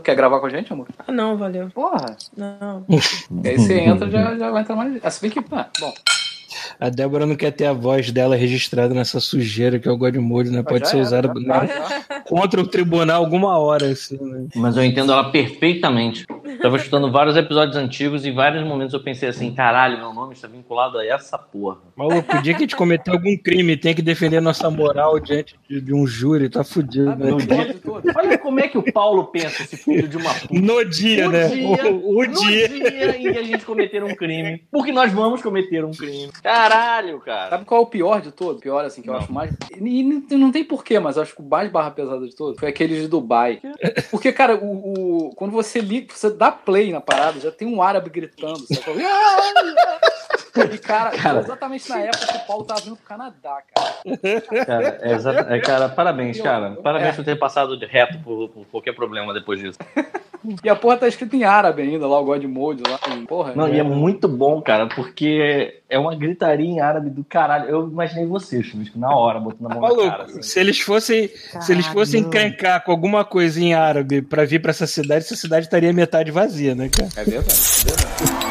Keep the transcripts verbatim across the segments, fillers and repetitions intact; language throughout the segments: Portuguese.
Quer gravar com a gente, amor? Ah, não, valeu. Porra. Não. Aí você entra e já, já vai entrar mais... Ah, se bem que... Ah, bom... A Débora não quer ter a voz dela registrada nessa sujeira que é o Godmode, né? Pode ser era, usada já, né? já. contra o tribunal alguma hora, assim, né? Mas eu entendo ela perfeitamente. Tava escutando vários episódios antigos e em vários momentos eu pensei assim, caralho, meu nome está vinculado a essa porra. Maluco, o dia que a gente cometer algum crime tem que defender nossa moral diante de, de um júri, tá fudido, né? No dia... Olha como é que o Paulo pensa, esse filho de uma puta. No dia, o né? Dia, o, o no dia. dia em que a gente cometer um crime. Porque nós vamos cometer um crime. Caralho, cara. Sabe qual é o pior de todo? O pior, assim, que eu não. acho mais... E não, não tem porquê, mas eu acho que o mais barra pesada de todos foi aquele de Dubai. Porque, cara, o, o, quando você liga, você dá play na parada, já tem um árabe gritando. Você fala, e, cara, cara, exatamente na época que o Paulo tava vindo pro Canadá, cara. Cara, é exa... é, cara parabéns, cara. Parabéns é. por ter passado de reto por, por qualquer problema depois disso. E a porra tá escrito em árabe ainda, lá o Godmode, lá. Porra, Não, é. e é muito bom, cara, porque é uma gritaria em árabe do caralho. Eu imaginei você, Chuvisco, na hora, botando a mão Maluco, na cara. Assim. se eles fossem, se eles fossem encrencar com alguma coisa em árabe pra vir pra essa cidade, essa cidade estaria metade vazia, né, cara? É verdade, é verdade.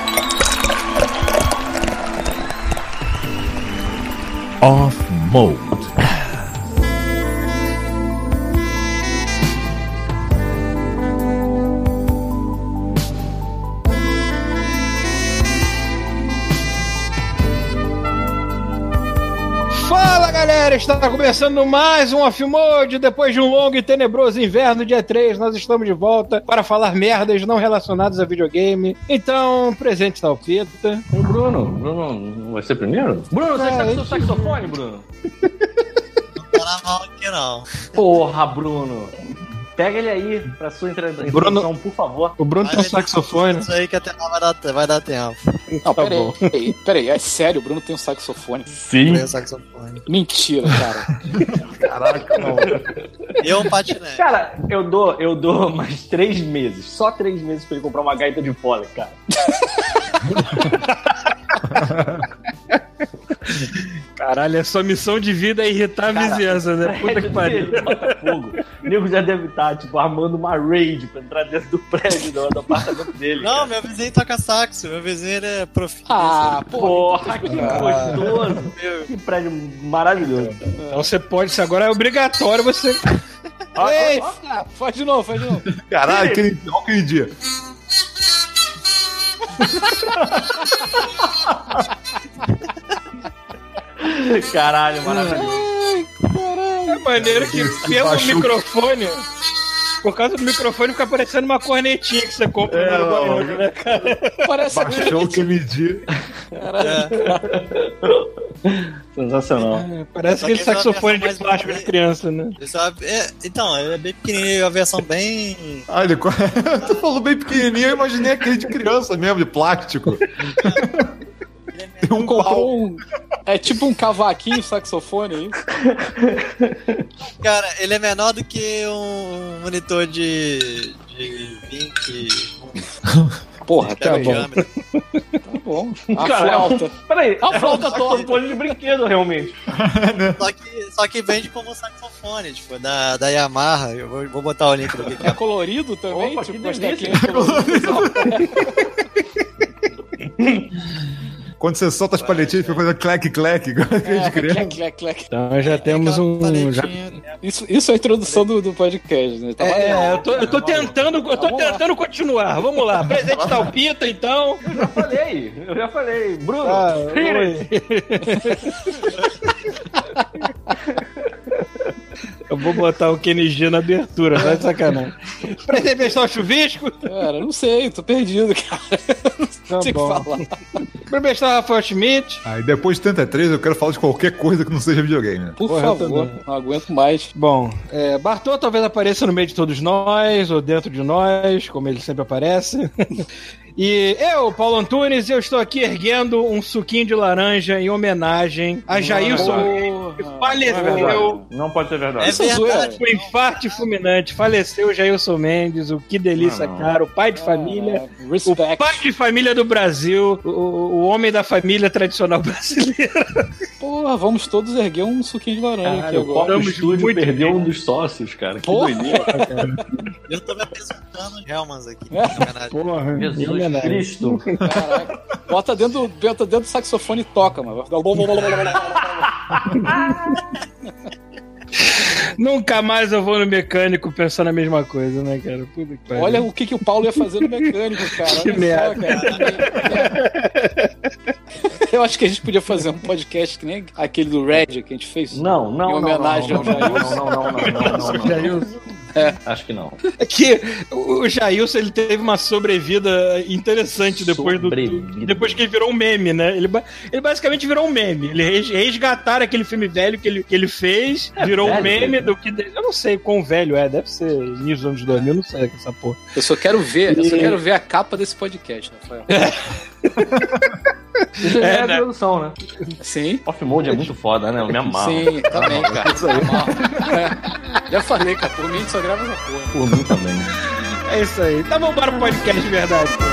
Off-Mode. Fala, galera! Está começando mais um Off-Mode. Depois de um longo e tenebroso inverno, dia três, nós estamos de volta para falar merdas não relacionadas a videogame. Então, presente está o Pita. O Bruno, Bruno vai ser primeiro? Bruno, você está com seu saxofone, Bruno? Não tá na mão aqui, não. Porra, Bruno. Pega ele aí pra sua introdução, Bruno, por favor. O Bruno tem um saxofone. Isso aí que até lá vai dar, vai dar tempo. Não, Tá peraí, bom. peraí, peraí, é sério, o Bruno tem um saxofone? Sim. Tem o saxofone. Mentira, cara. Caraca, não. E um patinete. Cara, eu dou, eu dou mais três meses. Só três meses pra ele comprar uma gaita de fole, cara. Caralho, a sua missão de vida é irritar a Cara, vizinhança, né? Puta que pariu. Botafogo. O nego já deve estar, tipo, armando uma raid pra entrar dentro do prédio do, do apartamento dele. Não, cara. meu vizinho toca saxo. Meu vizinho ele é profissional. Ah, Porra, que gostoso. Que prédio maravilhoso. Então você pode, isso agora é obrigatório você. Ei, ah, faz de novo, faz de novo. Caralho, aquele, olha aquele dia. Caralho, maravilhoso. Ai, caralho. É maneiro que pelo baixou- microfone, por causa do microfone, fica parecendo uma cornetinha que você compra É, no ó. barulho, né, cara? Parece Baixou aquele dia. Sensacional. É, parece Só aquele que essa é uma saxofone de versão mais plástico de bonita. criança, né? Isso é- é- então, ele é bem pequenininho, a versão bem... Ah, ele... Tu falou bem pequenininho, eu imaginei aquele de criança mesmo, de plástico. Ele é Tem um pau. comprou um. É tipo um cavaquinho saxofone aí. Cara, ele é menor do que um monitor de, de vinte... Porra, Tá tá bom. bom. Tá bom. A Cara, flauta. Peraí, A flauta é um saxofone de brinquedo, realmente. Só que, só que vende como saxofone, tipo, da, da Yamaha. Eu vou, vou botar o link do que É colorido também? Opa, tipo, que as delícia. teclinhas coloridas. Quando você solta as paletinhas, fica fazendo clec-clec, igual aquele de É, criança. clec, clec, clec. Então já temos um. Já... Isso, isso é a introdução do, do podcast, né? Tá valendo. É, eu tô, eu tô tentando, eu tô Vamos lá. tentando continuar. Vamos lá, presente tá o Pita, então. Eu já falei, eu já falei. Bruno, Ah, tira. oi. Eu vou botar o Kenny G na abertura, tá de sacanagem. Presente pessoal chuvisco. Cara, eu não sei, tô perdido, cara. Tá Não sei o que bom. falar. Presente pessoal Rafael Schmidt. Aí depois de trinta e três eu quero falar de qualquer coisa que não seja videogame. Né? Por Porra, eu favor, também. não aguento mais. Bom, é, Bartô talvez apareça no meio de todos nós, ou dentro de nós, como ele sempre aparece. E eu, Paulo Antunes, eu estou aqui erguendo um suquinho de laranja em homenagem a Jailson. faleceu. Não pode ser verdade. É verdade. O infarte fulminante. Faleceu Jailson Mendes, o Que Delícia, não, não. cara, o pai de família. É, respect. O pai de família do Brasil, o, o homem da família tradicional brasileira. Porra, vamos todos erguer um suquinho de laranja aqui Caralho, o agora. Pop Studio perdeu um dos sócios, cara. Que Porra. doideira. Eu tô me apresentando Helmans aqui. É. na homenagem. Porra, Jesus homenagem. Cristo. Caraca. Bota dentro, do- bota dentro do saxofone e toca, mano. Nunca mais eu vou no mecânico pensando a mesma coisa, né, cara? Puta que pariu. Olha o que, que o Paulo ia fazer no mecânico, cara. Olha Que só, merda. cara. Eu acho que a gente podia fazer um podcast que nem aquele do Red que a gente fez. Não, não, Em não, homenagem não, não, ao não, Jailson. não, não, não, não, não, não. Jailson. Acho que não. É que o Jailson, ele teve uma sobrevida interessante depois do, Sobrevida. depois que ele virou um meme, né? Ele, ba- ele basicamente virou um meme. Ele res- resgataram aquele filme velho que ele, que ele fez, É virou um velho, meme velho. do que... de- Eu não sei quão velho é, deve ser início dos anos dois mil, não sei essa porra. Eu só quero ver, eu só E- quero ver a capa desse podcast, Rafael. Isso é, É, é a né? tradução, né? Sim. Off Mode é muito foda, né? Eu me amarro. Sim, também, cara. É. Já falei, cara, por mim a gente só grava essa porra. Por mim também. É isso aí. Tá bom para o podcast de verdade, pô.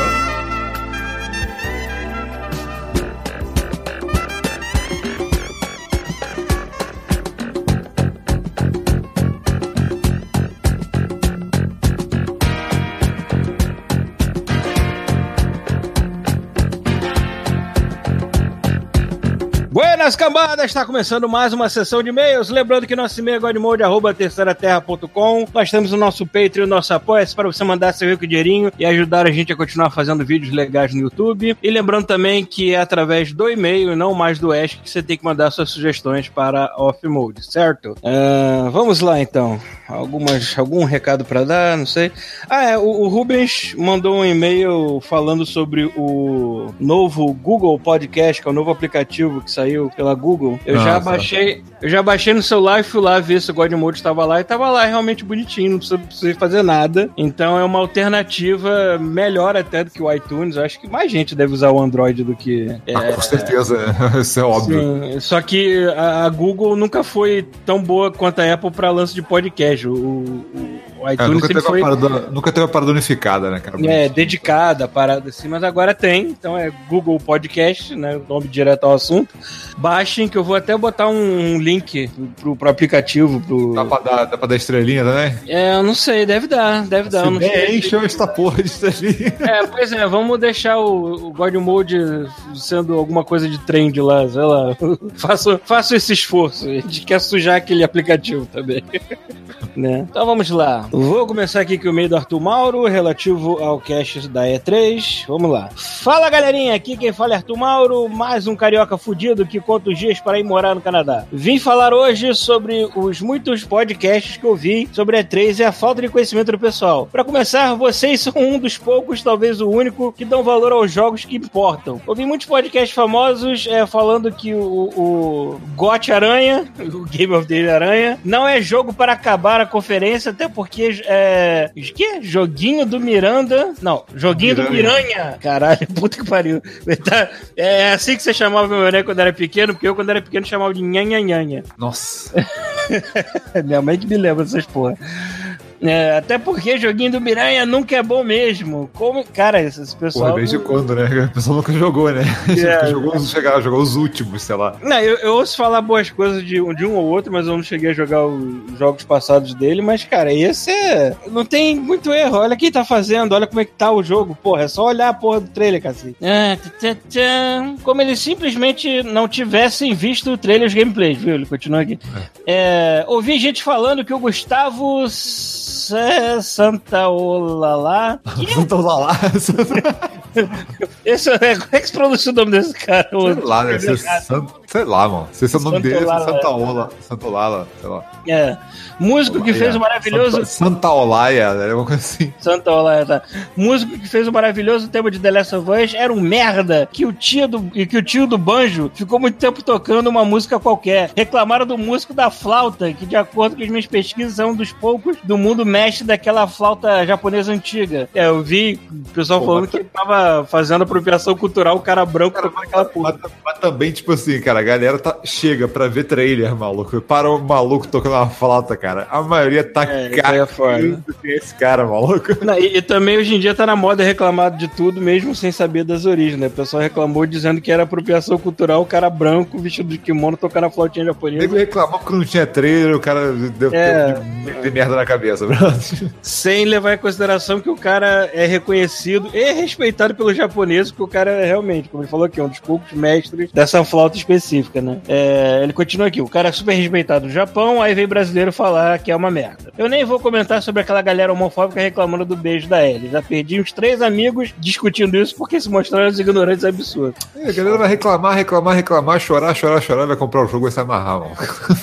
Buenas cambadas, está começando mais uma sessão de e-mails. Lembrando que nosso e-mail é godmode arroba terceira terra ponto com. Nós temos o nosso Patreon e o nosso Apoia-se para você mandar seu rico dinheirinho e ajudar a gente a continuar fazendo vídeos legais no YouTube. E lembrando também que é através do e-mail e não mais do Ask que você tem que mandar suas sugestões para Off-Mode, certo? Uh, vamos lá então. Algumas, algum recado para dar, não sei. Ah, é, o, o Rubens mandou um e-mail falando sobre o novo Google Podcast, que é o novo aplicativo que saiu pela Google. Eu já Nossa. baixei, eu já baixei no celular e fui lá ver se o Godmode estava lá e estava lá realmente bonitinho, não precisa, precisa fazer nada. Então é uma alternativa melhor até do que o iTunes. Eu acho que mais gente deve usar o Android do que Ah, com certeza, isso é óbvio. Sim, só que a, a Google nunca foi tão boa quanto a Apple para lance de podcast. O, o, o É, iTunes nunca, sempre teve foi uma parada, nunca teve uma parada unificada, né, cara? é, dedicada a parada assim, mas agora tem. Então é Google Podcast, né? O nome direto ao assunto. Baixem, que eu vou até botar um, um link pro, pro aplicativo. Pro... Dá pra dar, dá pra dar estrelinha também? É, eu não sei, deve dar, deve dar. Eu não Se der, sei. encheu esta porra de estrelinha. É, pois é, vamos deixar o, o God Mode sendo alguma coisa de trend lá, sei lá. faço, faço esse esforço. A gente quer sujar aquele aplicativo também. Né? Então vamos lá. Vou começar aqui com o e-mail do Arthur Mauro, relativo ao cast da E três. Vamos lá. Fala galerinha, aqui quem fala é Arthur Mauro, mais um carioca fudido que conta os dias para ir morar no Canadá. Vim falar hoje sobre os muitos podcasts que eu vi sobre a E três e a falta de conhecimento do pessoal. Para começar, vocês são um dos poucos, talvez o único, que dão valor aos jogos que importam. Ouvi muitos podcasts famosos é, falando que o, o G O T Aranha, o Game of the Year Aranha, não é jogo para acabar a conferência, até porque é... que? Joguinho do Miranda... Não, Joguinho do Miranha. Caralho, puta que pariu. Tá, é assim que você chamava meu boneco quando era pequeno, porque eu quando era pequeno chamava de nhanhanhanha. Nossa. Minha mãe que me lembra dessas porra. É, até porque joguinho do Miranha nunca é bom mesmo. Como, cara, esse pessoal... Porra, desde quando, né? O pessoal nunca jogou, né? É, jogou, chegava, jogou os últimos, sei lá. Não, eu, eu ouço falar boas coisas de, de um ou outro, mas eu não cheguei a jogar os jogos passados dele, mas, cara, esse é... Não tem muito erro. Olha quem tá fazendo, olha como é que tá o jogo. Porra, é só olhar a porra do trailer, cacete. Ah, tã, tã, tã. Como eles simplesmente não tivessem visto o trailer e os gameplays, viu? Ele continua aqui. É, ouvi gente falando que o Gustavo... É Santa Olala. Santa Olala. Esse, é, como é que se pronuncia o nome desse cara? Sei lá, né? Sei, San- sei lá, mano. Sei se é o nome Santa dele, Olala, Santa Ola. Santa Olala, sei lá. É. Músico que fez o maravilhoso. Santa, Santa Olaia, é uma coisa assim. Santa Olá, tá. Músico que fez o maravilhoso tema de The Last of Us era um merda que o tio do, que o tio do banjo ficou muito tempo tocando uma música qualquer. Reclamaram do músico da flauta, que de acordo com as minhas pesquisas é um dos poucos do mundo mestre daquela flauta japonesa antiga. É, eu vi o pessoal Pô, falando mas- que ele tava fazendo a apropriação cultural, o cara branco cara, tocando aquela porra. Mas, mas também, tipo assim, cara, a galera tá, chega pra ver trailer, maluco. Para o maluco tocando uma flauta, cara. A maioria tá é, cagando é esse cara, maluco. Não, e, e também hoje em dia tá na moda reclamar de tudo, mesmo sem saber das origens, né? O pessoal reclamou dizendo que era apropriação cultural, o cara branco, vestido de kimono, tocando a flautinha japonesa. Ele reclamou porque não tinha trailer, o cara deu é, tempo de, de merda na cabeça, brother. Sem levar em consideração que o cara é reconhecido e respeitado pelos japoneses, porque o cara é realmente, como ele falou aqui, um dos poucos mestres dessa flauta específica, né? É, ele continua aqui, o cara é super respeitado no Japão, aí vem brasileiro falar que é uma merda. Eu nem vou comentar sobre aquela galera homofóbica reclamando do beijo da Ellie. Já perdi uns três amigos discutindo isso porque se mostraram os ignorantes absurdos. É, a galera vai reclamar, reclamar, reclamar, chorar, chorar, chorar, vai comprar o jogo e se amarrar, mano.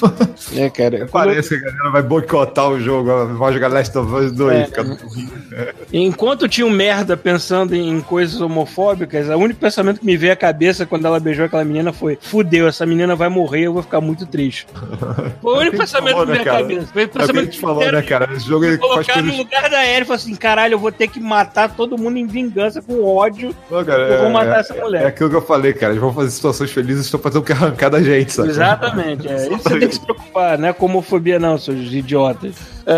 É, cara. Parece eu... que a galera vai boicotar o jogo, vai jogar Last of Us dois. É, fica... é. Enquanto tinha um merda pensando em coisas homofóbicas, o único pensamento que me veio à cabeça quando ela beijou aquela menina foi: fudeu, essa menina vai morrer, eu vou ficar muito triste. Foi o único pensamento que me veio à cabeça. Foi o pensamento que falou, né, cara? Esse jogo ele colocar faz no coisas... lugar da Ellie e falar assim: caralho, eu vou ter que matar todo mundo em vingança com ódio. Não, cara, eu vou é, matar é, essa mulher. É aquilo que eu falei, cara. Eles vão fazer situações felizes e estão fazendo o que arrancar da gente, sabe? Exatamente. É. Isso você tem que se preocupar, não é com homofobia, não, seus idiotas.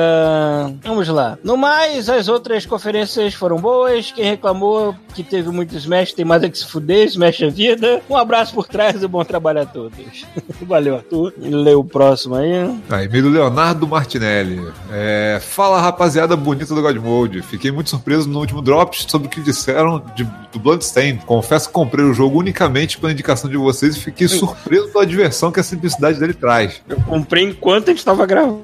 Uh, vamos lá. No mais, as outras conferências foram boas. Quem reclamou que teve muito Smash tem mais é que se fuder, Smash a vida. Um abraço por trás e bom trabalho a todos. Valeu, Arthur. Lê o próximo aí. Ah, e-mail do Leonardo Martinelli. É, fala, rapaziada bonita do God Mode. Fiquei muito surpreso no último Drops sobre o que disseram de, do Bloodstained. Confesso que comprei o jogo unicamente pela indicação de vocês e fiquei surpreso pela diversão que a simplicidade dele traz. Eu comprei enquanto a gente estava gravando.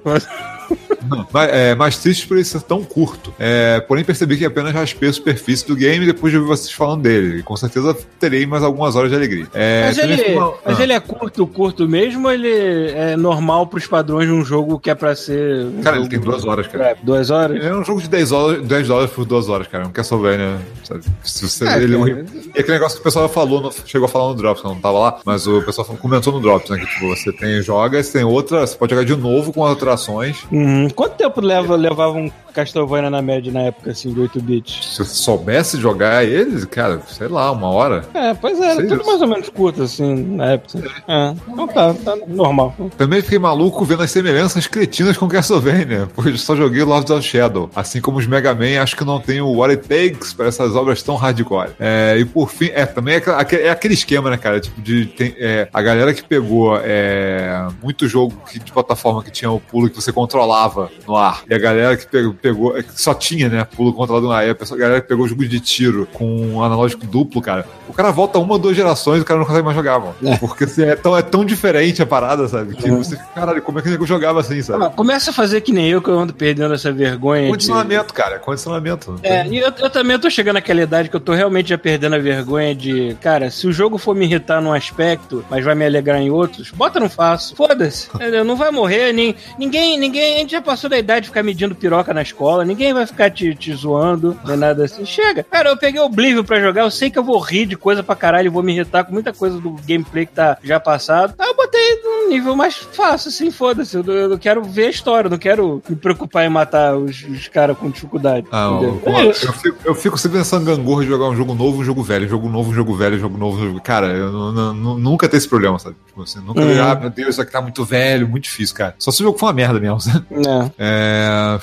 Não, mas, é, mais triste por ele ser tão curto. É, porém, percebi que apenas raspei a superfície do game depois de ouvir vocês falando dele. E com certeza terei mais algumas horas de alegria. É, mas ele, uma... mas ah. ele é curto, curto mesmo, ou ele é normal pros padrões de um jogo que é pra ser... Um cara, jogo... ele tem duas horas, cara. É, duas horas? É um jogo de dez horas, dez dólares por duas horas, cara. Não quer souber, né? Sabe? Se você, é, ele... E aquele negócio que o pessoal falou, no... chegou a falar no Drops, não tava lá, mas o pessoal comentou no Drops, né? Que tipo, você tem, joga, você tem outra, você pode jogar de novo com alterações. Uhum. Quanto tempo leva, levava um Castlevania na média na época, assim, de oito bits? Se eu soubesse jogar eles, cara, sei lá, uma hora. É, pois é, era tudo isso. Mais ou menos curto, assim, na época. É, então tá, tá normal. Também fiquei maluco vendo as semelhanças cretinas com Castlevania, pois só joguei Lords of Shadow. Assim como os Mega Man, acho que não tenho o What It Takes para essas obras tão hardcore. É, e por fim, é, também é, é aquele esquema, né, cara, tipo, de tem, é, a galera que pegou é, muito jogo que, de plataforma que tinha o pulo que você controlava no ar, e a galera que pegou, pegou que só tinha, né, pulo controlado no ar, e a, pessoa, a galera que pegou jogo de tiro com um analógico duplo, cara, o cara volta uma ou duas gerações e o cara não consegue mais jogar, mano. É. Porque assim, é, tão, é tão diferente a parada, sabe, que é. Você fica, caralho, como é que eu jogava assim, sabe? Ah, começa a fazer que nem eu, que eu ando perdendo essa vergonha. Condicionamento, de... cara, condicionamento. É, e eu, eu também tô chegando naquela idade que eu tô realmente já perdendo a vergonha de, cara, se o jogo for me irritar num aspecto, mas vai me alegrar em outros, bota não faço. Foda-se. Não vai morrer, nem, ninguém, ninguém, a gente já passou da idade de ficar medindo piroca na escola, ninguém vai ficar te, te zoando, nem nada assim. Chega. Cara, eu peguei o Oblivion pra jogar, eu sei que eu vou rir de coisa pra caralho, vou me irritar com muita coisa do gameplay que tá já passado. Aí eu botei num nível mais fácil, assim, foda-se. Eu, eu quero ver a história, eu não quero me preocupar em matar os, os caras com dificuldade. Ah, eu, é eu, fico, eu fico sempre pensando em gangorra de jogar um jogo novo, um jogo velho, jogo novo, um jogo velho, jogo novo, um jogo... Cara, eu não, não, nunca tenho esse problema, sabe? Tipo assim, nunca uhum. Ah, meu Deus, isso aqui tá muito velho, muito difícil, cara. Só se o jogo for uma merda mesmo, sabe? É. é...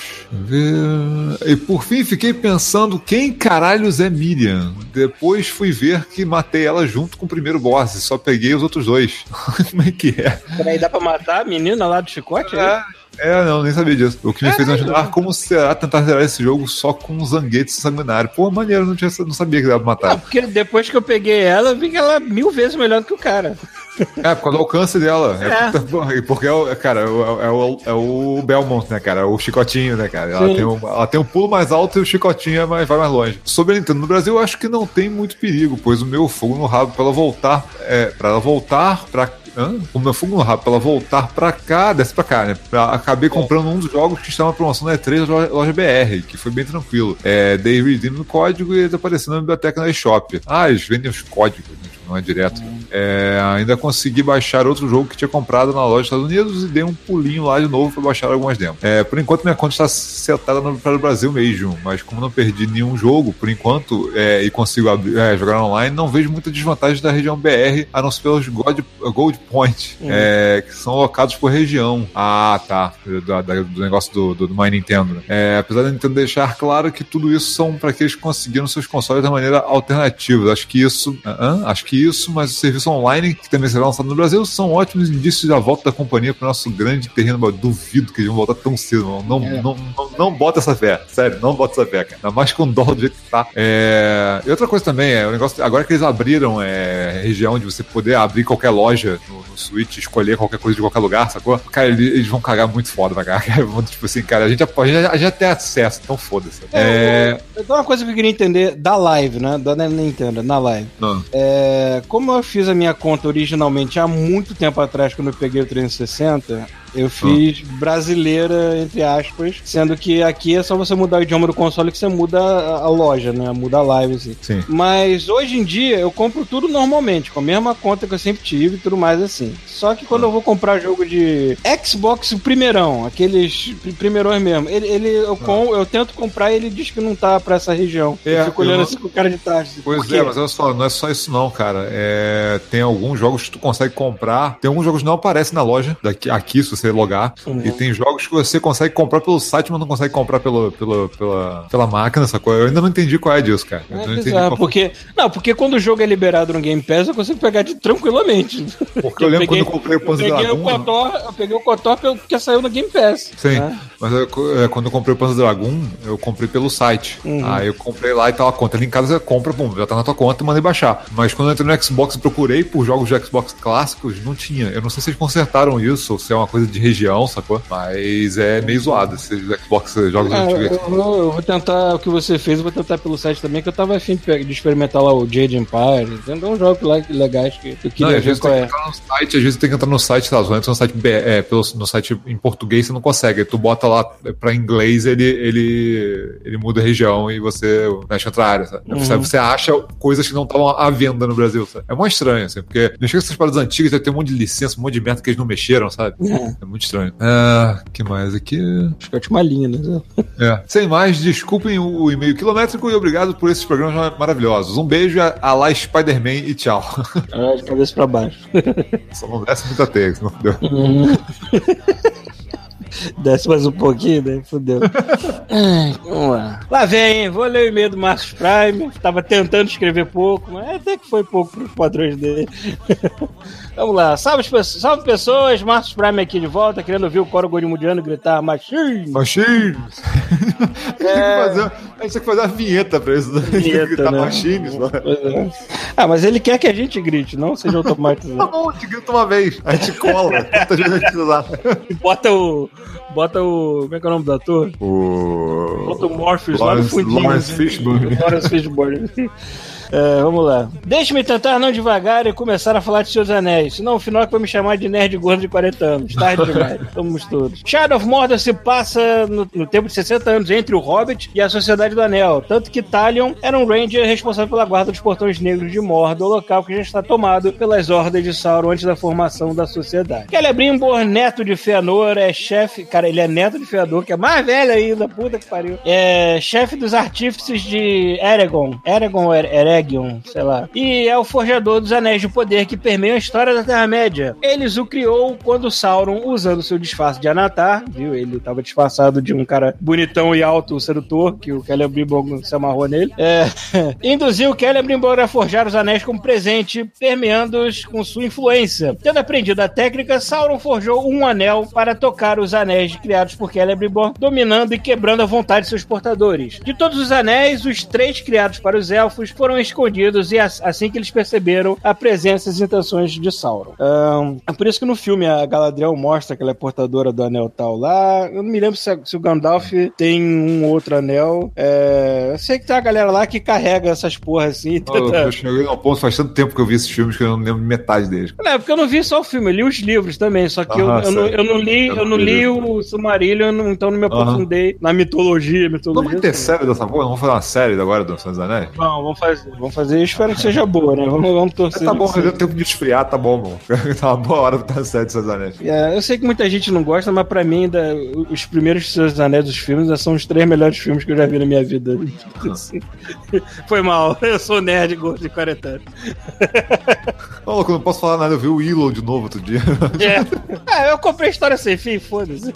E por fim, fiquei pensando quem caralhos é Miriam. Depois fui ver que matei ela junto com o primeiro boss e só peguei os outros dois. Como é que é? Peraí, dá pra matar a menina lá do chicote? É. É, não, nem sabia disso. O que me é, fez imaginar como será tentar zerar esse jogo só com um zanguete sanguinário. Pô, maneiro, não, tinha, não sabia que dava pra matar. Não, porque depois que eu peguei ela, eu vi que ela é mil vezes melhor do que o cara. É, por causa do alcance dela. É. Porque, é o, cara, é o, é, o, é o Belmont, né, cara? O chicotinho, né, cara? Ela tem, um, ela tem um pulo mais alto e o chicotinho é mais, vai mais longe. Sobre a Nintendo, no Brasil eu acho que não tem muito perigo, pois o meu fogo no rabo pra ela voltar, é, pra ela voltar pra... Hã? O meu fogo no rabo pra ela voltar pra cá, desce pra cá, né? Acabei comprando um dos jogos que estava na promoção da E três da loja B R, que foi bem tranquilo. É, dei redeem no código e ele tá aparecendo na biblioteca na eShop. Ah, eles vendem os códigos, né? não é direto. É, ainda consegui baixar outro jogo que tinha comprado na loja dos Estados Unidos e dei um pulinho lá de novo pra baixar algumas demos. É, por enquanto minha conta está setada no, para o Brasil mesmo, mas como não perdi nenhum jogo, por enquanto, é, e consigo abrir, é, jogar online, não vejo muita desvantagem da região B R, a não ser pelos Gold, Gold Point, uhum. é, que são alocados por região. Ah, tá. Do, do, do negócio do, do, do My Nintendo. É, apesar da Nintendo deixar claro que tudo isso são para aqueles que conseguiram seus consoles da maneira alternativa. Acho que isso, uh-uh, acho que isso, mas o serviço online, que também será lançado no Brasil, são ótimos indícios da volta da companhia para o nosso grande terreno. Eu duvido que eles vão voltar tão cedo. Não, não, é. não, não, não bota essa fé. Sério, não bota essa fé, cara. Ainda mais com o dólar do jeito que tá. É... E outra coisa também, é o negócio. Agora que eles abriram é, região de você poder abrir qualquer loja no, no Switch, escolher qualquer coisa de qualquer lugar, sacou? Cara, eles, eles vão cagar muito foda, vai cagar. Tipo assim, cara, a gente, a gente, a gente já tem acesso, então foda-se. É... Então, uma coisa que eu queria entender da live, né? Da Nintendo, na live. Não. É, como eu fiz a minha conta originalmente há muito tempo atrás, quando eu peguei o trezentos e sessenta, eu fiz ah. brasileira, entre aspas, sendo que aqui é só você mudar o idioma do console que você muda a, a loja, né? Muda a live, assim. Sim. Mas hoje em dia eu compro tudo normalmente, com a mesma conta que eu sempre tive e tudo mais assim. Só que quando ah. eu vou comprar jogo de Xbox, o primeirão, aqueles primeirões mesmo, ele, ele, eu, com, eu tento comprar e ele diz que não tá pra essa região. É, eu fico olhando eu assim com o cara de trás. Assim, pois é, mas olha só, não é só isso não, cara. É, tem alguns jogos que tu consegue comprar, tem alguns jogos que não aparecem na loja, daqui, aqui, se você logar, uhum. e tem jogos que você consegue comprar pelo site, mas não consegue comprar pelo, pelo, pela, pela máquina, sacou? Eu ainda não entendi qual é disso, cara. Eu é, não, entendi qual porque, não, porque quando o jogo é liberado no Game Pass, eu consigo pegar de tranquilamente. Porque eu, eu lembro peguei, quando eu comprei o Panzer eu Dragoon... O Kotor, eu peguei o Kotor porque saiu no Game Pass. Sim, né? mas eu, é, quando eu comprei o Panzer Dragoon, eu comprei pelo site. Uhum. Aí eu comprei lá e tava a conta. Ali em casa você compra, pum, já tá na tua conta e mandei baixar. Mas quando eu entrei no Xbox e procurei por jogos de Xbox clássicos, não tinha. Eu não sei se eles consertaram isso, ou se é uma coisa de região, sacou? Mas é meio zoado esses Xbox, jogos ah, antigos. Eu, eu, eu vou tentar o que você fez, eu vou tentar pelo site também, que eu tava afim de, de experimentar lá o Jade Empire. Tem uns jogos lá legais que eu queria não, ver qual é. No site, às vezes tem que entrar no site, tá? No site, é, pelo, no site em português você não consegue. Aí tu bota lá pra inglês, ele, ele, ele muda a região e você mexe em outra área, sabe? Uhum. Você, você acha coisas que não estavam à venda no Brasil, sabe? É muito estranho, assim, porque mexer com essas paradas antigas deve ter um monte de licença, um monte de merda que eles não mexeram, sabe? Uhum. É muito estranho. Ah, que mais aqui? Acho que é a última linha, né? É. Sem mais, desculpem o e-mail quilométrico e obrigado por esses programas maravilhosos. Um beijo, a lá Spider-Man e tchau. Ah, de cabeça pra baixo. Só não desce muita teia, senão deu. Uhum. Desce mais um pouquinho, né? Fudeu. Ai, vamos lá. Lá vem, hein? Vou ler o e-mail do Marcos Prime. Tava tentando escrever pouco, mas até que foi pouco pros padrões dele. Vamos lá. Salve, salve pessoas. Marcos Prime aqui de volta, querendo ouvir o coro gorimudiano gritar Machine. Machine. É... A gente tem que fazer uma vinheta pra isso. Vinheta, gritar né? Machines. É. Ah, mas ele quer que a gente grite, não seja automatizado. Tá bom, a gente grita uma vez. A gente cola. Quantas vezes a gente precisar. Bota o... Bota o... Como é que é o nome do ator? O... Bota o Morpheus lá no fundinho. Lawrence Fishburne. Lawrence Fishburne. É, vamos lá. Deixe-me tentar não devagar e começar a falar de Seus Anéis. Senão o Finoc vai me chamar de nerd gordo de quarenta anos. Tarde demais. Somos todos. Shadow of Mordor se passa no, no tempo de sessenta anos entre o Hobbit e a Sociedade do Anel. Tanto que Talion era um ranger responsável pela guarda dos portões negros de Mordor, local que já está tomado pelas hordas de Sauron antes da formação da sociedade. Celebrimbor, neto de Fëanor, é chefe... Cara, ele é neto de Fëanor, que é mais velho ainda. Puta que pariu. É chefe dos artífices de Eragon. Eragon ou Eragon? sei lá. E é o forjador dos Anéis de Poder que permeiam a história da Terra-média. Eles o criou quando Sauron, usando seu disfarce de Anatar, viu? Ele tava disfarçado de um cara bonitão e alto, sedutor, que o Celebrimbor se amarrou nele. É, induziu Celebrimbor a forjar os anéis como presente, permeando-os com sua influência. Tendo aprendido a técnica, Sauron forjou um anel para tocar os anéis criados por Celebrimbor, dominando e quebrando a vontade de seus portadores. De todos os anéis, os três criados para os elfos foram escondidos e assim que eles perceberam a presença e as intenções de Sauron. Um, é por isso que no filme a Galadriel mostra que ela é portadora do anel tal lá. Eu não me lembro se, se o Gandalf tem um outro anel. É, eu sei que tem uma galera lá que carrega essas porras assim. Oh, tenta... Eu cheguei ao ponto, faz tanto tempo que eu vi esses filmes que eu não lembro metade deles. Não, é porque eu não vi só o filme, eu li os livros também, só que ah, eu, eu, não, eu não li, eu não li o Silmarillion, então não me aprofundei uh-huh. na mitologia. mitologia não vai ter série dessa porra? Vamos fazer uma série agora do Senhor dos Anéis? Não, vamos fazer. Vamos fazer, espero que seja boa, né? Vamos, vamos torcer. Tá bom, deu tempo de esfriar, tá bom, mano. Tá uma boa hora pra série de Seus Anéis. É, eu sei que muita gente não gosta, mas pra mim, ainda, os primeiros Seus Anéis dos filmes são os três melhores filmes que eu já vi na minha vida. Foi mal, eu sou nerd gordo de quarenta anos. Ô, louco, não posso falar nada, eu vi o Willow de novo outro dia. É. Ah, eu comprei História Sem Fim, foda-se.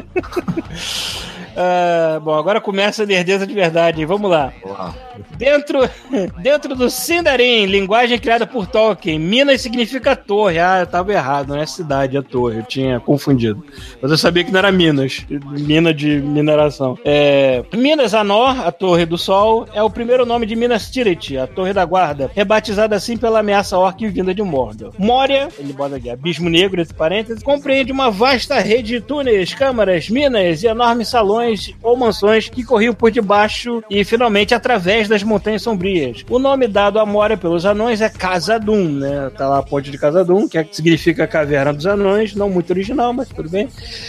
Uh, bom, agora começa a nerdeza de verdade. Vamos lá. Olá. Dentro, dentro do Sindarin, linguagem criada por Tolkien, Minas significa torre. Ah, eu tava errado, não é cidade, é torre. Eu tinha confundido. Mas eu sabia que não era Minas. Mina de mineração. É, Minas Anor, a Torre do Sol, é o primeiro nome de Minas Tirith, a Torre da Guarda, rebatizada assim pela ameaça orc vinda de Mordor. Moria, ele bota aqui, abismo negro, entre parênteses, compreende uma vasta rede de túneis, câmaras, minas e enormes salões ou mansões que corriam por debaixo e finalmente através das montanhas sombrias. O nome dado a Moria pelos anões é Khazad-dûm, né? Tá lá a ponte de Khazad-dûm, que, é, que significa caverna dos anões, não muito original, mas tudo bem.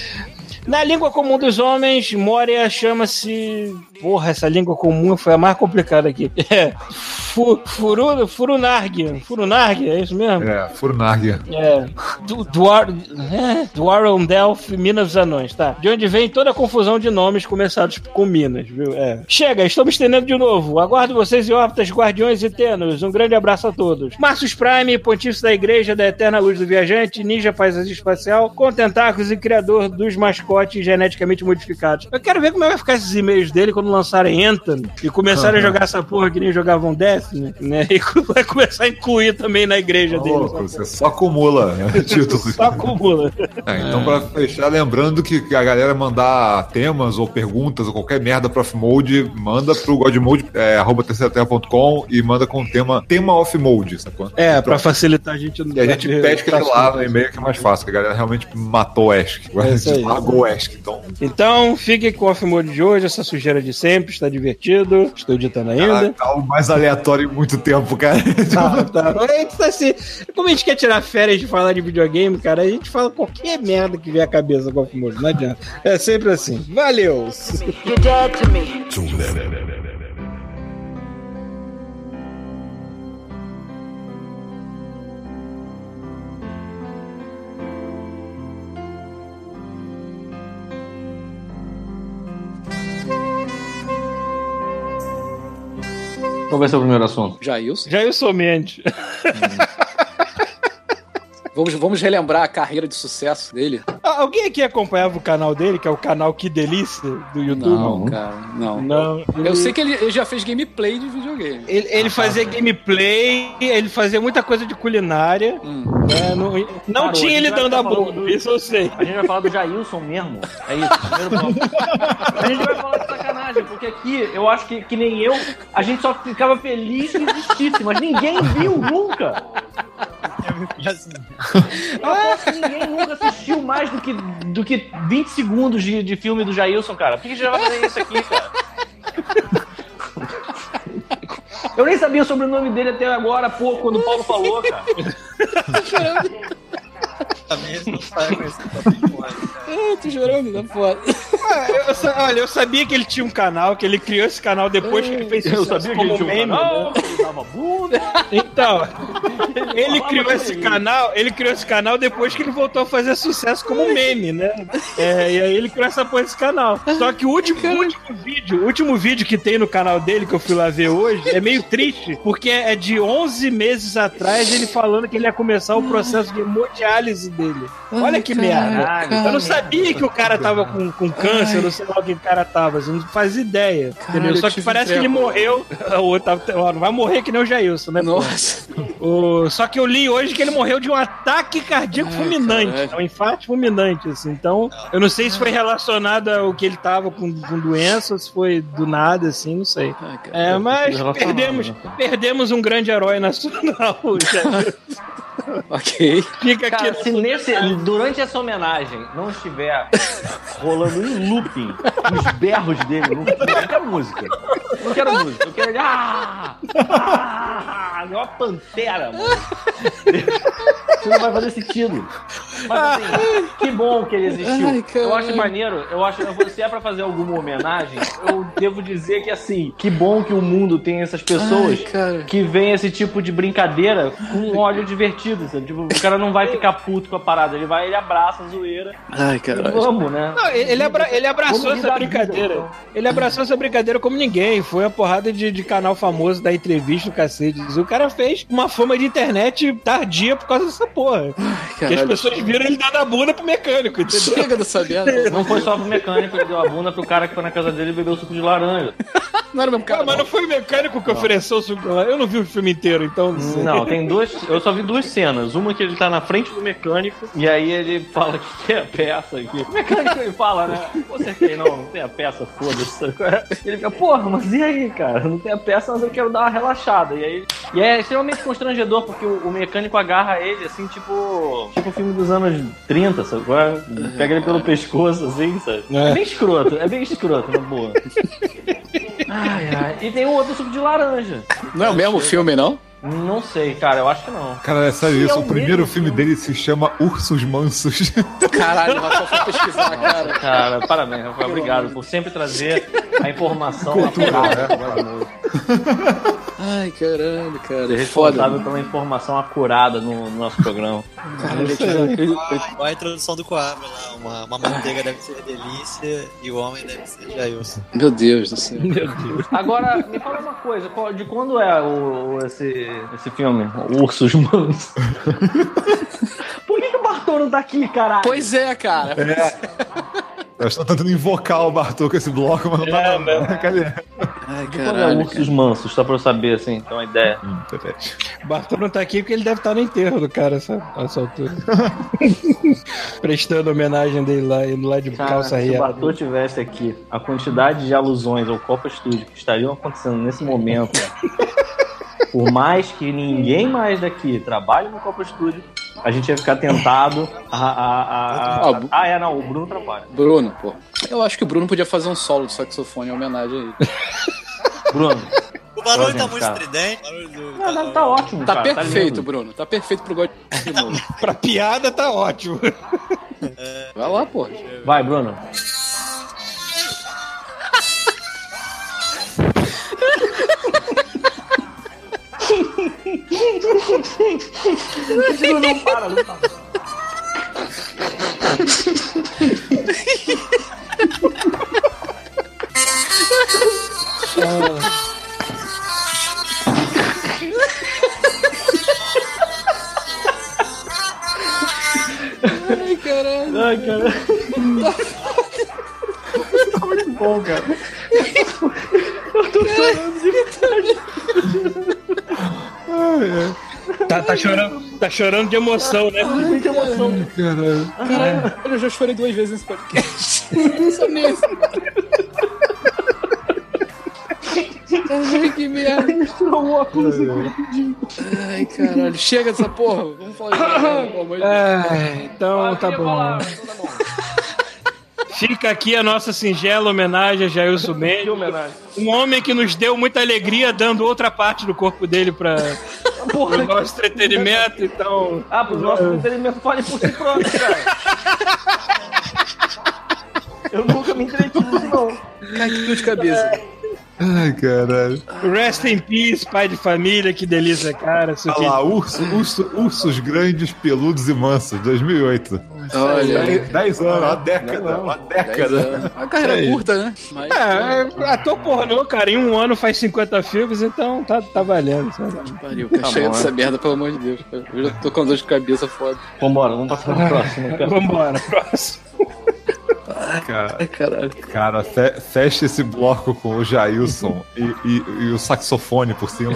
Na língua comum dos homens, Moria chama-se... Porra, essa língua comum foi a mais complicada aqui. É. Fu, furu, furunarg. Furunarg, é isso mesmo? É, Furunarg. É. Du, Duar, é. Duarondelf, Minas dos Anões, tá? De onde vem toda a confusão de nomes começados com Minas, viu? É. Chega, estamos estendendo de novo. Aguardo vocês em órbitas, guardiões e tenos. Um grande abraço a todos. Marcius Prime, pontífice da Igreja da Eterna Luz do Viajante, ninja paisagem espacial, com tentáculos e criador dos mascotes geneticamente modificados. Eu quero ver como é que vai ficar esses e-mails dele quando lançarem Anthem e começarem uhum. a jogar essa porra que nem jogavam Destiny, né? E vai começar a incluir também na igreja oh, dele. Louco, você só acumula né, títulos. Só acumula. É, então, pra fechar, lembrando que a galera mandar temas ou perguntas ou qualquer merda pro Offmode, manda pro godmode, é, arroba terceira terra ponto com e manda com o tema tema Offmode, sacou? É, então, pra facilitar a gente. E a gente pesca ele lá no e-mail que é mais fácil, que a galera realmente matou o Esk. Agora é a gente largou o Esk, então. Então, fiquem com o Offmode de hoje, essa sujeira de sempre, está divertido. Estou editando ainda. Tá o mais aleatório em muito tempo, cara. Tá, tá. A gente tá assim, como a gente quer tirar férias de falar de videogame, cara, a gente fala qualquer merda que vier à cabeça com o Offmode, não adianta. É sempre assim. Valeu! You're dead to me. Qual vai ser o primeiro assunto? Jailson. Jailson Mendes. Vamos, vamos relembrar a carreira de sucesso dele. Ah, alguém aqui acompanhava o canal dele, que é o canal Que Delícia do YouTube? Não, cara, não. não ele... Eu sei que ele, ele já fez gameplay de videogame. Ele, ele ah, fazia tá. gameplay, ele fazia muita coisa de culinária. Hum. Né? Não, não Parou, tinha ele dando a bunda, do... isso eu sei. A gente vai falar do Jailson mesmo. É isso, primeiro ponto. A gente vai falar de sacanagem, porque aqui eu acho que, que nem eu, a gente só ficava feliz que existisse, mas ninguém viu nunca. Eu aposto que ninguém nunca assistiu mais do que, do que vinte segundos de, de filme do Jailson, cara. Por que a gente já vai fazer isso aqui, cara? Eu nem sabia sobre o nome dele até agora, pô, quando o Paulo falou, cara. Também não sabe conhecer Eu tô chorando, tá foda. Ah, eu, olha, eu sabia que ele tinha um canal, que ele criou esse canal depois que ele fez sucesso. Eu sabia que ele tinha um meme, canal, né? Ele dava bunda. Então, ele criou esse canal, ele criou esse canal depois que ele voltou a fazer sucesso como meme, né? É, e aí ele criou essa porra desse canal. Só que o último, o último vídeo, o último vídeo que tem no canal dele, que eu fui lá ver hoje, é meio triste, porque é de onze meses atrás ele falando que ele ia começar o processo de hemodiálise dele. Olha que merda. Eu não sabia que o cara tava com, com câncer, eu não sei lá o que o cara tava, você não faz ideia. Caralho, só que parece que ele morreu. O, tá, ó, não vai morrer que nem o Jailson, né? Nossa. O, só que eu li hoje que ele morreu de um ataque cardíaco Ai, fulminante. É um infarto fulminante, assim. Então, eu não sei se foi relacionado ao que ele tava com, com doença, ou se foi do nada, assim, não sei. É, mas perdemos, perdemos um grande herói nacional. Ok. Fica aqui. Cara, se nesse, durante essa homenagem não estiver rolando em looping os berros dele, não, não quero música. Não quero música. Eu quero ele. Ah! Ah! É uma pantera, mano. Isso não vai fazer sentido. Mas assim, que bom que ele existiu. Ai, eu acho maneiro, eu acho, se é pra fazer alguma homenagem, eu devo dizer que assim, que bom que o mundo tem essas pessoas Ai, que veem esse tipo de brincadeira com um ódio divertido, sabe? Tipo, o cara não vai ficar puto com a parada, ele vai, ele abraça a zoeira. Ai, cara. Vamos, né? Não, ele, abra, ele abraçou Vamos essa lidar brincadeira. vida, então. Ele abraçou essa brincadeira como ninguém. Foi a porrada de, de canal famoso da entrevista, o cacete. O cara fez uma fama de internet tardia por causa dessa porra. Ai, que as pessoas viram ele dando a bunda pro mecânico, entendeu? Chega dessa merda. Não foi só pro mecânico, ele deu a bunda pro cara que foi na casa dele e bebeu suco de laranja. Não era o mesmo cara. Ah, mas não foi o mecânico que ofereceu o suco de laranja. Eu não vi o filme inteiro, então não sei. Não, tem duas. Eu só vi duas cenas. Uma que ele tá na frente do mecânico e aí ele fala que quer a peça aqui. O mecânico ele fala, né? Pô, acertei, não, não tem a peça, foda-se. Ele fica, porra, mas e aí, cara? Não tem a peça, mas eu quero dar uma relaxada. E aí. E é extremamente constrangedor porque o, o mecânico agarra ele assim, tipo. Tipo o filme dos anos trinta, sabe? Pega ele pelo pescoço, assim, sabe? É, é bem escroto, é bem escroto, na boa. Ai, ai. E tem um outro suco de laranja. Não é o mesmo filme, não? Não sei, cara, eu acho que não. Cara, é sério Se isso. é o O primeiro mesmo filme filme. dele se chama Ursos Mansos. Caralho, Rafael foi pesquisar, cara. Cara, parabéns, Rafael. Obrigado por sempre trazer a informação acurada. Ai, caralho, cara. Ser responsável pela informação acurada no, no nosso programa. Olha a introdução do Coabra lá. Uma, uma manteiga deve ser delícia e o homem deve ser Jailson. Meu Deus do céu. Meu Deus. Agora, me fala uma coisa. qual- De quando é o, o- esse, esse filme? Ursos Mansos. Por que, que o Bartô não tá aqui, caralho? Pois é, cara. Eu estou tentando invocar o Bartô com esse bloco, mas não tá É, dando. Cadê? Ai, De quando é caralho. Ursos Mansos? Só pra eu saber, assim, ter uma ideia. Hum, peraí. O Bartô não tá aqui porque ele deve estar no enterro do cara, sabe? A essa altura. Prestando homenagem dele lá, indo lá de Cara, calça se o riada. Bartô tivesse aqui, a quantidade de alusões ao Copa Studio que estariam acontecendo nesse momento, por mais que ninguém mais daqui trabalhe no Copa Studio, a gente ia ficar tentado a... a, a, a- Ah, Bu- ah, é, não, o Bruno trabalha. Bruno, pô. Eu acho que o Bruno podia fazer um solo de saxofone em homenagem aí. Bruno, O barulho Ô, tá gente, muito cara. estridente. O barulho do- não, não, tá ótimo, Tá cara. perfeito, lindo. Bruno. Tá perfeito pro God de novo. Pra piada tá ótimo. Vai lá, pô. Vai, Bruno. Não, não para, não para. Ai, caralho. Ai, cara. Tá muito bom, cara. Eu tô chorando de verdade. Tá, tá, chorando, tá chorando de emoção, né? Muita emoção. Caralho. Caralho, eu já chorei duas vezes nesse podcast. Só nesse. Ai, que merda. Misturou o óculos aqui. Ai, caralho. Chega dessa porra. Vamos falar de caralho, pelo amor de Deus. É, então tá Vai, bom. falar. Fica aqui a nossa singela homenagem a Jailson Que Mendes. homenagem. Um homem que nos deu muita alegria, dando outra parte do corpo dele para Porra. o nosso entretenimento. Então, Ah, pro nosso entretenimento, fale por si próprio, cara. Eu nunca me entretive nisso, não. Cai que dor de cabeça. Ai, caralho. rest in peace, pai de família, que delícia, cara. Isso Olha aqui. lá, urso, urso, Ursos Grandes, Peludos e Mansos, dois mil e oito. Olha aí. Dez, dez anos, uma década, uma Dez década. anos. Uma carreira Isso aí. curta, né? Mas, É, é, ator pornô, cara, em um ano faz cinquenta filmes, então tá, tá valendo, sabe? pariu, cara. Tá Chega bom, dessa né? merda, pelo amor de Deus. Cara. Eu já tô com dor de cabeça foda. Vambora, vamos passar pro próximo. cara. Vambora, próximo. Cara, Ai, caralho. cara fe- fecha esse bloco com o Jailson e, e- e o saxofone por cima.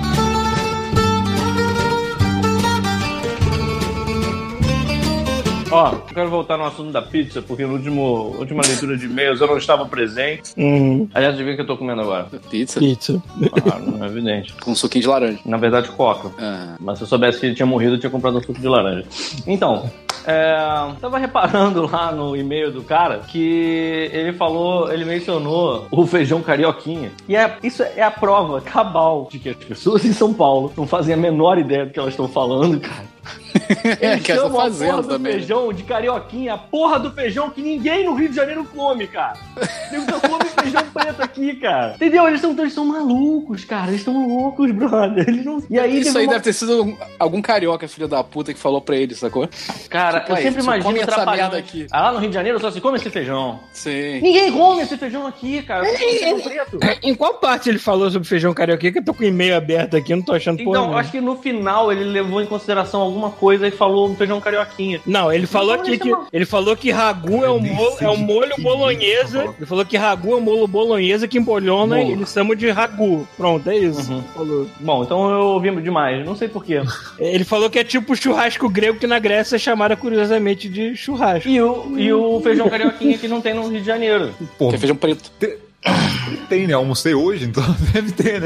Ó, Ó, eu quero voltar no assunto da pizza, porque no último última leitura de e-mails eu não estava presente. Hum. Aliás, adivinha o que eu tô comendo agora? Pizza? Pizza. Ah, não é evidente. Com um suquinho de laranja. Na verdade, coca. Ah. Mas se eu soubesse que ele tinha morrido, eu tinha comprado um suco de laranja. Então, é, tava reparando lá no e-mail do cara que ele falou, ele mencionou o feijão carioquinha. E é, isso é a prova cabal de que as pessoas em São Paulo não fazem a menor ideia do que elas estão falando, cara. É, Eles que essa chamam a fazenda porra do também. feijão de carioquinha, a porra do feijão que ninguém no Rio de Janeiro come, cara. Eles só comem feijão preto aqui, cara. Entendeu? Eles são eles são malucos, cara. Eles estão loucos, brother. Eles não... E aí, Isso aí uma... deve ter sido algum carioca, filho da puta, que falou pra ele, sacou? Cara, Tipo, eu aí, sempre só imagino come essa trapalhões. merda aqui. Ah, lá no Rio de Janeiro só se come esse feijão. Sim. Ninguém come esse feijão aqui, cara. É, Feijão é, preto. Em qual parte ele falou sobre feijão carioca? Que eu tô com o e-mail aberto aqui, eu não tô achando porra Então, nenhuma. acho que no final ele levou em consideração alguma coisa e falou feijão carioquinha. Não, ele falou Então, aqui ele que chama- ele falou que ragu é um nem molho, sei é um de molho que bolonhesa. falou. Ele falou que ragu é um molho bolonhesa que embolhona e Molho. eles chamam de ragu. Pronto, é isso. Uhum. Falou. Bom, então eu ouvi demais. Não sei porquê. Ele falou que é tipo churrasco grego que na Grécia é chamada curiosamente de churrasco. E o, e o feijão carioquinha que não tem no Rio de Janeiro. Pô, Que é feijão preto. tem, né? Almocei hoje, então deve ter, né?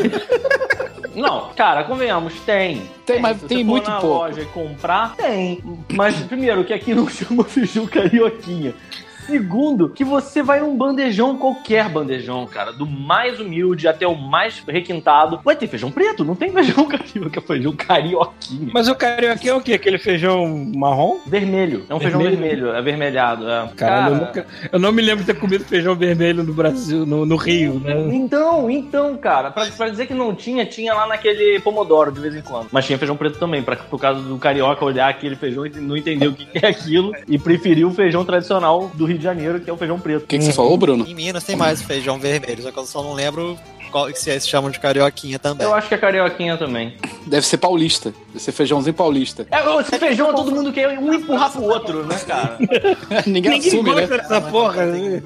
Não, cara, convenhamos, tem. Tem, mas Se tem você for muito na pouco. loja e comprar, tem. Mas, primeiro, que aqui não chama feijão carioquinha. Segundo, que você vai num bandejão, qualquer bandejão, cara, do mais humilde até o mais requintado, vai ter feijão preto, não tem feijão carioca, feijão carioquinha. Mas o carioca é o quê? Aquele feijão marrom? Vermelho, é um feijão Vermelho? vermelho, é avermelhado. É. Caralho, eu, Cara, nunca, eu não me lembro de ter comido feijão vermelho no Brasil, no, no Rio, né? Então, então, cara, pra, pra dizer que não tinha, tinha lá naquele Pomodoro de vez em quando. Mas tinha feijão preto também, pra, por causa do carioca olhar aquele feijão e não entender o que é aquilo e preferir o feijão tradicional do Rio de Janeiro, que é o feijão preto. O que, que você falou, Bruno? Em Minas tem mais feijão vermelho, só que eu só não lembro qual que se chamam de carioquinha também. Eu acho que é carioquinha também. Deve ser paulista. Deve ser feijãozinho paulista. É, esse feijão todo mundo quer um empurrar pro outro, né, cara? Ninguém, Ninguém assume, né? gosta dessa porra. né?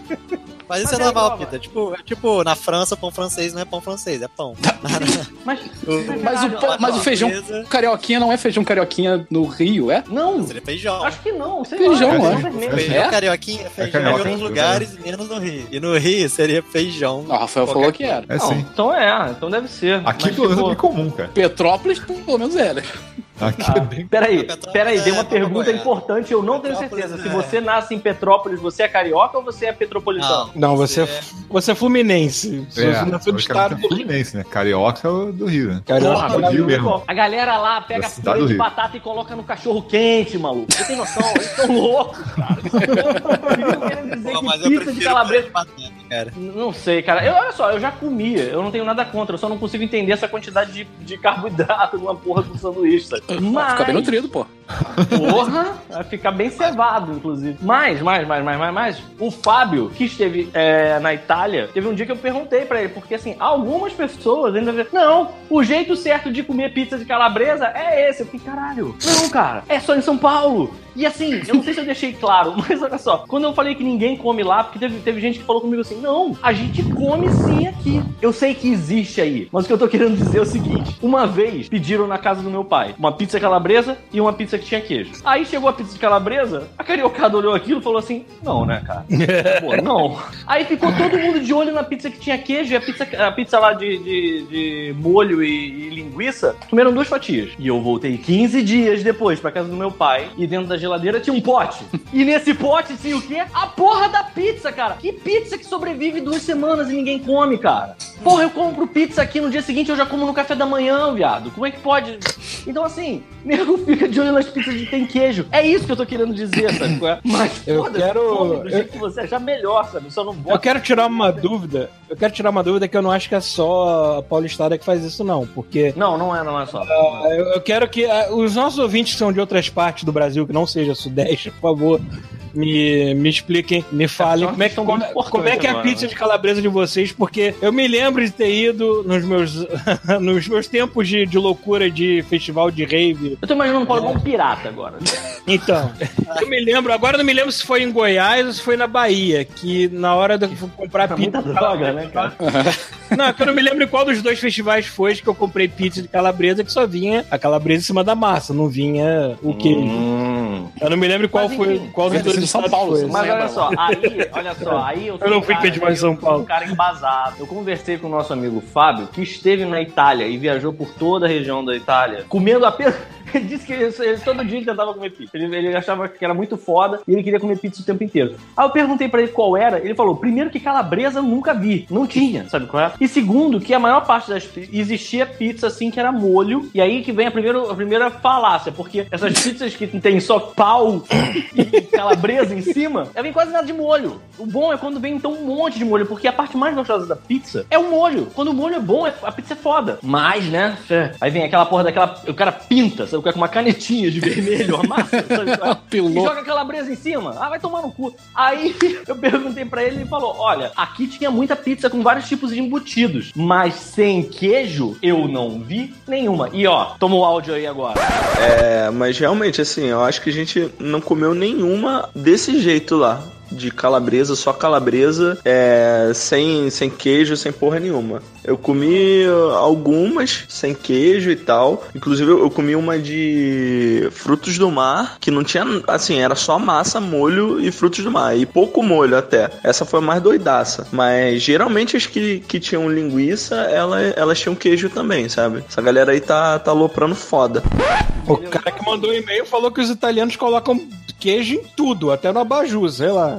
Mas isso Mas é é normal, igual, Pita. Tipo, é tipo, na França, pão francês não é pão francês, é pão. Mas, Mas o, pó- mas o feijão Beleza. carioquinha não é feijão carioquinha no Rio, é? não, Seria feijão. acho que não. Sei Feijão, lá, é. feijão vermelho. Feijão É? carioquinha é feijão carioca, em outros é lugares, menos no Rio. E no Rio seria feijão. Ah, o Rafael Qualquer falou que era. É Não, sim. então é, então deve ser. Aqui Mas, pelo menos é tipo, bem comum, cara. Petrópolis, pelo menos é, né? Aqui é bem. Peraí, Petrópolis peraí, dei uma é pergunta Goiás. importante, eu não tenho Petrópolis certeza. Se é- você nasce em Petrópolis, você é carioca ou você é petropolitano? Não, você, você é fluminense. Você É, nasceu do estado do Rio. Fluminense, né? Carioca é o do Rio, né? Carioca, Porra, do Rio meu mesmo. irmão. A galera lá pega Da cidade purê do de Rio. batata e coloca no cachorro quente, maluco. Você tem noção? Eles estão loucos, cara. Eles estão querendo dizer Pô, que mas eu pizza de prefiro calabresa... batata, cara. Não sei, cara. Eu, olha só, eu já comia. Eu não tenho nada contra. Eu só não consigo entender essa quantidade de, de carboidrato numa porra do sanduíche, sabe? Mas... Fica bem nutrido, pô. Porra, vai ficar bem cevado, inclusive. Mais, mais, mais, mais, mais, mais. O Fábio, que esteve é, na Itália, teve um dia que eu perguntei pra ele, porque assim, algumas pessoas ainda dizem, não, o jeito certo de comer pizza de calabresa é esse. Eu fiquei, caralho, não, cara, é só em São Paulo. E assim, eu não sei se eu deixei claro, mas olha só, quando eu falei que ninguém come lá, porque teve, teve gente que falou comigo assim, não, a gente come sim aqui. Eu sei que existe aí, mas o que eu tô querendo dizer é o seguinte, uma vez pediram na casa do meu pai uma pizza calabresa e uma pizza que tinha queijo. Aí chegou a pizza de calabresa, a cariocada olhou aquilo e falou assim, não, né, cara? Pô, não. Aí ficou todo mundo de olho na pizza que tinha queijo e a pizza, a pizza lá de, de, de molho e, e linguiça, comeram duas fatias. E eu voltei quinze dias depois pra casa do meu pai e dentro da geladeira tinha um pote. E nesse pote tinha o quê? A porra da pizza, cara. Que pizza que sobrevive duas semanas e ninguém come, cara? Porra, eu compro pizza aqui no dia seguinte, eu já como no café da manhã, viado. Como é que pode? Então, assim, nego fica de olho nas pizzas de tem queijo. É isso que eu tô querendo dizer, sabe? Mas, Eu foda-se, quero- come do jeito que você achar melhor, sabe? Só não Eu bota. quero tirar uma dúvida. Eu quero tirar uma dúvida que eu não acho que é só a paulistada que faz isso, não. Porque Não, não é, não é só. eu, eu quero que ah, os nossos ouvintes que são de outras partes do Brasil, que não seja Sudeste, por favor, me, me expliquem, me falem uma como é, que, questão como, muito importante como é que é a agora, pizza né? de calabresa de vocês, porque eu me lembro de ter ido nos meus, nos meus tempos de, de loucura de festival de rave. Eu tô imaginando o Paulo como um pirata agora. Então, eu me lembro, agora eu não me lembro se foi em Goiás ou se foi na Bahia, que na hora de eu comprar Tá pizza. muita droga, né, cara? Não, é que eu não me lembro em qual dos dois festivais foi que eu comprei pizza de calabresa que só vinha a calabresa em cima da massa, não vinha o queijo. Hum. Eu não me lembro qual Mas, foi, enfim, qual dos dois de São estados Paulo, foi. Mas lembra, olha só, aí, olha só, aí eu, Eu não um cara, frequento mais eu São Paulo. sou um cara embasado. Eu conversei com o nosso amigo Fábio, que esteve na Itália e viajou por toda a região da Itália, comendo apenas... Ele disse que ele, ele, todo dia ele tentava comer pizza. Ele, ele achava que era muito foda e ele queria comer pizza o tempo inteiro. Aí eu perguntei pra ele qual era, ele falou, primeiro que calabresa eu nunca vi, não tinha, sabe qual é? E segundo, que a maior parte das pizzas, existia pizza assim que era molho, e aí que vem a primeira, a primeira falácia, porque essas pizzas que tem só pau e calabresa em cima, ela vem quase nada de molho. O bom é quando vem então um monte de molho, porque a parte mais gostosa da pizza é o molho. Quando o molho é bom, a pizza é foda. Mas, né, aí vem aquela porra daquela, o cara pinta, sabe, com uma canetinha de vermelho, a massa, sabe? E joga a calabresa em cima. Ah, vai tomar no cu. Aí eu perguntei pra ele e ele falou, olha, aqui tinha muita pizza com vários tipos de embutidos, mas sem queijo eu não vi nenhuma. E ó, toma o áudio aí agora. É, mas realmente, assim, eu acho que a gente não comeu nenhuma desse jeito lá. De calabresa, só calabresa, é, sem, sem queijo, sem porra nenhuma. Eu comi algumas sem queijo e tal. Inclusive eu comi uma de frutos do mar, que não tinha, assim, era só massa, molho e frutos do mar. E pouco molho até. Essa foi mais doidaça. Mas geralmente as que, que tinham linguiça, ela, elas tinham queijo também, sabe? Essa galera aí tá, tá aloprando foda. O cara que mandou o e-mail falou que os italianos colocam queijo em tudo, até no abajur, sei lá.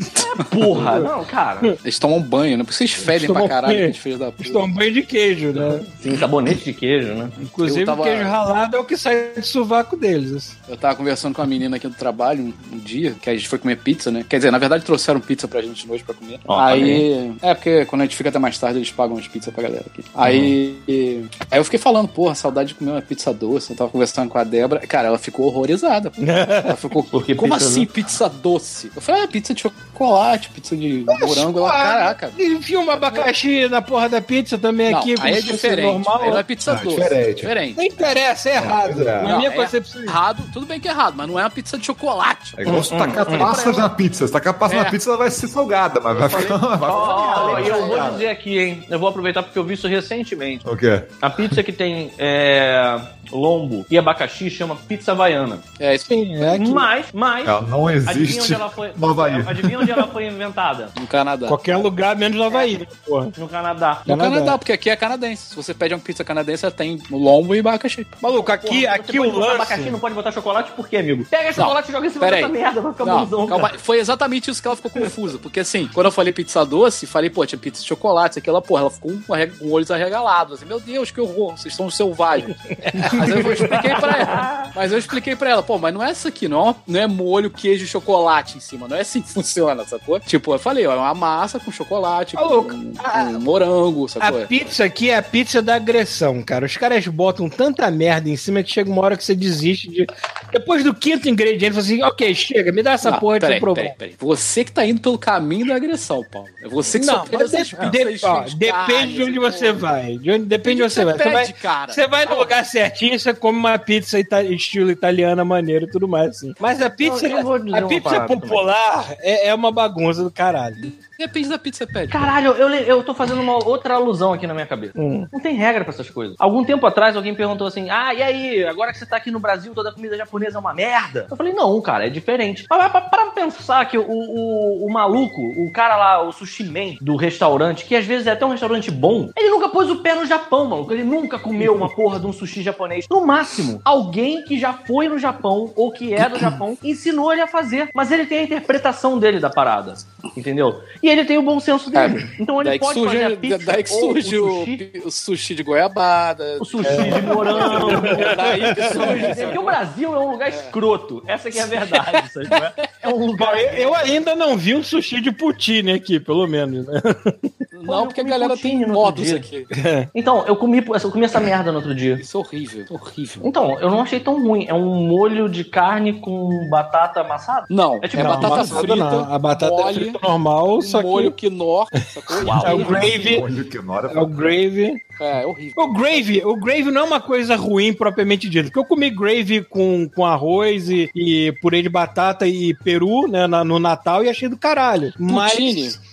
Porra, não, cara. Eles tomam banho, né? Porque vocês fedem pra caralho, aqueles filhos da puta. Eles tomam banho de queijo, né? Tem sabonete de queijo, né? Inclusive tava... o queijo ralado é o que sai do sovaco deles. Eu tava conversando com uma menina aqui do trabalho um, um dia, que a gente foi comer pizza, né? Quer dizer, na verdade trouxeram pizza pra gente hoje pra comer. Ó, aí... É, porque quando a gente fica até mais tarde, eles pagam as pizzas pra galera aqui. Aí... Uhum. Aí eu fiquei falando, porra, saudade de comer uma pizza doce. Eu tava conversando com a Débora. Cara, ela ficou horrorizada. Ela ficou, porque como pizza assim pizza doce? Eu falei, ah, pizza de chocolate, pizza de morango. Ela, caraca. Enfia um abacaxi na porra da pizza também não, aqui. Aí é diferente. Normal. Aí não é pizza Ah, doce. diferente. diferente. Não interessa, é errado. É. Na Não, minha é concepção. Errado, tudo bem que é errado, mas não é uma pizza de chocolate. É igual se tacar passas na pizza. Se tacar passas É. na pizza, ela vai ser salgada, mas vai ficar... Vai ficar Ó, vai e eu ficar vou salgada. dizer aqui, hein? Eu vou aproveitar porque eu vi isso recentemente. O quê? A pizza que tem é, lombo e abacaxi chama pizza havaiana. É isso Sim, é que Mas, mas... Ela não Adivinha onde existe ela foi? no Havaí. Adivinha onde ela foi inventada? no Canadá. qualquer lugar menos no Havaí, né, porra. No Canadá. No Canadá. Canadá, porque aqui é canadense. Se você pede uma pizza canadense, ela tem lombo e abacaxi. Maluco, aqui, Porra, aqui você o pode botar lance... abacaxi, não pode botar chocolate, por quê, amigo? Pega chocolate e joga em cima pera dessa aí. merda, vai ficar Não, bonzão. calma, foi exatamente isso que ela ficou confusa. Porque assim, quando eu falei pizza doce, falei, pô, tinha pizza de chocolate, aquela porra, ela ficou com arre- com olhos arregalados. Assim, meu Deus, que horror, vocês são selvagens. Mas eu expliquei pra ela. Mas eu expliquei pra ela, pô, mas não é isso aqui, não é, uma- não é molho, queijo e chocolate em cima, não é assim que funciona, sacou? Tipo, eu falei, ó, é uma massa com chocolate, com, louco. com morango, A sacou? pizza aqui é a pizza da agressão, cara. Os caras botam tanta merda em cima que chega uma hora que você desiste de... Depois do quinto ingrediente, você fala assim, ok, chega, me dá essa Não, porra de peraí, problema. peraí, peraí. Você que tá indo pelo caminho da agressão, Paulo. É você que só Não, pede mas essas de- pizzas de- ó, cheias de depende carne, de onde assim, você pô. vai. De onde, depende de onde você vai. Você pede, vai, cara. você vai no lugar certinho, você come uma pizza ita- estilo italiana maneiro e tudo mais, assim. Mas a pizza, eu vou dizer a uma pizza parada popular é, é uma bagunça do caralho. Depende da pizza que você pede. Caralho, eu, eu tô fazendo uma outra alusão aqui na minha cabeça. Hum. Não tem regra pra essas coisas. Algum tempo atrás, alguém perguntou assim, ah, e aí, agora que você tá aqui no Brasil, toda a comida japonesa é uma merda? Eu falei, não, cara, é diferente. Mas para pra pensar que o, o, o maluco, o cara lá, o sushi man do restaurante, que às vezes é até um restaurante bom, ele nunca pôs o pé no Japão, maluco. Ele nunca comeu uma porra de um sushi japonês. No máximo, alguém que já foi no Japão, ou que é do Japão, ensinou ele a fazer. Mas ele tem a interpretação dele da parada. Entendeu? E ele tem o bom senso dele. Então ele Daí que pode surge, fazer a pizza daí que ou surge o o, sushi, o sushi de goiabada. o sushi de morango. Daí que surge. Porque o Brasil é um lugar escroto. Essa que é a verdade. Sabe? É um Bom, lugar... eu, eu ainda não vi um sushi de poutine aqui, pelo menos, né? Não, porque a comi galera poutine tem no outro modos dia. aqui. Então, eu comi, eu comi essa merda no outro dia. Isso é horrível, horrível. Então, eu não achei tão ruim. É um molho de carne com batata amassada? Não, É é, tipo Não, batata amassada frita, não. A batata mole, frita normal, só que molho quinor, sacou? Uau. é o gravy. Olha que nora. É o gravy. É, é horrível. O gravy, o gravy não é uma coisa ruim propriamente dita. Porque eu comi gravy com, com arroz e, e purê de batata e peru, né, na- no Natal e achei do caralho. Poutine, Mas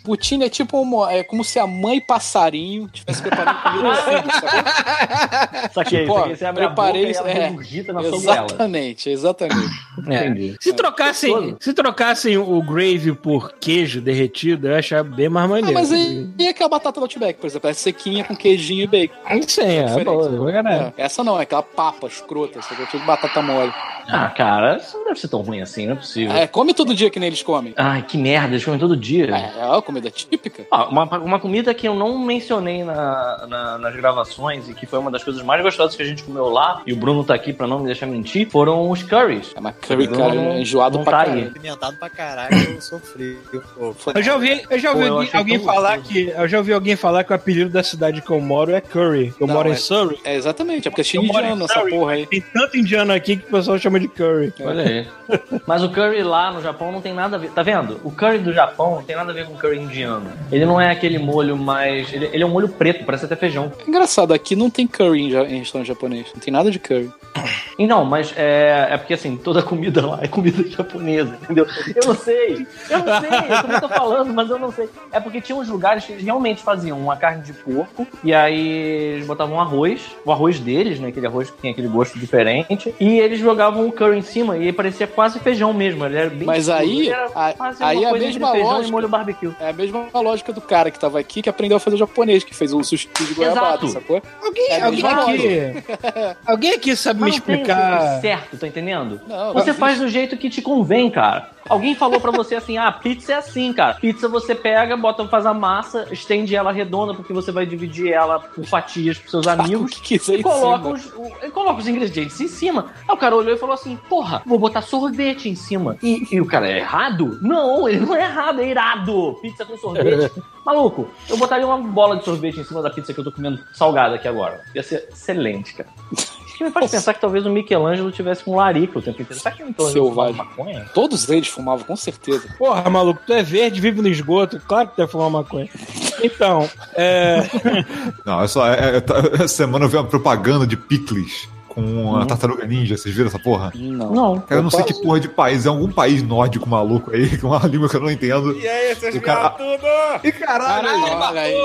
Poutine é tipo uma, é como se a mãe passarinho tivesse preparando comida no filho, sabe? Saquei, Tipo, ó, saquei. Você abre a preparei boca e ela é, regurgita na sobrela. exatamente, exatamente. É. Entendi. Se trocassem, se trocassem o gravy por queijo derretido, eu ia achar bem mais Ah, maneiro. mas aí e aquela batata do Outback, por exemplo, é sequinha com queijinho e bacon. Aí sim, é, diferente. boa, boa, galera. É, essa não, é aquela papa escrota, sabe? Tipo batata mole. Ah, cara, isso não deve ser tão ruim assim, não é possível. É, come todo dia que nem eles comem. Ai, que merda, eles comem todo dia. É, é uma comida típica. Ah, uma, uma comida que eu não mencionei na, na- nas gravações e que foi uma das coisas mais gostosas que a gente comeu lá, e o Bruno tá aqui pra não me deixar mentir, foram os curries. É uma curry, Não, cara, não- enjoado não pra tá aí. caralho. Apimentado pra caralho, eu sofri. Pô, Eu já ouvi, eu já ouvi Pô, eu alguém, achei alguém tão falar gostoso. que eu já ouvi alguém falar que o apelido da cidade que eu moro é Curry. Eu Não, moro é- em Surrey. É, exatamente, é porque é Eu moro em indiano essa Surrey, porra aí. Tem tanto indiano aqui que o pessoal chama de Curry. Olha aí. Mas o curry lá no Japão não tem nada a ver. Tá vendo? O curry do Japão não tem nada a ver com o curry indiano. Ele não é aquele molho mais. Ele, ele é um molho preto, parece até feijão. Engraçado, aqui não tem curry em, ja- em restaurante japonês. Não tem nada de curry. E não, mas é, é porque assim, toda comida lá é comida japonesa, entendeu? Eu não sei. Eu não sei. Eu também tô falando, mas eu não sei. É porque tinha uns lugares que eles realmente faziam uma carne de porco e aí eles botavam arroz, o arroz deles, né? Aquele arroz que tem aquele gosto diferente. E eles jogavam o curry em cima e aí parecia quase feijão mesmo. Ele era bem Mas escuro, aí- ele era a- quase aí uma é a coisa mesma entre feijão lógica. e molho barbecue. É a mesma lógica do cara que tava aqui que aprendeu a fazer o japonês, que fez o sushi de goiabada, Exato. sacou? Alguém, É a alguém mesma aqui. Alguém aqui sabe me Mas não tem o explicar. certo, tá entendendo? Não, Você não faz do jeito que te convém, cara. Alguém falou pra você assim, ah, pizza é assim, cara. Pizza você pega, bota, faz a massa, estende ela redonda, porque você vai dividir ela por fatias pros seus amigos. O que quiser E em coloca cima. os, o- e coloca os ingredientes em cima. Aí o cara olhou e falou assim, porra, vou botar sorvete em cima. E, e o cara, é errado? Não, ele não é errado, é irado. Pizza com sorvete. Maluco, eu botaria uma bola de sorvete em cima da pizza que eu tô comendo salgada aqui agora. Ia ser excelente, cara. Isso que me faz pensar que talvez o Michelangelo tivesse com larica o tempo inteiro. Será que o Michelangelo Selvagem. fumava maconha? Todos eles fumavam, com certeza. Porra, maluco, tu é verde, vive no esgoto. Claro que tu deve fumar maconha. Então, é. Não, é só. É, é, tá- essa semana eu vi uma propaganda de picles com a tartaruga ninja. Vocês viram essa porra? Não. Não. Cara, eu não sei que porra de país. É algum país nórdico maluco aí, com uma língua que eu não entendo. E aí, seus O cara- viados tudo? E caralho! Olha aí.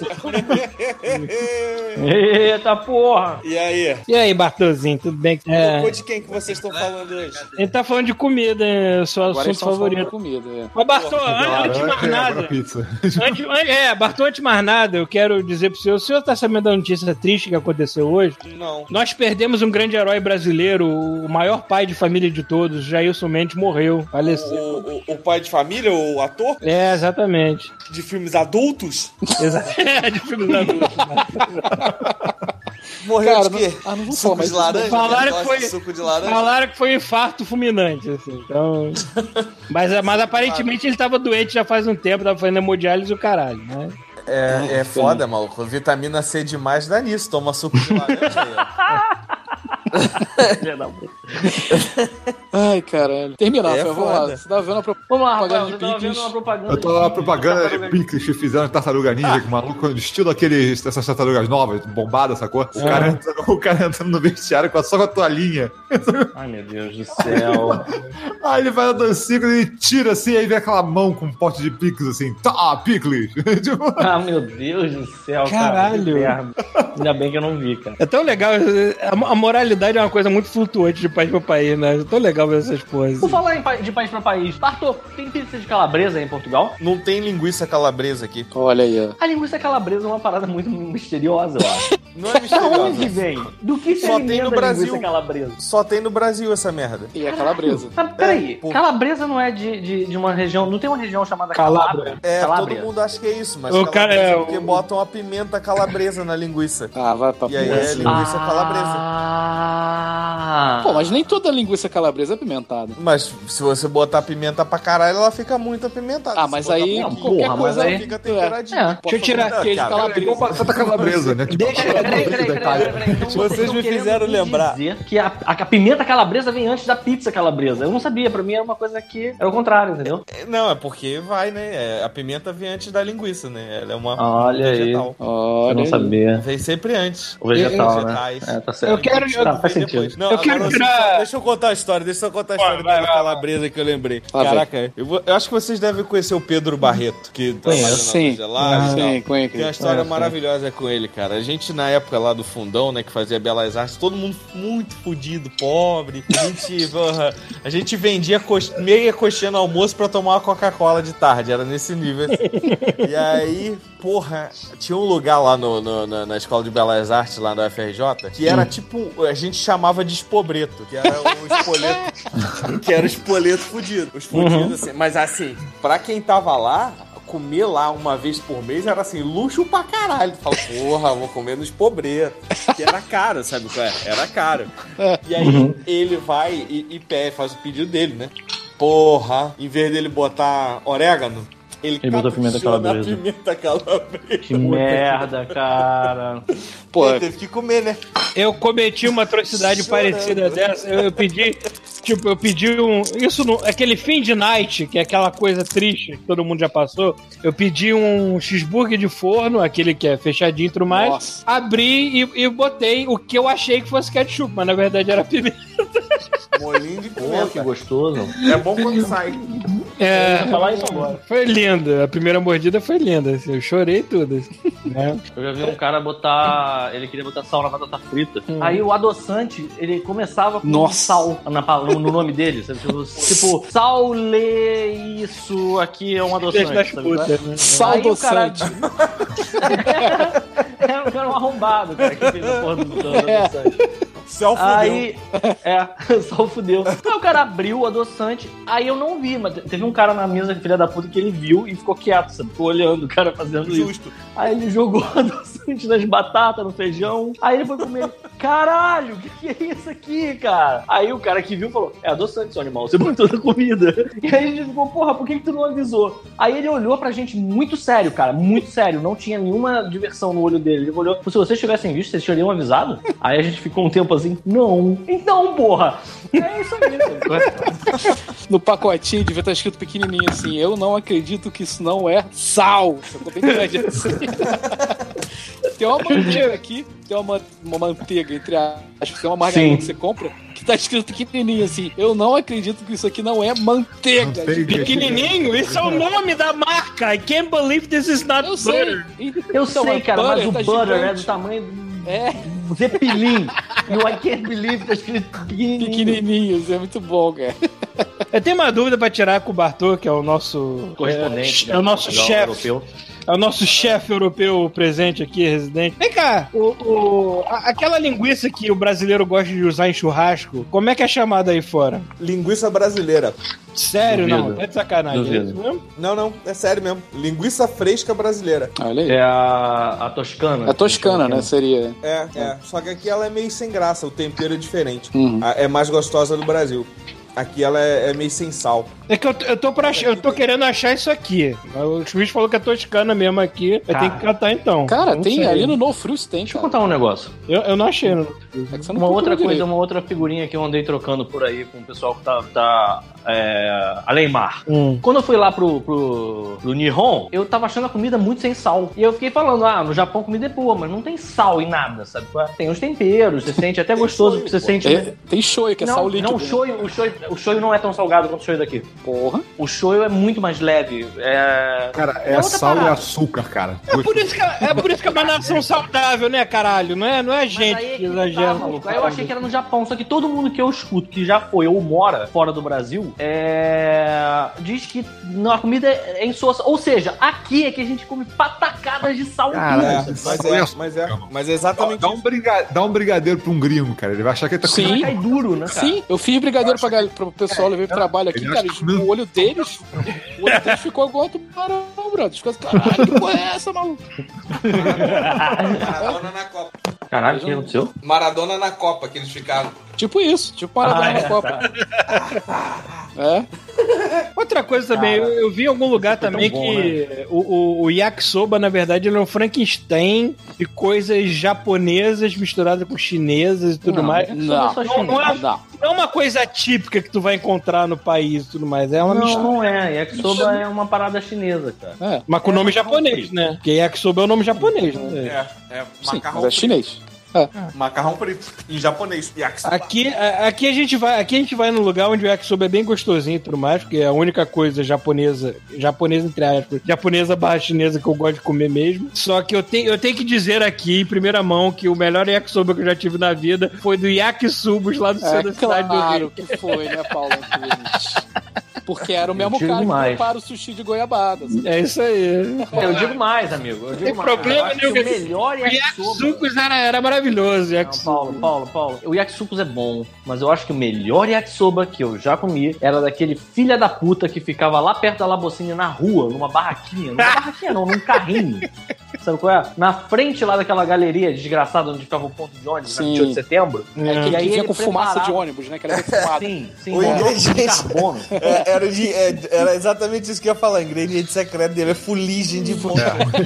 Eita porra! E aí? E aí, Bartolzinho, tudo bem? É, Cocô de quem que vocês estão falando hoje? ele tá falando de comida, é o seu Agora eles assunto estão falando de favorito. comida. É. Mas, Bartol, antes de mais Laranja e agora nada. pizza. Antes, an- é, Bartol, antes de mais nada, eu quero dizer pro senhor: o senhor tá sabendo da notícia triste que aconteceu hoje? Não. Nós perdemos um grande herói brasileiro, o maior pai de família de todos, Jailson Mendes, morreu, faleceu. O, o, o pai de família, o ator É, exatamente. de filmes adultos, Exa- É, de filmes adultos. morreu Cara, de quê? não- ah, não vou Suco falar, de mas- laranja? Falaram que Gosta foi- de suco de laranja? Falaram que foi um infarto fulminante, assim, então... Mas, mas aparentemente ele tava doente já faz um tempo, tava fazendo hemodiálise e o caralho, né? É, é foda, maluco. Vitamina C demais dá nisso. Toma suco de laranja aí, ó. Ai, caralho. Terminar, É Rafael, vamos lá. foda. Você tá vendo a pro- Vamos lá, propaganda Rafael, de eu tava picles? vendo uma propaganda. Eu tô lá na de- propaganda de tartaruga picles que fizeram de tartaruga ninja, que maluco, estilo aqueles, essas tartarugas novas, bombadas, sacou? O, cara entrando, o cara entrando no vestiário com a- só com a toalhinha. Ai, meu Deus do céu. Aí ele vai na dancinha e tira assim, aí vem aquela mão com um pote de picles assim, tá, picles. Tipo, Ah, meu Deus do céu, Caralho. cara. que inferno. Ainda bem que eu não vi, cara. É tão legal, a, a moralidade é uma coisa muito flutuante de país pra país, né? É tão legal ver essas coisas. Por falar em pa- de país pra país, Bartô, tem pizza de calabresa aí em Portugal? Não tem linguiça calabresa aqui. Olha aí, ó. A linguiça calabresa é uma parada muito misteriosa, eu acho. Não é Da onde misteriosa. vem? Do que se Só tem alimenta no a Brasil. linguiça calabresa? Só tem no Brasil essa merda. E a calabresa. Mas peraí, É, pô. calabresa não é de, de, de uma região. Não tem uma região chamada Calabria. Calabria? É, Calabria. todo mundo acha que é isso, mas O calabresa cara é é porque o- botam a pimenta calabresa na linguiça. Ah, vai pra E aí porra. é linguiça calabresa. Ah! Pô, mas nem toda linguiça calabresa é apimentada. Mas se você botar pimenta pra caralho, ela fica muito apimentada. Ah, Se mas botar aí pouquinho, qualquer porra, coisa mas aí- fica temperadinha. É. Pode Deixa eu tirar- fazer queijo Cara, é calabresa. igual batata calabresa, né? Tipo, Peraí, peraí, peraí, peraí, peraí, peraí. Então, Vocês estão me querendo fizeram me lembrar. dizer que a, a, a pimenta calabresa vem antes da pizza calabresa. Eu não sabia, pra mim era uma coisa que era o contrário, entendeu? Não, é porque vai, né? É, a pimenta vem antes da linguiça, né? Ela é uma Olha aí. vegetal. Eu Olha não aí. sabia. Vem sempre antes. O vegetal, né? Vegetais. É, tá certo. Eu quero- Tá, faz Vem sentido. depois. Não, Eu agora quero Agora, tirar... Deixa eu contar a história, deixa eu contar a história vai, da vai, calabresa que eu lembrei. Vai, Caraca, eu, vou- eu acho que vocês devem conhecer o Pedro Barreto, que trabalha na Sim. Gelada e tal. Sim, conheço. Tem uma história É, sim. maravilhosa com ele, cara. A gente, na época lá do fundão, né, que fazia Belas Artes, todo mundo muito fudido, pobre. A gente, porra, a gente vendia cox- meia coxinha no almoço pra tomar uma Coca-Cola de tarde. Era nesse nível assim. E aí, porra, tinha um lugar lá no, no- na, na Escola de Belas Artes, lá da F R J, que era tipo, a gente chamava de espobreto, que era o espoleto, que era o espoleto fudido. Os fudidos, assim. Mas assim, pra quem tava lá, comer lá uma vez por mês era assim, luxo pra caralho. Tu fala, porra, vou comer nos pobretos. Que era caro, sabe qual é? Era caro. E aí ele vai e, e pede, faz o pedido dele, né? Porra, em vez dele botar orégano, ele, Ele botou pimenta caprichou na calabresa. pimenta calabresa. Que merda, cara. Pô, Ele teve que comer, né? Eu cometi uma atrocidade Chorando. parecida dessa. Eu, eu pedi, tipo, eu pedi um. Isso no. Aquele fim de night, que é aquela coisa triste que todo mundo já passou. Eu pedi um cheeseburger de forno, aquele que é fechadinho e tudo mais. Nossa. Abri e, e botei o que eu achei que fosse ketchup, mas na verdade era pimenta. Molinho de Pô, pimenta. que gostoso. É bom quando sai. É, Eu ia falar isso agora. foi linda. A primeira mordida foi linda. Assim, eu chorei tudo. Assim, né? Eu já vi um cara botar. Ele queria botar sal na batata frita. Aí o adoçante, ele começava com Nossa. sal na, pa- no, no nome dele. Sabe? Tipo, tipo, sal lê isso aqui é um Deixa das adoçante. Sabe? putas, né? Sal Aí o cara- doçante. Era um cara um arrombado, cara, que fez a porra do, do adoçante. Céu fudeu. Aí, é, só fudeu. Aí o cara abriu o adoçante, aí eu não vi, mas teve um cara na mesa, filha da puta, que ele viu e ficou quieto, sabe? Ficou olhando o cara fazendo isso. Justo. Aí ele jogou adoçante nas batatas, no feijão. Aí ele foi comer. Caralho, o que, que é isso aqui, cara? Aí o cara que viu falou: é adoçante, seu animal, você botou na comida. E aí a gente ficou, porra, por que, que tu não avisou? Aí ele olhou pra gente muito sério, cara, muito sério. Não tinha nenhuma diversão no olho dele. Ele olhou, se vocês tivessem visto, vocês teriam avisado? Aí a gente ficou um tempo assim, não. Então, porra. É isso aí. No pacotinho devia estar escrito pequenininho assim: eu não acredito que isso não é sal. Ficou bem grande assim. Tem uma manteiga aqui, tem uma, uma manteiga entre aspas, tem uma margarina Sim. que você compra que tá escrito pequenininho assim: eu não acredito que isso aqui não é manteiga. Manteiga. Pequenininho, isso é o nome da marca. I can't believe this is not Eu sei. butter. Eu Então, sei, é cara, mas o tá butter é gigante. do tamanho do É, Zeppelin. E o I can't believe tá escrito pequenininho. pequenininho, isso é muito bom, cara. Eu tenho uma dúvida pra tirar com o Bartô, que é o nosso Correspondente. É, é o nosso Portugal, chefe. europeu. É o nosso chefe europeu presente aqui, residente. Vem cá, o, o- a- aquela linguiça que o brasileiro gosta de usar em churrasco, como é que é chamada aí fora? Linguiça brasileira. Sério, Duvido. não? Tá de sacanagem. Duvido. É isso mesmo? Não, não, é sério mesmo. Linguiça fresca brasileira. Olha aí. É a, a Toscana. É toscana, né? Seria. É, é. Só que aqui ela é meio sem graça, o tempero é diferente. Uhum. A- É mais gostosa do Brasil. Aqui ela é, é meio sem sal. É que eu, eu, tô pra, ach- eu tô querendo achar isso aqui. O juiz falou que é toscana mesmo aqui. Eu Cara. tenho que catar então. Cara, Não tem sei. ali no No Fruits tem, Deixa eu cara. contar um negócio. Eu, eu não achei. Não. É que você não Uma outra procurou coisa, direito. uma outra figurinha que eu andei trocando por aí com o pessoal que tá, tá é, além mar. Hum. Quando eu fui lá pro, pro, pro Nihon, eu tava achando a comida muito sem sal. E eu fiquei falando, ah, no Japão a comida é boa, mas não tem sal em nada, sabe? Tem os temperos, você sente até gostoso, você sente... É, tem shoyu, que é não, sal líquido. não, o né? shoyu, o, shoyu, o shoyu não é tão salgado quanto o shoyu daqui. Porra. O shoyu é muito mais leve. É... Cara, é, É outra sal parada. e açúcar, cara. É por, isso que, é por isso que é uma nação saudável, né, caralho? Não é, não é a Mas gente aí é que que exagera. tá, maluco. Aí eu achei que era no Japão, só que todo mundo que eu escuto que já foi ou mora fora do Brasil é... diz que não, a comida é insossa. Ou seja, aqui é que a gente come patacadas de sal. Cara, É, Isso, mas sal e é, açúcar, mas é, mano. mas é exatamente Dá um, briga... Dá um brigadeiro pra um gringo, cara. Ele vai achar que ele tá Sim. comendo. Cai duro, né, cara? Sim, eu fiz brigadeiro pra, gal- pro pessoal, levei pro trabalho aqui, ele cara, acha que e comendo- o olho deles, o olho deles ficou igual ao tubarão, brother. Os caras, caralho, que porra é essa, maluco? Maradona na Copa. Caralho, o que aconteceu? Maradona na Copa que eles ficaram. Tipo isso, tipo Maradona Ah, é, na Copa. É. Outra coisa também, eu, eu vi em algum lugar foi tão também bom, que o, o, o yakisoba, na verdade, ele é um Frankenstein de coisas japonesas misturadas com chinesas e tudo Não, mais. Não, Só Não, não é, não. não é uma coisa típica que tu vai encontrar no país e tudo mais. É uma Não, mistura. não é. Yakisoba é uma parada chinesa, cara. É. Mas com nome japonês, né? Porque yakisoba é o nome japonês, né? É, é. Sim, Macarrão mas é chinês. É. Macarrão frito. Em japonês. Yakisoba. Aqui, a- aqui, a gente vai, aqui a gente vai num lugar onde o yakisoba é bem gostosinho e tudo mais, porque é a única coisa japonesa, japonesa entre aspas, japonesa barra chinesa que eu gosto de comer mesmo. Só que eu, te, eu tenho que dizer aqui, em primeira mão, que o melhor yakisoba que eu já tive na vida foi do Yakisubos lá do É, centro da cidade do claro Rio. que foi, né, Paulo Antunes? Porque era o mesmo digo cara mais. que prepara o sushi de goiabada. assim. É isso aí. Eu digo mais, amigo. Eu digo Tem mais. problema Eu acho nenhum. que o melhor O yakisoba... Yakisucos era, era maravilhoso. Não, Yakisoba. Paulo, Paulo, Paulo. O yakisoba é bom, mas eu acho que o melhor yakisoba que eu já comi era daquele filha da puta que ficava lá perto da Labocine na rua, numa barraquinha. Numa barraquinha não, num carrinho. Sabe qual é? Na frente lá daquela galeria desgraçada onde ficava o ponto de ônibus, na Sim. vinte e oito de setembro. É, E que, aí que vinha ele com fumaça preparava- de ônibus, né? Que era defumada. Sim, sim. O monóxido de ingrediente- carbono. É, era, de, é, era exatamente isso que eu ia falar. O ingrediente secreto dele é fuligem de bom.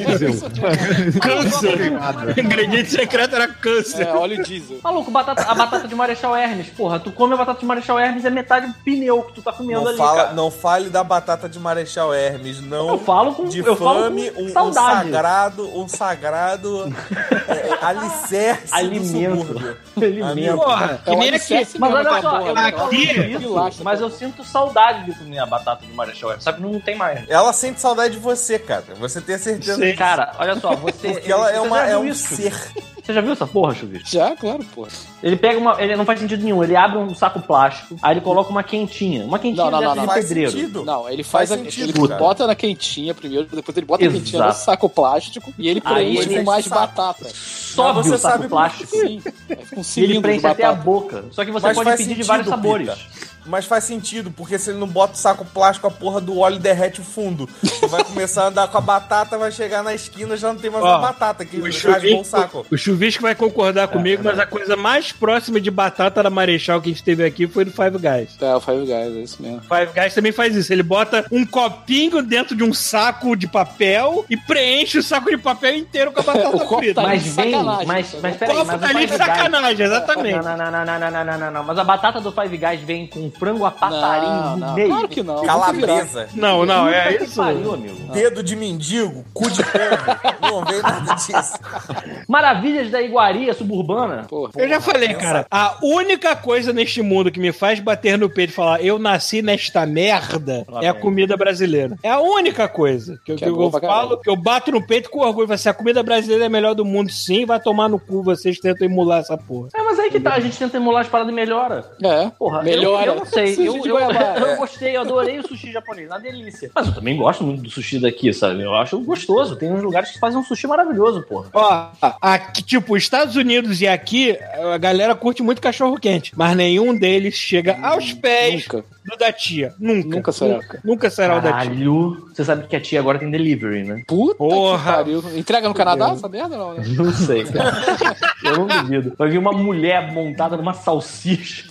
Câncer. O ingrediente secreto era câncer. É, óleo diesel. Maluco, batata, a batata de Marechal Hermes, porra, tu come a batata de Marechal Hermes é metade do pneu que tu tá comendo Não, ali, fala, cara. não fale da batata de Marechal Hermes, não. Eu falo com, eu falo Difame com um, um saudade. sagrado, um sagrado é, alicerce do Alimento. subúrbio. Alimento. Porra, É que um nem aqui. alicerce Mas mesmo olha aquela só, porra, eu né? falo Aqui, isso, Pilastra, mas eu sinto saudade de comer a batata de Marechal Hermes, sabe? Não tem mais. Ela sente saudade de você, cara. Você tem a certeza Sim. disso. Cara, olha só, você... Porque ela é, você uma, já é viu um isso? ser. Você já viu essa porra, Chuvisco? Já, claro, porra. Ele pega uma... Ele não faz sentido nenhum. Ele abre um saco plástico, aí ele coloca uma quentinha. Uma quentinha Não, não, dessa não, de não. Faz pedreiro. sentido. Não, ele faz, Faz a, sentido, ele cara. bota na quentinha primeiro, depois ele bota a quentinha no Exato. saco plástico e ele Aí preenche ele com mais sabe. batata. Sobe Mas você o saco sabe- plástico. Sim, é com um E ele cilindro de preenche até a batata. boca. Só que você Mas pode faz pedir de sentido, vários sabores. Pita. Mas faz sentido, porque se ele não bota o saco plástico, a porra do óleo derrete o fundo. Você vai começar a andar com a batata, vai chegar na esquina, já não tem mais Ó, uma batata que O rasgou o saco. chuvisco, o chuvisco vai concordar comigo, mas a coisa mais próxima de batata da Marechal que a gente teve aqui foi do Five Guys. É, o Five Guys, é isso mesmo. Five Guys também faz isso. Ele bota um copinho dentro de um saco de papel e preenche o saco de papel inteiro com a batata O copo frita. tá Mas de vem, sacanagem, mas, sabe? mas O peraí, copo mas tá o ali de Five Guys... sacanagem, exatamente. Não, não, não, não, não, não, não, não, não, não. Mas a batata do Five Guys vem com frango a passarinho Não, no não, meio. claro que não. Calabresa. Não, não, é Puta que isso. pariu, amigo. Dedo de mendigo, cu de pombo. Não veio nada disso. Maravilhas da iguaria suburbana. Porra. Eu já falei, pensa- cara, a única coisa neste mundo que me faz bater no peito e falar eu nasci nesta merda Lá é a vem. comida brasileira. É a única coisa que, eu- Que que é boa eu pra falo, caralho. que eu bato no peito com orgulho. Falo assim, a comida brasileira é a melhor do mundo, sim, vai tomar no cu, vocês tentam emular essa porra. É, mas aí que tá, a gente tenta emular as paradas e melhora. É, Porra, melhora. Eu, eu não sei, Sushi eu, de eu, goiabada. eu gostei, eu adorei o sushi japonês, uma delícia. Mas eu também gosto muito do sushi daqui, sabe? Eu acho gostoso, tem uns lugares que fazem um sushi maravilhoso, porra. Ó, aqui, tipo, Estados Unidos e aqui, a galera curte muito cachorro quente, mas nenhum deles chega aos pés Nunca. do da tia. Nunca. Nunca será. Nunca, nunca será o da tia. Caralho, você sabe que a tia agora tem delivery, né? Puta Porra. que pariu. Entrega no Canadá essa merda não, né? Não sei, cara. Eu não duvido. Vai vir uma mulher montada numa salsicha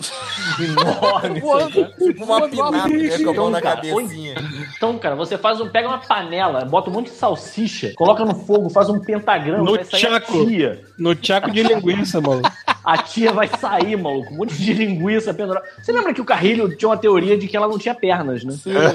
enorme. Voando. Tipo uma Voando pinata, né, com a mão na Cara, cabecinha. Então, cara, você faz um, pega uma panela, bota um monte de salsicha, coloca no fogo, faz um pentagrama, No vai sair tchaco. a tia. No tchaco de linguiça, mano. A tia vai sair, maluco, um monte de linguiça pendurada. Você lembra que o Carrilho tinha uma teoria de que ela não tinha pernas, né? Sim, eu,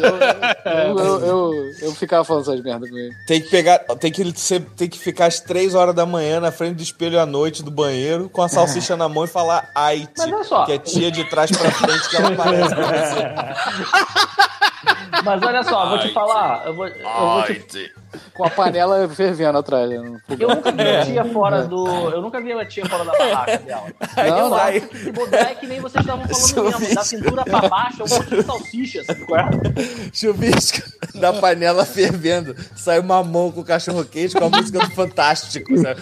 eu, eu, eu, eu ficava falando essas merdas com ele. Tem que pegar, tem que, você tem que ficar às três horas da manhã na frente do espelho à noite do banheiro, com a salsicha na mão e falar Aite, Mas olha só. que é tia de trás pra frente que ela parece pra você. Mas olha só, eu vou te falar. Eu vou, eu vou te... Com a panela fervendo atrás. Né? no fogão. Eu nunca vi a tia fora do. Eu nunca vi a tia fora da barraca dela. Não, eu não. acho que se bobear é que nem vocês estavam falando mesmo. Da cintura pra baixo é um monte de salsicha, sabe qual é? Chuvisco da panela fervendo. Sai uma mão com o cachorro quente com a música do Fantástico, sabe?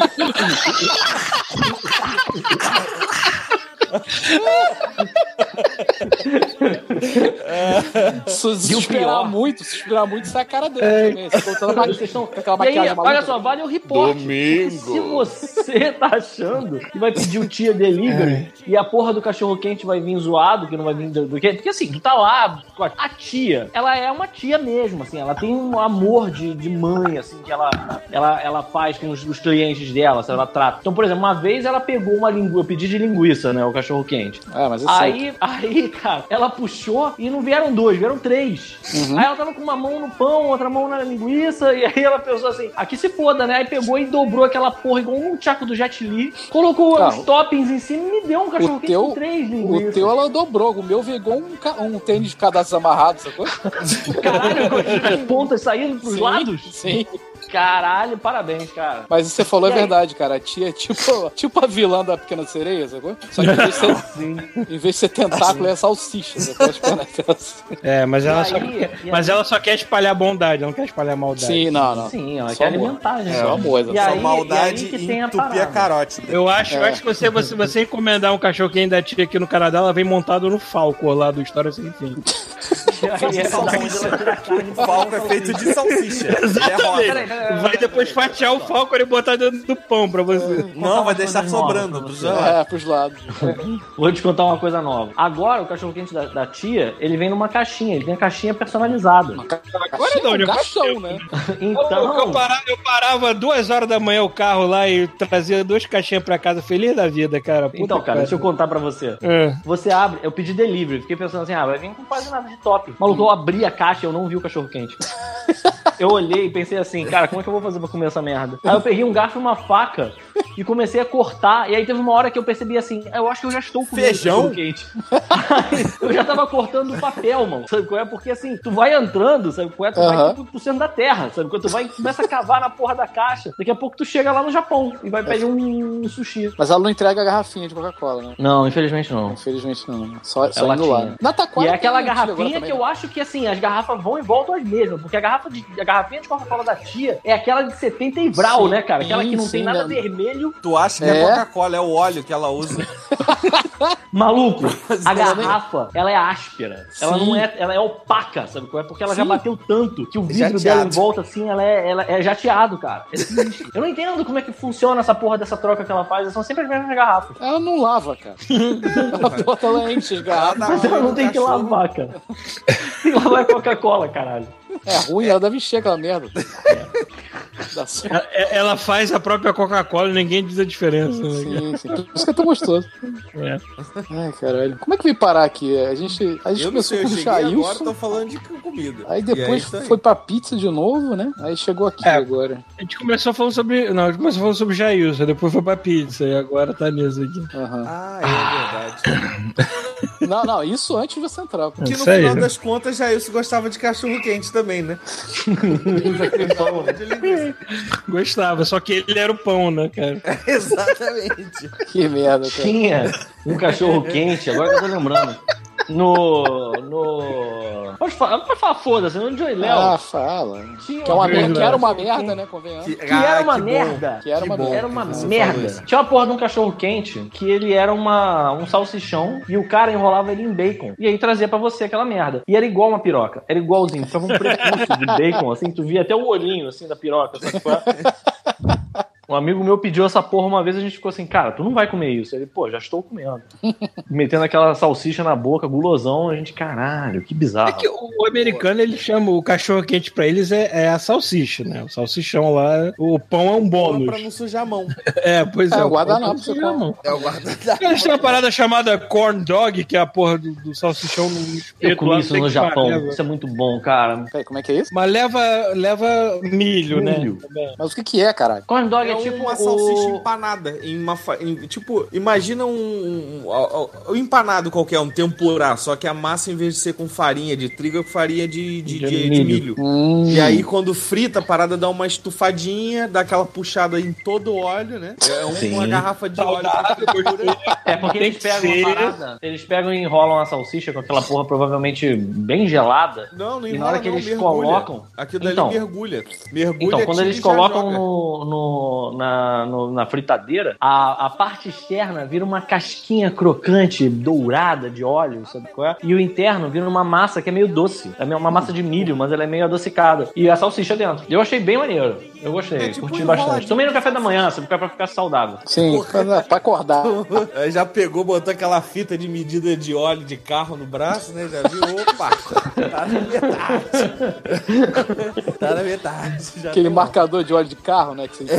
Se, se E o esperar pior- muito, se esperar muito, sai a cara dele também. Se voltando a maqui... Vocês estão... com aquela E aí, maquiagem maluca. olha só, vale o report. Domingo. Se você tá achando que vai pedir o tia delivery e a porra do cachorro quente vai vir zoado, que não vai vir do, do que. Porque assim, tu tá lá, a tia, ela é uma tia mesmo, assim, ela tem um amor de, de mãe, assim, que ela, ela, ela faz com os, os clientes dela, sabe? Ela trata. Então, por exemplo, uma vez ela pegou uma linguiça, eu pedi de linguiça, né, o cachorro quente. Ah, mas eu Aí, aí cara, ela puxou e não vieram dois, vieram três. Uhum. Aí ela tava com uma mão no pão, outra mão na linguiça, e aí ela pensou assim, aqui se foda, né? Aí pegou e dobrou aquela porra igual um tchaco do Jet Li, colocou Não. os toppings em cima e me deu um cachorro quente teu- com três linguiças. O teu ela dobrou, o meu veio igual um, ca- um tênis de cadastro amarrado, sacou? Caralho, com as pontas saindo pros Sim, lados? Sim. Caralho, parabéns, cara. Mas isso que você falou E é aí? verdade, cara. A tia é tipo, tipo a vilã da Pequena Sereia, sacou? Só que em vez de ser, em vez de ser tentáculo, é salsicha, sacou? As pernas dela assim. É, mas ela, E só, aí- e mas aí- ela só quer espalhar bondade, ela não quer espalhar maldade. Sim, não, não. Sim, ela Só quer amor. alimentar, gente. Só amor, E só aí- Só maldade e aí que e tem a entupir a parada. carótida. Eu acho, eu É. acho que você, você, você encomendar um cachorro quente da tia aqui no Canadá, ela vem montado no Falco lá do História Sem Fim. E aí essa daí ela tira a carne O Falco é feito de salsicha. Ele é rosa. Exatamente. Peraí, peraí, peraí, Vai depois fatiar o Falco e botar dentro do pão pra você. Não, vai uma deixar coisa sobrando. nova pra Já. É, pros lados. Vou te contar uma coisa nova. Agora, o cachorro-quente da, da tia, ele vem numa caixinha. Ele tem a caixinha personalizada. Agora não, é um já faz caixão, né? Eu, Então, parava, eu parava duas horas da manhã o carro lá e trazia duas caixinhas pra casa, feliz da vida, cara. Puta então, cara, que deixa eu contar pra você. É. Você abre, eu pedi delivery, fiquei pensando assim, ah, vai vir com quase nada de top. Maluco, eu abri a caixa e eu não vi o cachorro-quente. Eu olhei e pensei assim, cara, como é que eu vou fazer pra comer essa merda? Aí eu peguei um garfo e uma faca e comecei a cortar. E aí teve uma hora que eu percebi assim, eu acho que eu já estou comendo Feijão? quente. Aí eu já tava cortando o papel, mano. Sabe qual é? Porque assim, tu vai entrando, sabe qual é? Tu vai Aham. tipo, pro centro da terra, sabe? Quando tu vai começa a cavar na porra da caixa, daqui a pouco tu chega lá no Japão e vai pedir um, um sushi. Mas ela não entrega a garrafinha de Coca-Cola, né? Não, infelizmente não. Infelizmente não. Só, só Ela indo lá. tinha. Na Taquara E é aquela tem antiga agora garrafinha também, que né? eu acho que, assim, as garrafas vão e voltam as mesmas. Porque a, garrafa de, a garrafinha de Coca-Cola da tia é aquela de setenta e vral, Sim, né, cara? Aquela que não sim, tem nada né? vermelho. Tu acha que É. é Coca-Cola, é o óleo que ela usa. Maluco, a ela nem- garrafa, ela é áspera. Ela Sim. não é, ela é opaca, sabe qual é? Porque ela já Sim. bateu tanto que o vidro Jateado. dela em volta, assim, ela é, ela é jateado, cara. É triste. Eu não entendo como é que funciona essa porra dessa troca que ela faz. São sempre as mesmas garrafas. Ela não lava, cara. ela bota, ela enche as garrafas. Ela dá Mas ela óleo não no tem que cachorro. lavar, cara. Tem que lavar a Coca-Cola, caralho. É ruim, ela deve encher aquela merda. Dá só. Ela- Ela faz a própria Coca-Cola e ninguém diz a diferença. Né? Sim, sim. Por isso que é tão gostoso. É. Ai, caralho. Como é que veio parar aqui? A gente, a gente Eu não começou sei, eu com o cheguei agora, Jailson. tô falando de comida. Aí E depois isso aí. foi pra pizza de novo, né? Aí chegou aqui É. agora. A gente começou falando sobre. Não, a gente começou falando sobre Jailson, depois foi pra pizza e agora tá nisso aqui. Aham. Ah, é verdade. Não, não, isso antes de você entrar. pô. Que no Isso aí, final né? das contas, Jailson gostava de cachorro quente também, né? De linguiça. Gostava, só que ele era o pão, né, cara? Exatamente. Que merda, cara. Tinha um cachorro quente, agora que eu tô lembrando. No. No. Pode falar, pode falar, foda-se, no Joy Léo. Ah, fala. Tinha Que, é uma merda. merda, que era uma merda, né? Convenhamos. Que era uma merda. Que era uma merda. Era uma que você merda. falou isso. Tinha uma porra de um cachorro quente que ele era uma, um salsichão e o cara enrolava ele em bacon. E aí trazia pra você aquela merda. E era igual uma piroca. Era igualzinho. Ficava um prepúcio de bacon, assim, tu via até o olhinho, assim, da piroca. Sabe qual é? Um amigo meu pediu essa porra uma vez e a gente ficou assim, cara, tu não vai comer isso. Ele, pô, já estou comendo. Metendo aquela salsicha na boca, gulosão, a gente, caralho, que bizarro. É que o, o americano, ele chama o cachorro quente pra eles é, é a salsicha, né? O salsichão lá, o pão é um bônus. Pra não sujar a mão. É, pois é. É, o pão guardanapo, não você suja a come. mão. É o guardanapo. Eles têm uma parada chamada corn dog, que é a porra do, do salsichão no Eu espeto comi lá, isso não no sei que Japão. leva. Isso é muito bom, cara. Peraí, como é que é isso? Mas leva, leva milho, Milho. né? Também. Mas o que que é, caralho? Corn dog é, É tipo uma o... salsicha empanada em uma fa... em- tipo, imagina um, um, um- um empanado qualquer, um tempurá, só que a massa em vez de ser com farinha de trigo é com farinha de, de, De de- de milho. milho. Hum. E aí quando frita, a parada dá uma estufadinha, dá aquela puxada em todo o óleo, né? É um- Sim. uma garrafa de óleo pra fritura. É porque Tem eles que pegam ser. uma parada, eles pegam e enrolam a salsicha com aquela porra provavelmente bem gelada. Não, não E na enrola hora que não, eles mergulha. colocam- Aquilo dali Então. mergulha. Mergulha Então, quando tira eles e já colocam joga. no, no- na, no- na fritadeira, a, a parte externa vira uma casquinha crocante, dourada de óleo, sabe qual é? E o interno vira uma massa que é meio doce. É uma massa de milho, mas ela é meio adocicada. E a salsicha dentro. Eu achei bem maneiro. Eu gostei, É tipo curti um bastante. enroladinho Tomei no de café da manhã, sabe? Pra ficar saudável. Sim, pra, pra acordar. Aí já pegou, botou aquela fita de medida de óleo de carro no braço, né? Já viu? Opa! Tá na metade. Tá na metade. Já Aquele tá bom. marcador de óleo de carro, né? Que você, Exato.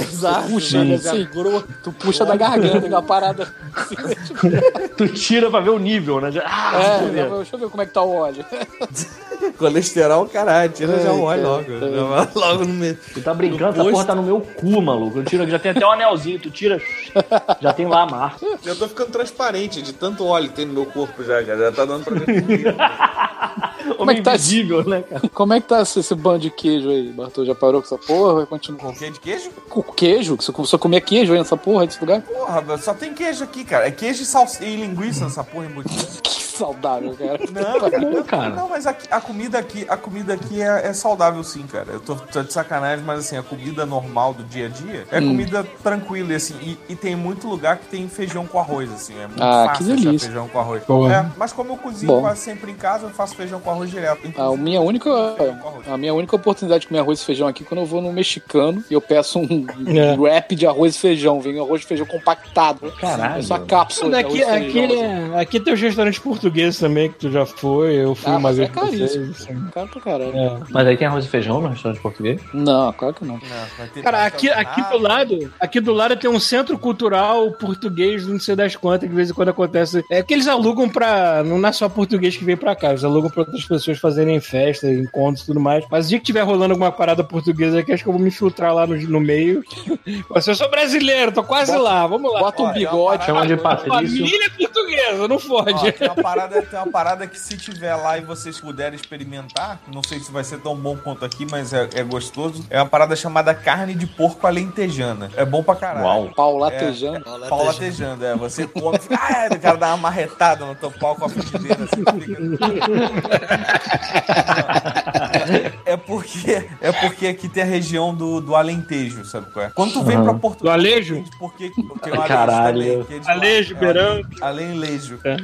puxa, né, assim, tu puxa da garganta, aquela parada. Tu tira pra ver o nível, né? Ah, É, deixa eu ver. deixa eu ver como é que tá o óleo. Colesterol, caralho, tira já o óleo É, logo. é. Já vai logo no meio. Tu tá brincando, No essa porra posto. tá no meu cu, maluco. Eu tiro, já tem até um anelzinho, tu tira, já tem lá a marca. Eu tô ficando transparente de tanto óleo que tem no meu corpo já, cara. Já tá dando pra ver tudo. Como é que tá invisível, né, cara? Como é que tá esse, esse bando de queijo aí, Bartô? Já parou com essa porra? Vai continuar Com quê de queijo? com queijo? Que você começou a comer queijo aí nessa porra desse lugar? Porra, só tem queijo aqui, cara. É queijo e, sal... e linguiça nessa porra embutida. Que saudável, cara. Não, cara. bom, cara. Não, mas aqui- a comida aqui, a comida aqui é, é saudável sim, cara. Eu tô, tô de sacanagem, mas assim, a comida normal do dia a dia é Hum. comida tranquila, e, assim. E, e tem muito lugar que tem feijão com arroz, assim. É muito Ah, fácil que achar delícia. feijão com arroz. Boa. É, mas como eu cozinho Bom. quase sempre em casa, eu faço feijão com arroz direto. A minha única, a minha única oportunidade de comer arroz e feijão aqui é quando eu vou no mexicano e eu peço um É. wrap de arroz e feijão. Vem um arroz e feijão compactado. Caralho. É só cápsula de Aqui, arroz e aqui, feijão. assim. aqui tem os restaurantes portugueses também, que tu já foi, eu fui Ah, uma mas vez é com caríssimo. vocês. assim. Caro pra caralho. É. Mas aí tem arroz e feijão no restaurante português? Não, claro que não. Não, vai ter Cara, pastel aqui, de aqui nata. do lado, aqui do lado tem um centro cultural português, não sei das quantas, que de vez em quando acontece. É que eles alugam pra. Não é só português que vem pra cá, eles alugam pra outras pessoas fazerem festa, encontros e tudo mais. Mas o dia que tiver rolando alguma parada portuguesa aqui, acho que eu vou me infiltrar lá no, no meio. Mas eu sou brasileiro, tô quase Bota- lá, vamos lá. Bota um Olha, bigode. Chama de Patrício. Família portuguesa, não Ó, fode. tem uma parada, tem uma parada que se tiver lá e vocês puderem experimentar, não sei se vai ser tão bom quanto aqui, mas é, é gostoso. É uma parada chamada carne de porco alentejana. É bom pra caralho. Uau. Pau latejando. Pau latejando, é. Você come, fica, ah, o cara dá uma marretada no teu pau com a frigideira assim, fica... É porque, é porque aqui tem a região do, do Alentejo, sabe qual é? Quando tu vem pra Portugal... Do Alejo? Porque tem o Alejo Caralho. também, que é de lá. Alejo, É, Beirão. Alentejo. É.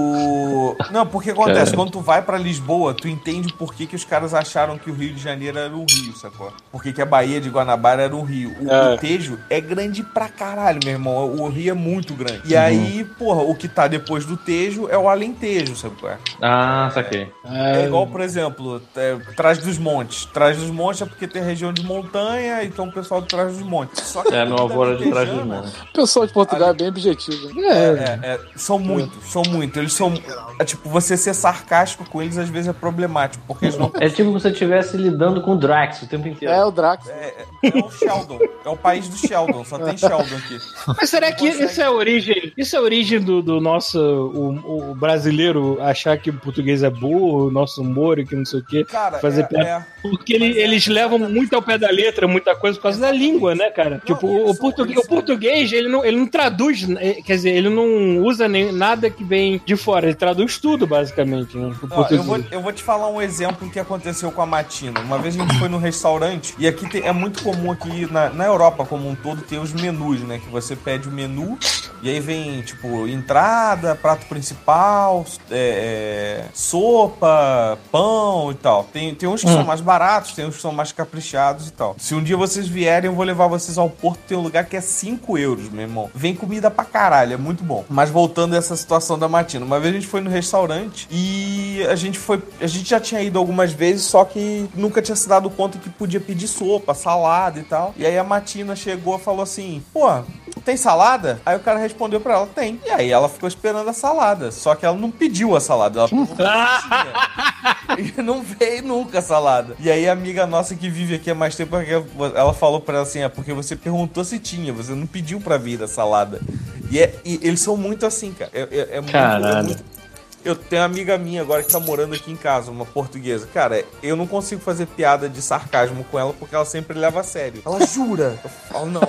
O... Não, porque acontece, Cara. quando tu vai pra Lisboa, tu entende por que, que os caras acharam que o Rio de Janeiro era um rio, sacou? Porque que a Baía de Guanabara era um rio. O, É. o Tejo é grande pra caralho, meu irmão. O rio é muito grande. E aí, porra, o que tá depois do Tejo é o Alentejo, sabe qual é? Ah, saquei. É igual, por exemplo, é, Trás dos Montes. Trás dos Montes é porque tem região de montanha, então o pessoal de Trás dos Montes. Só que É, a meu comida avô era de trás dos alentejana- montes. O pessoal de Portugal é bem objetivo. né? É, é, é, são muito, são muito. Eles são. É, tipo, você ser sarcástico com eles às vezes é problemático, porque eles não. É tipo se você estivesse lidando com o Drax o tempo inteiro. É o Drax. É, é o Sheldon. É o país do Sheldon, só tem Sheldon aqui. Mas será que isso é a origem? Isso é a origem do, do nosso o, o brasileiro achar que o português é burro, o nosso humor e que não sei o quê? Cara, Fazer é, piada. é, Porque ele- eles levam muito ao pé da letra, muita coisa por causa da língua, né, cara? Tipo, o, eles são- português, eles o português, ele não, ele não traduz, eh, quer dizer, ele não usa nem, nada que vem de fora, ele traduz tudo, basicamente, né? O Ó, eu, português. vou, eu vou te falar um exemplo que aconteceu com a Matina. Uma vez a gente foi num restaurante, e aqui tem- é muito comum aqui na, na Europa como um todo ter os menus, né? Que você pede o menu, e aí vem, tipo, entrada, prato principal, é, é, sopa, pão e tal. Tem, tem uns que são mais baratos, tem uns que são mais caprichados e tal. Se um dia vocês vierem, eu vou levar vocês ao Porto, tem um lugar que é cinco euros, meu irmão. Vem comida pra caralho, é muito bom. Mas voltando a essa situação da Matina, uma vez a gente foi no restaurante e a gente foi. A gente já tinha ido algumas vezes, só que nunca tinha se dado conta que podia pedir sopa, salada e tal. E aí a Matina chegou e falou assim: pô, tem salada? Aí o cara respondeu pra ela: tem. E aí ela ficou esperando a salada. Só que ela não pediu a salada, ela perguntou se tinha. E não veio nunca a salada. E aí a amiga nossa que vive aqui há mais tempo, ela falou pra ela assim: é porque você perguntou se tinha, você não pediu pra vir a salada. E, é, e eles são muito assim, cara. É, é, é muito, é Caralho. muito. Eu tenho uma amiga minha agora que tá morando aqui em casa, uma portuguesa. Cara, eu não consigo fazer piada de sarcasmo com ela porque ela sempre leva a sério. Ela jura. Eu falo, não,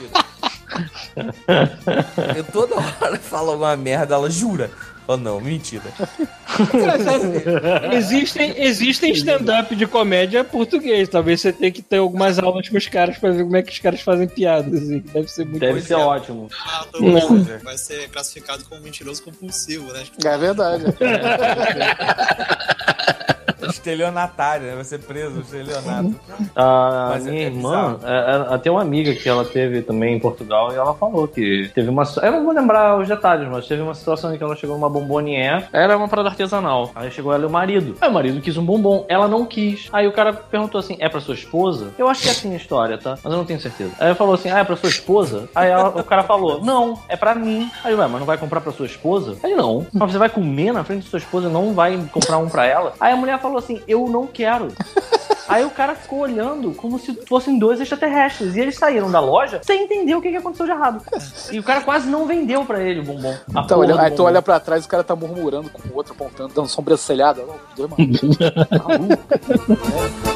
mentira. Eu toda hora falo alguma merda, ela jura. Eu falo, não, mentira. Existem, existem stand-up de comédia português. Talvez você tenha que ter algumas aulas com os caras pra ver como é que os caras fazem piadas. Assim. Deve ser muito Deve Pois ser é. ótimo. Ah, tô Não. bom. Vai ser classificado como mentiroso compulsivo, né? É verdade. Estelionatário, né? Vai ser preso, estelionato. A Mas é- minha é irmã, é, é, tem uma amiga que ela teve também em Portugal e ela falou que teve uma... Eu não vou lembrar os detalhes, mas teve uma situação em que ela chegou numa bombonier. Era uma parada artesanal. Aí chegou ela e o marido. Aí o marido quis um bombom. Ela não quis. Aí o cara perguntou assim, é pra sua esposa? Eu acho que é assim a história, tá? Mas eu não tenho certeza. Aí ele falou assim, ah, é pra sua esposa? Aí ela, o cara falou, não, é pra mim. Aí, ué, mas não vai comprar pra sua esposa? Aí, não. Mas você vai comer na frente da sua esposa e não vai comprar um pra ela? Aí a mulher falou assim, eu não quero. Aí o cara ficou olhando como se fossem dois extraterrestres. E eles saíram da loja sem entender o que, que aconteceu de errado. E o cara quase não vendeu pra ele o bombom. A Então, porra olha, do aí tu bombom. olha pra trás e o cara tá murmurando com o outro apontando, dando sobrancelhada. Não, dois malucos. Maluco.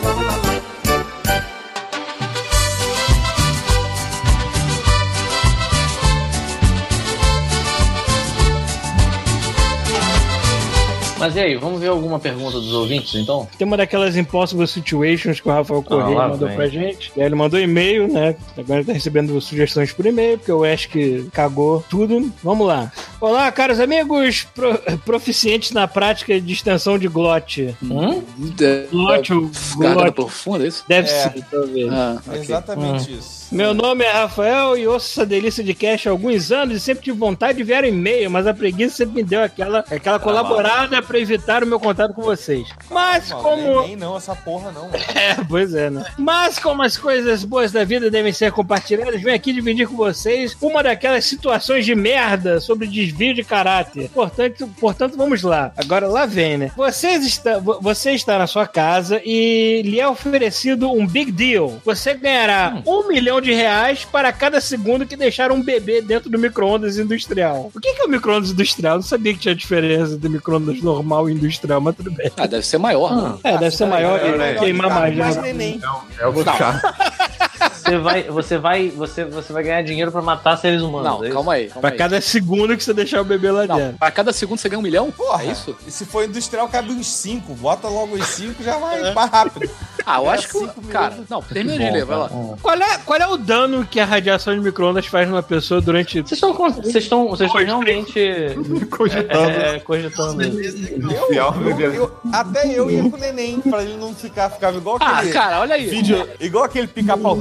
Mas e aí, vamos ver alguma pergunta dos ouvintes, então? Tem uma daquelas impossible situations que o Rafael Correia lá mandou vem. pra gente. E aí ele mandou e-mail, né? Agora ele tá recebendo sugestões por e-mail, porque o Ash que cagou tudo. Vamos lá. Olá, caros amigos pro- proficientes na prática de extensão de glote. Hum? Glote ou Garganta glote? profunda, é isso? Deve É. ser, talvez. Ah, É ok. exatamente isso. Meu nome é Rafael e ouço essa delícia de cash há alguns anos e sempre tive vontade de enviar e-mail, mas a preguiça sempre me deu aquela, aquela colaborada pra evitar o meu contato com vocês. Mas Mano, como... nem, nem não, essa porra não. É, pois é, né? Mas como as coisas boas da vida devem ser compartilhadas, venho aqui dividir com vocês uma daquelas situações de merda sobre desvio de caráter. Portanto, portanto vamos lá. Agora lá vem, né? Vocês está, vo- você está na sua casa e lhe é oferecido um big deal. Você ganhará um milhão de reais para cada segundo que deixar um bebê dentro do micro-ondas industrial. O que que é o micro-ondas industrial? Eu não sabia que tinha diferença de micro-ondas normal e industrial, mas tudo bem. Ah, deve ser maior, né? É, deve ser maior É, e é, queimar é, mais. mais né? neném. É o que chato. Você vai, você vai, você, você vai ganhar dinheiro pra matar seres humanos. Não, é isso? calma aí. Calma Pra aí. cada segundo que você deixar o bebê lá Não, dentro. pra cada segundo você ganha um milhão? Porra, É isso? E se for industrial, cabe uns cinco. Bota logo os cinco, já vai mais rápido. Ah, eu É acho que. cinco Cara, minutos. não, termina de ler, vai lá. Qual é, qual é o dano que a radiação de micro-ondas faz numa pessoa durante... Vocês estão, con- vocês estão, vocês estão realmente Cogitando. é, é, cogitando. Enfiar o bebê. Eu- até eu ia com o neném, pra ele não ficar, ficava igual Ah, aquele cara, olha aí. vídeo, igual aquele pica-pau.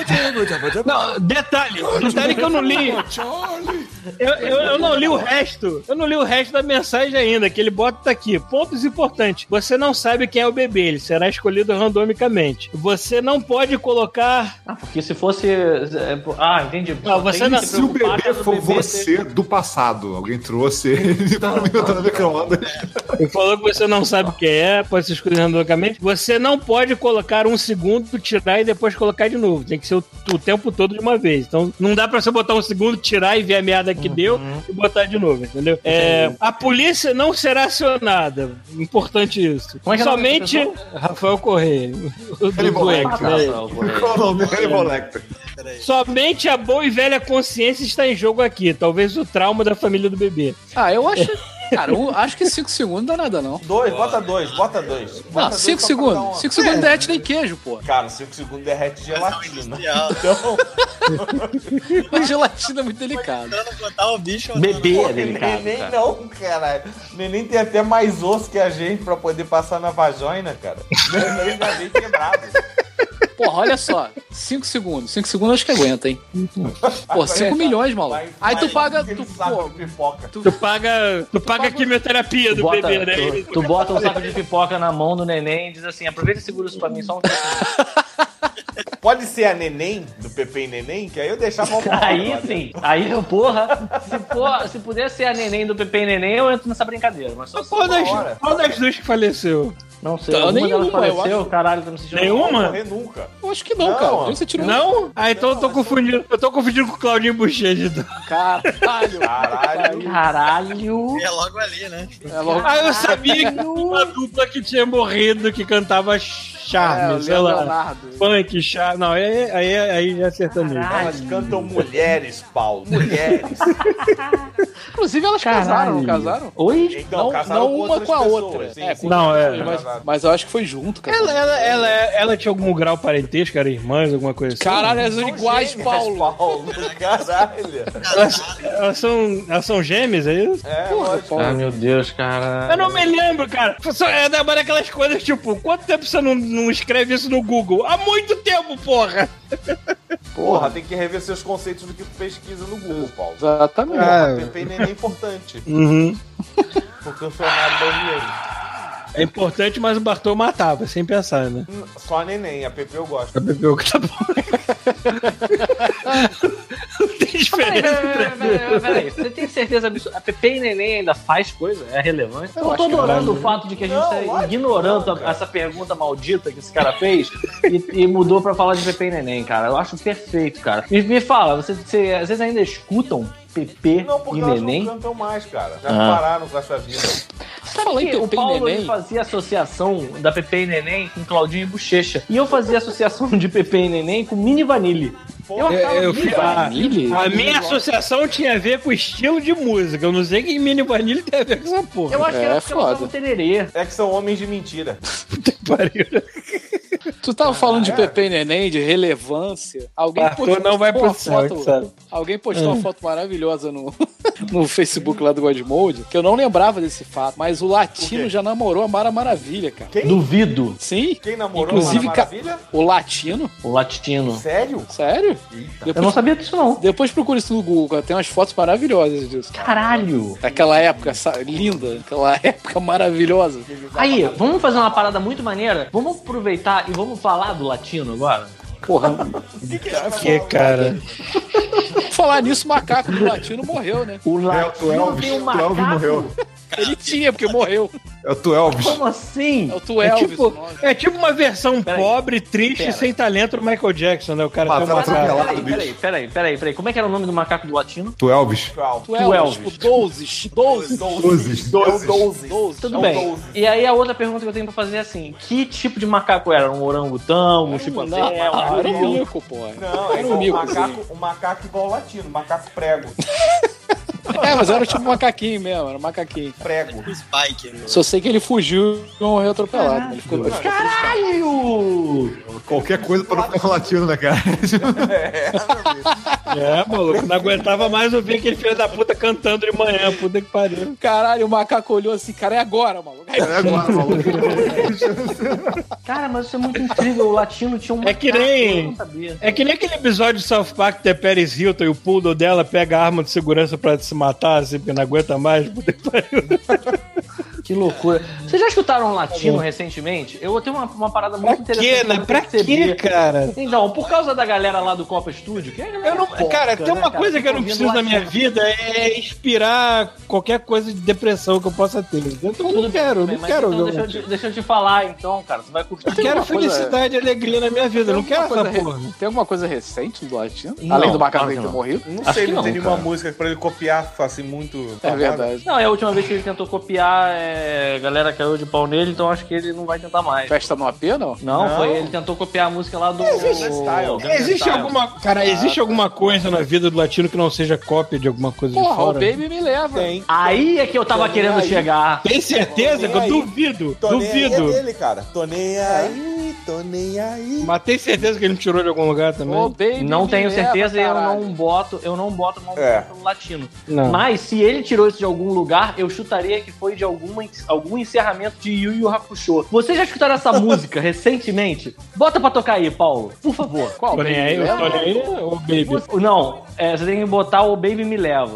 Não, detalhe, detalhe que eu não li. Eu, eu, eu não li o resto. Eu não li o resto da mensagem ainda, que ele bota tá aqui. Pontos importantes. Você não sabe quem é o bebê, ele será escolhido randomicamente. Você não pode colocar... Ah, porque se fosse. é, Ah, entendi. Não, você Tem não- que se Se o preocupar bebê quando for o bebê você do passado, alguém trouxe ele e tá no meio da micro-ondas. Ele falou que você não sabe quem é, pode ser escolhido randomicamente. Você não pode colocar um segundo, tirar e depois colocar de novo. Tem que ser o, o tempo todo de uma vez. Então não dá pra você botar um segundo, tirar e ver a merda que deu e botar de novo, entendeu? É, a polícia não será acionada. Importante isso. Como é que é o nome Somente dessa Rafael Correia. O do Hannibal Dueck, Lecter. né? Qual o nome? Hannibal Lecter. Somente a boa e velha consciência está em jogo aqui. Talvez o trauma da família do bebê. Ah, eu acho. Cara, eu acho que cinco segundos não dá nada, não. Dois, bota dois, bota dois. Não, Bota cinco dois só pra dar segundos. uma- cinco segundos derrete nem queijo, pô. Cara, cinco segundos derrete gelatina. Industrial. Então, A gelatina é muito delicada. Tentando botar o bicho ou Bebê pô, é delicado. neném cara. não, caralho. Neném tem até mais osso que a gente pra poder passar na vagina, cara. Neném já vem quebrado. Porra, olha só. cinco segundos. cinco segundos acho que aguenta, hein? Pô, cinco milhões, maluco. Vai- Aí tu vai paga. que ele Tu, sabe pô, de pipoca. Tu paga, tu paga a quimioterapia Tu do bota, bebê, né? tu, tu bota um saco de pipoca na mão do neném e diz assim: aproveita e segura isso pra mim só um pouquinho. Pode ser a neném, do Pepe e Neném, que aí eu deixava uma Aí sim, aí eu, porra, se, for, se puder ser a neném do Pepe e Neném, eu entro nessa brincadeira. Mas só Qual das, hora. qual das duas que faleceu? não sei, Tá, alguma nenhuma, delas eu faleceu, acho. caralho, tô me sentindo. Nenhuma? Não vou morrer nunca. eu acho que não, Não, cara. ó. Você tirou. Não? Ah, então eu tô confundindo. Eu tô confundindo com o Claudinho Bochecha. Então. Caralho. Caralho. Caralho. É logo ali, né? É logo. Ah, eu sabia que tinha uma dupla que tinha morrido que cantava charme, É, sei lá. Leonardo. Funk, charme. Não, aí, aí, aí já é sertanejo. Elas cantam mulheres, Paulo. Mulheres. Inclusive, elas Caralho. casaram, não casaram? Oi? Então, Não, casaram não com uma outras com a pessoas, outra. sim, É, sim. Não, é. Mas, mas eu acho que foi junto, cara. Ela, ela, ela, ela tinha algum grau parentesco, era irmãs, alguma coisa assim? Caralho, elas são iguais, Gêmeas, Paulo. Paulo. Caralho. Elas, elas são, elas são gêmeas, é isso? É, Porra, lógico. Paulo. Ah, meu Deus, cara. Eu não me lembro, cara. Só- É uma daquelas coisas, tipo, quanto tempo você não, não escreve isso no Google? Há muito tempo, porra! Porra, tem que rever seus conceitos do que tu pesquisa no Google, Paulo. Exatamente. Ah, Porra, Pepe e Neném é importante. Uhum. Pro campeonato brasileiro. É importante, mas o Bartol matava, sem pensar, né? Hum, Só a Neném, a Pepe eu gosto. A Pepeu que tá bom. Não tem Peraí, diferença. peraí, peraí, peraí, peraí. Você tem certeza absoluta? A Pepe e Neném ainda faz coisa? É relevante? Eu, acho tô que adorando vai, o fato de que a gente Não, tá lógico ignorando que não, cara. essa pergunta maldita que esse cara fez e, e mudou pra falar de Pepe e Neném, cara. Eu acho perfeito, cara. Me, me fala, você, você- às vezes ainda escutam Pepe Não, porque e elas Neném? não cantam mais, cara. Já Ah. pararam com essa vida. Falar em Que o Pepe e Paulo ele Neném. fazia associação da Pepe e Neném com Claudinho e Bochecha. E eu fazia associação de Pepe e Neném com Mini Vanille. Eu achava Eu, eu Mini fiz a, Vanille? a minha associação tinha a ver com o estilo de música. Eu não sei que Mini Vanille tem a ver com essa porra. Eu acho que É, era porque ela foda. usava tererê. É que são homens de mentira. Puta que pariu. Tu tava falando de Pepe e Neném, de relevância. Alguém Bartol não vai uma pro céu, foto. sabe? Alguém postou uma foto maravilhosa no, no Facebook lá do Godmode, que eu não lembrava desse fato, mas o Latino já namorou a Mara Maravilha, cara. Quem? Duvido. Sim, Quem namorou Inclusive, a ca- Maravilha? o Latino. O Latino. Sério? Sério? Eita. Eu Depois, não sabia disso, não. depois procura isso no Google, cara. Tem umas fotos maravilhosas disso. Caralho. Daquela época sa- linda, aquela época maravilhosa. Aí, vamos fazer uma parada muito maneira? Vamos aproveitar e vamos falar do Latino agora? Porra, Que, cara. falar nisso, o macaco do Latino morreu, né? O É, o Latino Elvis, tem um o Elvis macaco? morreu. Ele tinha, porque morreu. É o Tu Elvis. Como assim? É o Tu É Elvis. tipo, o nome. é tipo uma versão Peraí. pobre, triste, Pera. sem talento do Michael Jackson, né? O cara Ah, tem tá uma atropelado. cara. Peraí, peraí, peraí, peraí, peraí. Como é que era o nome do macaco do Latino? Tu Elvis. Tchau. Tu Elvis, Elvis. tipo, Dozes. Dozes. Dozes. Doze. Doze. Dozes. Tudo É o bem. doze. E aí a outra pergunta que eu tenho pra fazer é assim: que tipo de macaco era? Um orangutão, um chimpanzé, Não, um era um gorila? mico, pô. Não, é Era igual um o mico. macaco, o macaco igual o latino, macaco prego. É, mas era tipo um macaquinho mesmo, era um macaquinho. Prego. Spike. né? Só sei que ele fugiu e morreu atropelado. Ele ficou, ele ficou Caralho! Qualquer coisa pra não ficar com latino, né, cara? É, maluco, não aguentava mais ouvir aquele filho da puta cantando de manhã, puta que pariu. Caralho, o macaco olhou assim, cara, é agora, maluco. Aí, É agora, maluco. Cara, mas isso é muito incrível. O Latino tinha um É que macaco, nem- eu não sabia. É que nem aquele episódio de South Park que tem a Paris Hilton e o poodle dela pega a arma de segurança pra se matar, assim, porque não aguenta mais, puta que pariu. Que loucura. Vocês já escutaram Latino recentemente? Eu tenho uma, uma parada Pra muito interessante. quê, né? eu Pra percebi. quê, cara? Então, por causa da galera lá do Copa Studio, que é a galera Eu não, foca, cara, tem né, uma cara? coisa que eu não Fica preciso ouvindo na minha Latino. vida é inspirar qualquer coisa de depressão que eu possa ter. Então eu não quero, eu Bem, não mas quero. então ver deixa, eu Latino. te, deixa eu te falar, então, cara. Você vai curtir. Eu quero uma coisa- felicidade e alegria na minha vida, eu não tem quero alguma essa coisa porra. re- Tem alguma coisa recente do Latino? Não, Além do macaco claro que ter não. morrido? Não Acho sei, que não, não, tem nenhuma cara. música pra ele copiar assim muito. É famosa. verdade. Não, é a última vez que ele tentou copiar, é... a galera caiu de pau nele, então acho que ele não vai tentar mais. Festa no A P, não? Não, Não. foi ele tentou copiar a música lá do. Style. Gangnam Existe Style. alguma, cara, existe alguma coisa na vida do latino que não seja cópia de alguma coisa de Porra, o fora? Baby me leva. Tem. Aí é que eu tava Tô nem querendo aí. chegar. Tem certeza? Tô Que eu nem aí. duvido, Tô nem aí é duvido. dele, cara. Tô nem aí, tô nem aí. Mas tem certeza que ele me tirou de algum lugar também? O Baby Não me tenho leva, certeza e eu caralho. não boto, eu não boto mão É. pelo latino. Não. Mas se ele tirou isso de algum lugar, eu chutaria que foi de alguma, algum encerramento de Yu Yu Hakusho. Vocês já escutaram essa música recentemente? Bota pra tocar aí, Paulo, por favor. Qual? Tô nem aí, eu tô nem aí, ô baby. Você- Não, é, você tem que botar o Baby Me Leva.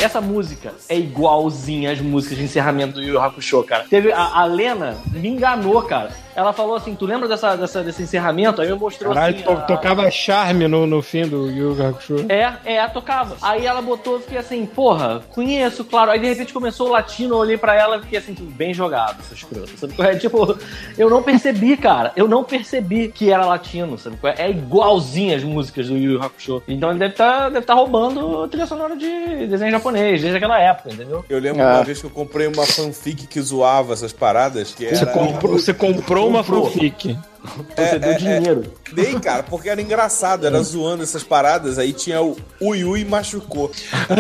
essa música é igualzinha às músicas de encerramento do Yu Yu Hakusho, cara. Teve a, a Lena me enganou, cara. Ela falou assim, tu lembra dessa, dessa, desse encerramento? Aí me mostrou Caralho, assim... to- a... tocava Charme no, no fim do Yu Yu Hakusho. É, é, tocava. Aí ela botou, eu fiquei assim, porra, conheço, claro. Aí de repente começou o latino, eu olhei pra ela e fiquei assim, tipo, bem jogado, seu escroto. Sabe qual é? Tipo, eu não percebi, cara. Eu não percebi que era latino, sabe qual é? É igualzinho as músicas do Yu Yu Hakusho. Então ele deve estar deve tá roubando trilha sonora de desenho japonês, desde aquela época, entendeu? Eu lembro Ah. uma vez que eu comprei uma fanfic que zoava essas paradas, que Você era... comprou, você comprou uma Comprou. fanfic. Você deu dinheiro. Dei, cara, porque era engraçado, era zoando essas paradas, aí tinha o Ui Ui machucou.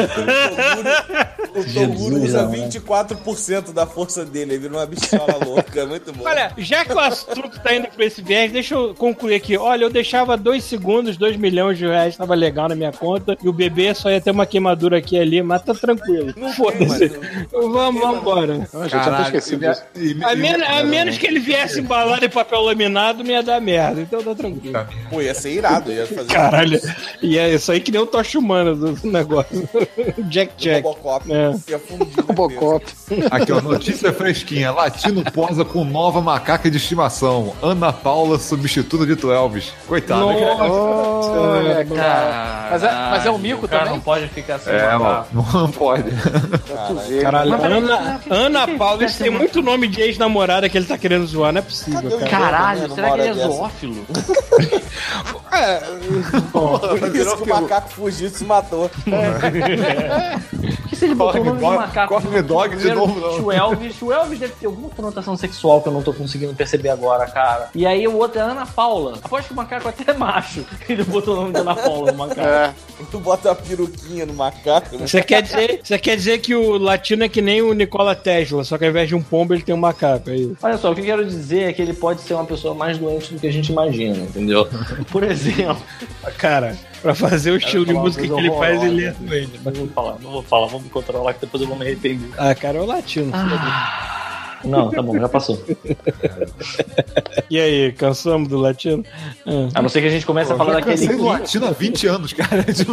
O Toguro usa vinte e quatro por cento da força dele, aí vira uma bichola louca, muito bom. Olha, já que o assunto tá indo pra esse viés, deixa eu concluir aqui. Olha, eu deixava dois segundos, dois milhões de reais, tava legal na minha conta, e o bebê só ia ter uma queimadura aqui e ali, mas tá tranquilo. Não foda-se. Vamos, vamos embora. Eu já tinha até esquecido disso. A, men- a menos que ele viesse embalado em papel laminado, não ia dar merda, então tá tranquilo. Pô, ia ser irado, ia fazer Caralho, e é isso aí que nem o Tocha Humana do negócio. Jack Jack. Robocop. É. Ia fundir. Robocop. Aqui, ó, notícia fresquinha. Latino posa com nova macaca de estimação. Ana Paula substituta de Elvis. Coitada. Olha, cara. Mas é, mas é um mico O cara também? não pode ficar sem É, matar. ó, não pode. Pra tu ver. Caralho, Mas peraí, Ana, que- que- Ana que- que- Paula, que- isso tem muito nome de ex-namorada que ele tá querendo zoar, não é possível, Cadê o cara. Caralho, Numa será que hora ele é dessa. zoófilo? Por isso que o macaco fugiu e se matou. Por que se ele botou o nome de Corre- macaco? corre dog de Primeiro, novo, não. O Elvis, o Elvis deve ter alguma conotação sexual que eu não tô conseguindo perceber agora, cara. E aí o outro é Ana Paula. Aposto que o macaco até é macho. Ele botou o nome de Ana Paula no macaco. É. Tu bota a peruquinha no macaco, né? Você quer, dizer, você quer dizer que o latino é que nem o Nikola Tesla, só que ao invés de um pombo ele tem um macaco, é isso. Olha só, o que eu quero dizer é que ele pode ser uma pessoa mais doente do que a gente imagina, entendeu? Por exemplo... Cara, pra fazer o estilo de falar uma música que coisa ele faz, horrorosa. ele é doente. Mas não vou falar, não vou falar, vamos me controlar que depois eu vou me arrepender. Ah, cara, é o latino. Não, tá bom, já passou. E aí, cansamos do latino? Ah. A não ser que a gente comece a falar daquele... Cansei do latino há vinte anos, cara. Tipo,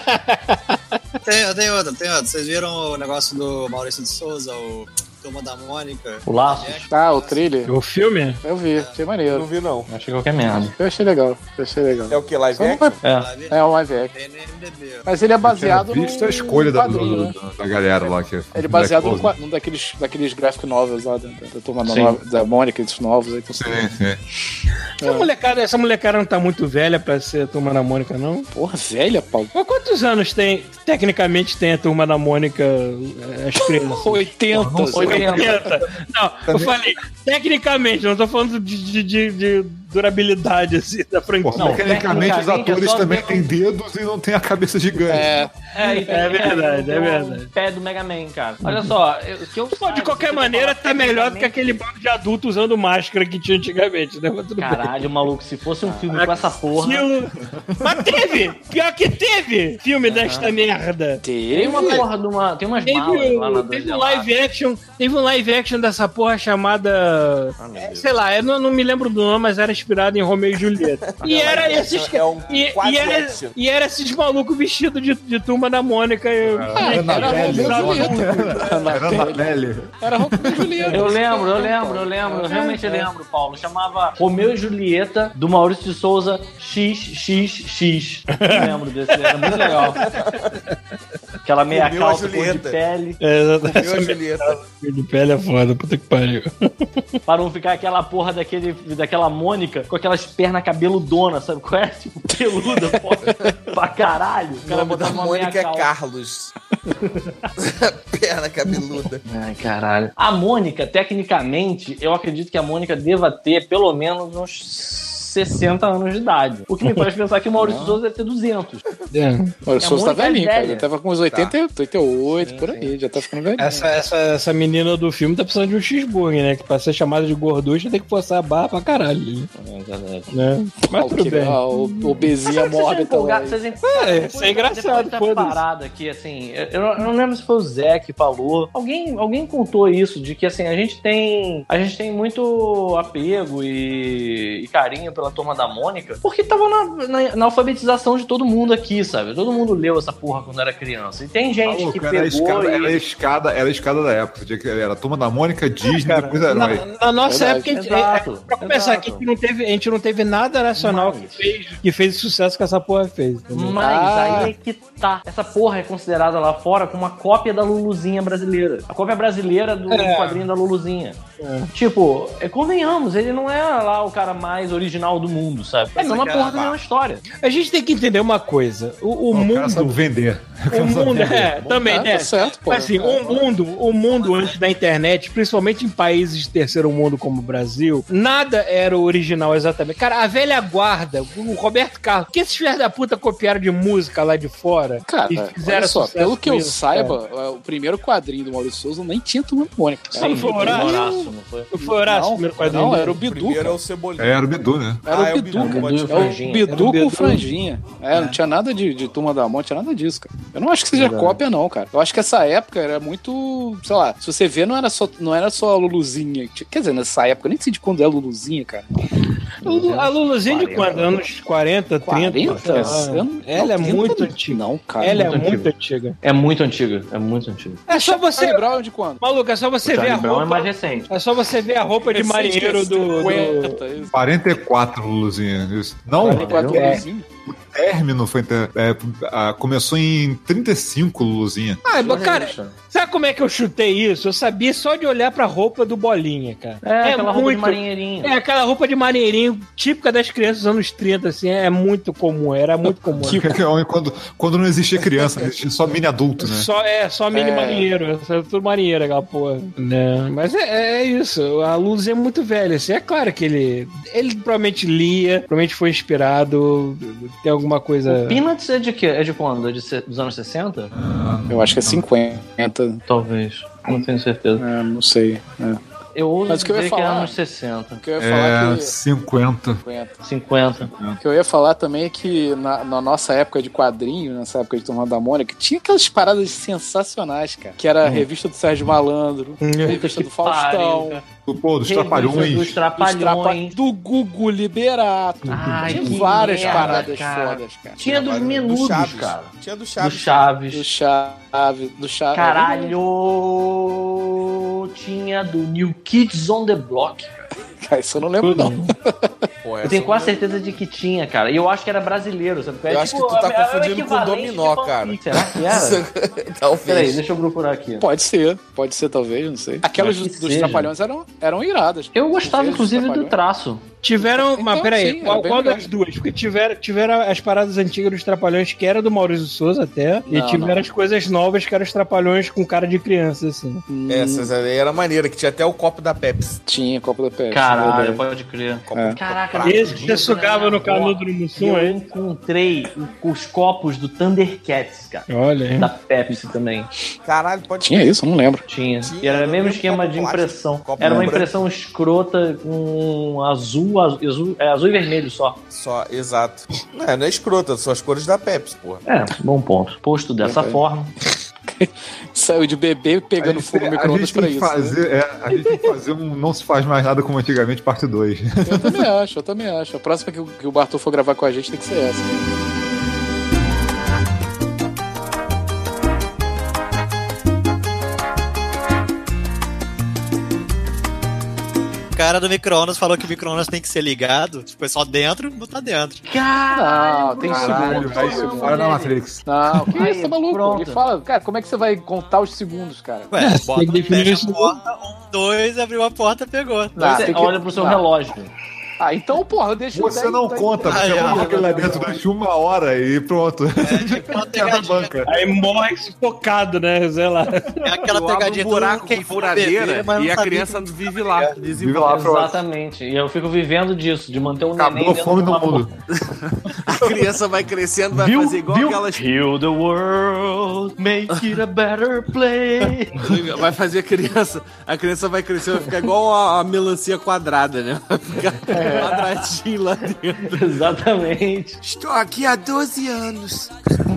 Tem, tem outra, tem outra. Vocês viram o negócio do Maurício de Souza, o Turma da Mônica? O Laços? Ah, o thriller? O filme? Eu vi, achei Eu não maneiro. vi, não. Achei qualquer merda. Eu achei legal, eu achei legal. É o que? Live Só não action? foi- É. Live? É um live action. Tem no M D B. Mas ele é baseado tinha visto no a escolha da, quadrinho, do- né? do- da galera lá. Que é Ele é baseado Black num, Clover. qua- num daqueles, daqueles graphic novels lá da, da turma Sim. nova, da Mônica, esses novos aí. Sim, sim. Essa, molecada, essa molecada não tá muito velha pra ser Turma da Mônica, não? Porra, velha, Paulo. Mas quantos anos tem, tecnicamente, tem a Turma da Mônica, eh, as crianças? oitenta. oitenta. Não, eu falei, tecnicamente, não tô falando de, de, de- de durabilidade, assim, da franquia. Pô, Não, tecnicamente os tecnicamente, atores é só também ver têm dedos e não têm a cabeça gigante. É, É, e tem- É verdade, tem é o verdade. pé do Mega Man, cara. Olha só, eu, que eu Pô, de qualquer maneira, tá melhor do que aquele bando de adulto usando máscara que tinha antigamente, né? Mas tudo bem. Caralho, maluco, se fosse um filme com essa porra... Aquilo- Mas teve! Pior que teve filme desta merda. Tem uma porra de uma... Tem umas Teve, malas lá na o- teve um Dungeon live action, teve um live action dessa porra chamada, Ah, meu é, Deus. sei lá, eu não, não me lembro do nome, mas era inspirado em Romeu e Julieta. E era esses É um e, quase e, era, action. e era esses malucos vestidos de, de Turma da Mônica. Eu, Annabelle, era Romeu e Era Annabelle. era Romeu e Julieta. Eu lembro, eu lembro, eu lembro, eu realmente lembro, Paulo. Chamava Romeu e Julieta, do Maurício de Souza, X X X. Eu lembro desse, era muito legal. Aquela meia Romeu e calça cor de Julieta. pele, é, exatamente. Eu, Julieta. De pele é foda, puta que pariu. para não ficar aquela porra daquele, daquela Mônica com aquelas pernas cabeludonas, sabe qual é? Tipo, peluda, porra, pra caralho. O O cara nome da botava uma meia Mônica é calça. Carlos. Perna cabeluda. Ai, caralho. A Mônica, tecnicamente, eu acredito que a Mônica deva ter pelo menos uns sessenta anos de idade. O que me faz pensar que o Maurício Souza deve ter duzentos. É. Olha, o Souza tá Mônica é velhinho, cara. velha. Ele tava com uns oitenta, oitenta e oito, por aí. Já tá ficando velhinho. Essa, essa, essa menina do filme tá precisando de um cheeseburger, né? Que pra ser chamada de gorducha tem que forçar a barra pra caralho. Né? Mas Ah, o tudo que- bem. ah, o obesinha Vocês são mórbida. empolgados, lá. vocês empolgados. É, Depois- isso é engraçado, depois dessa foda-se. parada aqui, assim, eu, eu não- eu não lembro se foi o Zé que falou. Alguém, alguém contou isso, de que assim, a gente tem. A gente tem muito apego e, e carinho pela pela Turma da Mônica, porque tava na, na, na alfabetização de todo mundo aqui, sabe? Todo mundo leu essa porra quando era criança. E tem gente Falou, que cara, pegou era a escada, e... era a escada, era a escada da época. Era a Turma da Mônica, Disney, Cara, depois Herói. na, na nossa Verdade. época, a gente, Exato, é, pra começar exato. aqui, a gente, não teve, a gente não teve nada nacional Mas- que fez, que fez o sucesso que essa porra fez. Entendeu? Mas Ah. aí é que tá. Essa porra é considerada lá fora como uma cópia da Luluzinha brasileira. A cópia brasileira do É. quadrinho da Luluzinha. É. Tipo, é, convenhamos, ele não é lá o cara mais original do mundo, sabe? É a mesma que porra é, da mesma história. A gente tem que entender uma coisa. O, o O cara sabe mundo. vender. O mundo, é, também, Ah, né? tá certo, pô. Mas assim, o mundo, o mundo antes da internet, principalmente em países de terceiro mundo como o Brasil, nada era original exatamente. Cara, a velha guarda, o Roberto Carlos, que esses filhos da puta copiaram de música lá de fora Cara, e fizeram olha só, sucesso pelo que com eu isso, saiba, o primeiro quadrinho do Maurício Souza nem tinha Turma da Mônica. Sim. Não foi o Horácio? Horácio, não foi? Não foi Horácio o Não, primeiro quadrinho? não, dele? era o O Bidu, primeiro é cara. o Cebolinha. É, era o Bidu, né? Era Ah, o é o Bidu, Bidu, cara. pode É o Franjinha. Bidu Era o com Bidu. franjinha. É, não tinha nada de, de Turma da Mônica, tinha nada disso, cara. Eu não acho que seja Verdade. cópia, não, cara. Eu acho que essa época era muito, sei lá, se você vê, não era só, não era só a Luluzinha. Quer dizer, nessa época, eu nem sei de quando é a Luluzinha, cara. Lulu- A Luluzinha de quando? Anos quarenta, trinta? quarenta? sei lá. Eu não- Ela é não, muito trinta antiga. Não, cara. Ela é muito muito antiga. É muito antiga, é muito antiga. É só você. Charlie Brown é de quando? Maluco, é só você O ver a Charlie Brown é roupa. mais recente. É só você ver a roupa de marinheiro do. do... cinquenta, isso. quarenta e quatro, Luluzinha. Isso. Não, quarenta e quatro É. Luluzinha. término foi. É, ah, começou em trinta e cinco, Luluzinha. Ah, mas, cara, sabe como é que eu chutei isso? Eu sabia só de olhar pra roupa do Bolinha, cara. É, aquela roupa de muito- marinheirinho. É aquela roupa de marinheirinho típica das crianças dos anos trinta, assim, é muito comum, era muito comum. quando, quando não existia criança, existia só mini adulto, né? Só, é, só mini É. marinheiro, é tudo marinheiro aquela porra. Né? Mas é, é isso, a Luz é muito velha, assim, é claro que ele, ele provavelmente lia, provavelmente foi inspirado, tem alguma coisa... Peanuts é de quê? É de quando? É de se- dos anos sessenta? Eu acho que é cinquenta. Talvez. Não tenho certeza. É, não sei. É. Eu ouso Mas o que eu ia dizer que é falar- anos sessenta. O que eu ia falar É, que... cinquenta. cinquenta. cinquenta. O que eu ia falar também é que na, na nossa época de quadrinho, nessa época de Turma da Mônica, tinha aquelas paradas sensacionais, cara. Que era a revista do Sérgio Malandro, a revista do Faustão, Pariu, Do, pô, dos Revista trapalhões. Dos dos trapa- trapalhões. do Gugu Liberato. Ai, tinha que várias merda, paradas cara. fodas, cara. Tinha dos Do menudos, Chaves. cara. Tinha do Do Chaves. Do Chaves. Chaves, do Chaves. Caralho! Tinha do New Kids on the Block. Cara, isso eu não lembro, não. Pô, Eu essa tenho eu quase não- certeza de que tinha, cara. E eu acho que era brasileiro, sabe? É Eu acho que tu tá é- é o confundindo com equivalente Dominó, de cara. fanfic. Será que era? Talvez. Peraí, deixa eu procurar aqui. Pode ser, pode ser, talvez, não sei. Aquelas Mas dos, que dos seja. Trapalhões eram, eram iradas. Eu gostava, Os inclusive, do Trapalhões. traço. Tiveram, Então, mas peraí, sim, qual, era bem qual legal. das duas? Porque tiveram, tiveram as paradas antigas dos Trapalhões, que era do Maurício Souza até, e Não, tiveram não. as coisas novas, que eram os Trapalhões com cara de criança, assim. Hum, Essas aí era maneira, que tinha até o copo da Pepsi. Tinha Copa da Peste. Caralho, verdade. pode crer. Copo É. Caraca, Prato. nesse Esse que dia, você sugava na no minha canudo avó, do Mussum, eu hein? encontrei os copos do Thundercats, cara. Olha, hein? Da Pepsi também. Caralho, pode Tinha isso? Eu não lembro. Tinha. Tinha, E era o eu mesmo lembro esquema copo de plástico, impressão. copo Era uma branco. impressão escrota com azul, azul, azul, é, azul e vermelho só. Só, exato. Não, é, não é escrota, são as cores da Pepsi, porra. É, bom ponto. Posto dessa Ok. forma. Saiu de bebê pegando A gente fogo no tem- a micro-ondas gente pra tem que isso. né? fazer, é, a gente tem que fazer um Não Se Faz Mais Nada Como Antigamente, parte dois. Eu também acho, eu também acho. A próxima que o, que o Bartô for gravar com a gente tem que ser essa. O cara do micro-ondas falou que o micro-ondas tem que ser ligado. Se foi só dentro, não tá dentro. Não, tem Caralho, segundo. vai Tem segundo. fora da Matrix. Não, que Aí, isso, tá maluco? pronto. Ele fala, cara, como é que você vai contar os segundos, cara? Ué, bota, tem que definir fecha isso. a porta, um, dois, abriu a porta, pegou. Não, Você tem que- olha pro seu não. relógio. Ah, então, porra, deixa o Você dez, não dez, conta, dez. porque Ah, eu é. coloco ele lá dentro durante uma hora e pronto. Aquela Quebra a pegadinha, banca. Aí morre sufocado, né? Sei lá. é aquela Eu abro pegadinha um buraco todo mundo com quer beber, furadeira mas não e a sabia criança que- vive lá. Vive Desenvolve. lá, pronto. Exatamente. E eu fico vivendo disso, de manter um neném Acabou a dentro fome de no uma mundo. A criança vai crescendo, vai Viu? fazer igual Viu? aquelas. Heal the world, make it a better place. Vai fazer a criança. A criança vai crescer, vai ficar igual a, a melancia quadrada, né? Vai ficar quadradinho lá dentro. Exatamente. Estou aqui há doze anos.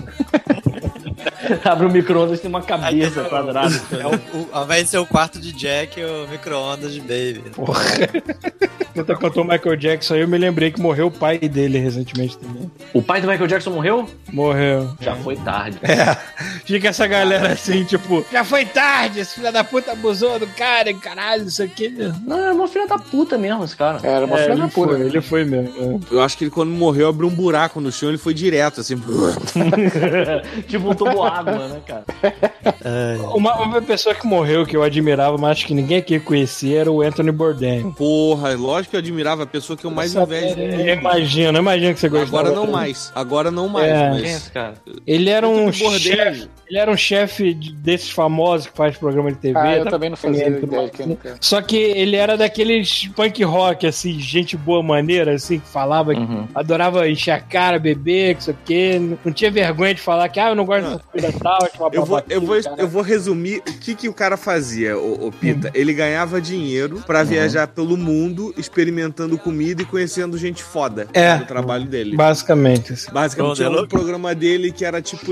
Abre o micro-ondas, tem uma cabeça quadrada. É o, o, ao invés de ser o quarto de Jack, é o micro-ondas de Baby. Você cantou Michael Jackson aí, eu me lembrei que morreu o pai dele recentemente também. O pai do Michael Jackson morreu? Morreu. Já foi tarde. É, fica essa galera assim, tipo, já foi tarde, esse filho da puta abusou do cara, caralho, isso aqui. Não, era uma filha da puta mesmo, esse cara. Era uma É, filha ele da puta. foi, ele foi mesmo. Eu acho que ele, quando morreu, abriu um buraco no chão, ele foi direto, assim. Tipo um tubo água, né, cara? Uma, uma pessoa que morreu que eu admirava, mas acho que ninguém aqui conhecia, era o Anthony Bourdain. Porra, lógico que eu admirava a pessoa que eu mais invejo no mundo. Imagina, imagina que você gostava. Agora não mais. Agora não mais, É. mas... Quem é esse cara? Ele era um Anthony Bourdain. chefe. Ele era um chefe de- desses famosos que faz programa de T V. Ah, eu tá também não fazia conhecendo, ideia tudo de quem mais. era. Só que ele era daqueles punk rock, assim, gente boa maneira, assim, que falava que Uhum. adorava encher a cara, beber, que isso aqui. Não tinha vergonha de falar que, ah, eu não gosto dessa comida tal, acho uma Eu vou, eu, vou, babaquice, eu vou resumir o que, que o cara fazia, o, Hum. Pita. Ele ganhava dinheiro pra viajar pelo mundo, experimentando comida e conhecendo gente foda É. no trabalho dele. basicamente. Assim. Basicamente, tinha um programa dele que era tipo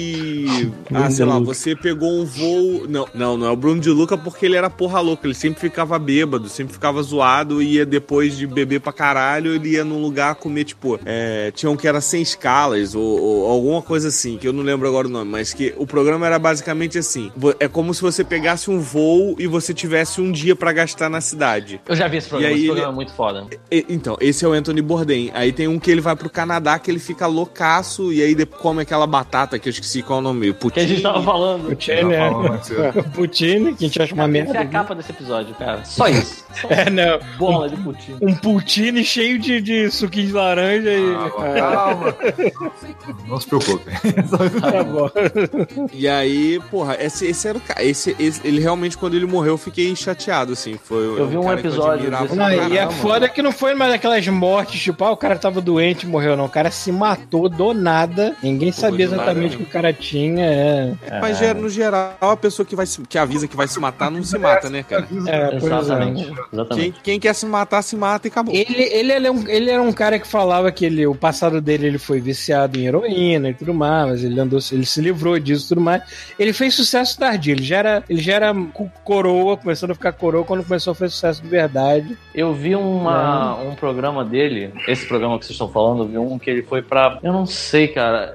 de. Ah, sei lá, você pegou um voo. Não, não, não é o Bruno de Luca porque ele era porra louca. Ele sempre ficava bêbado, sempre ficava zoado. E ia depois de beber pra caralho, ele ia num lugar comer, tipo. É, tinha um que era sem escalas ou, ou alguma coisa assim, que eu não lembro agora o nome, mas que o programa era basicamente assim: é como se você pegasse um voo e você tivesse um dia pra gastar na cidade. Eu já vi esse programa, E aí esse ele- programa é muito foda. E- Então, esse é o Anthony Bourdain. Aí tem um que ele vai pro Canadá, que ele fica loucaço, e aí depois come aquela batata que eu esqueci qual é o nome. Que a gente tava falando. Putin, Já é. falando mais cedo. Putin, que a gente acha uma merda. Essa é a né? capa desse episódio, cara. Só isso. Só É, não. bola de putinho. Um poutine cheio de, de suquinho de laranja e. Calma, calma. Não se preocupe. Tá bom. E aí, porra, esse, esse era o cara. Esse, esse- ele realmente, quando ele morreu, eu fiquei chateado, assim. Foi Eu vi um cara que episódio admirava desse pra Não, e é caramba. foda que não foi mais aquelas mortes, tipo, ah, o cara tava doente e morreu, não. O cara se matou do nada. Ninguém sabia do nada, exatamente o né? que o cara tinha. É, Mas ger- no geral, a pessoa que, vai se- que avisa que vai se matar não se mata, né, cara? é pois é. Exatamente. Exatamente. Quem, quem quer se matar, se mata e acabou. Ele, ele, ele, é um, ele era um cara que falava que ele, o passado dele ele foi viciado em heroína e tudo mais, mas ele andou, ele se livrou disso e tudo mais. Ele fez sucesso tardio, ele já era, ele já era co- coroa, começando a ficar coroa quando começou a fazer sucesso de verdade. Eu vi uma, um programa dele, esse programa que vocês estão falando, eu vi um que ele foi pra. Eu não sei, cara.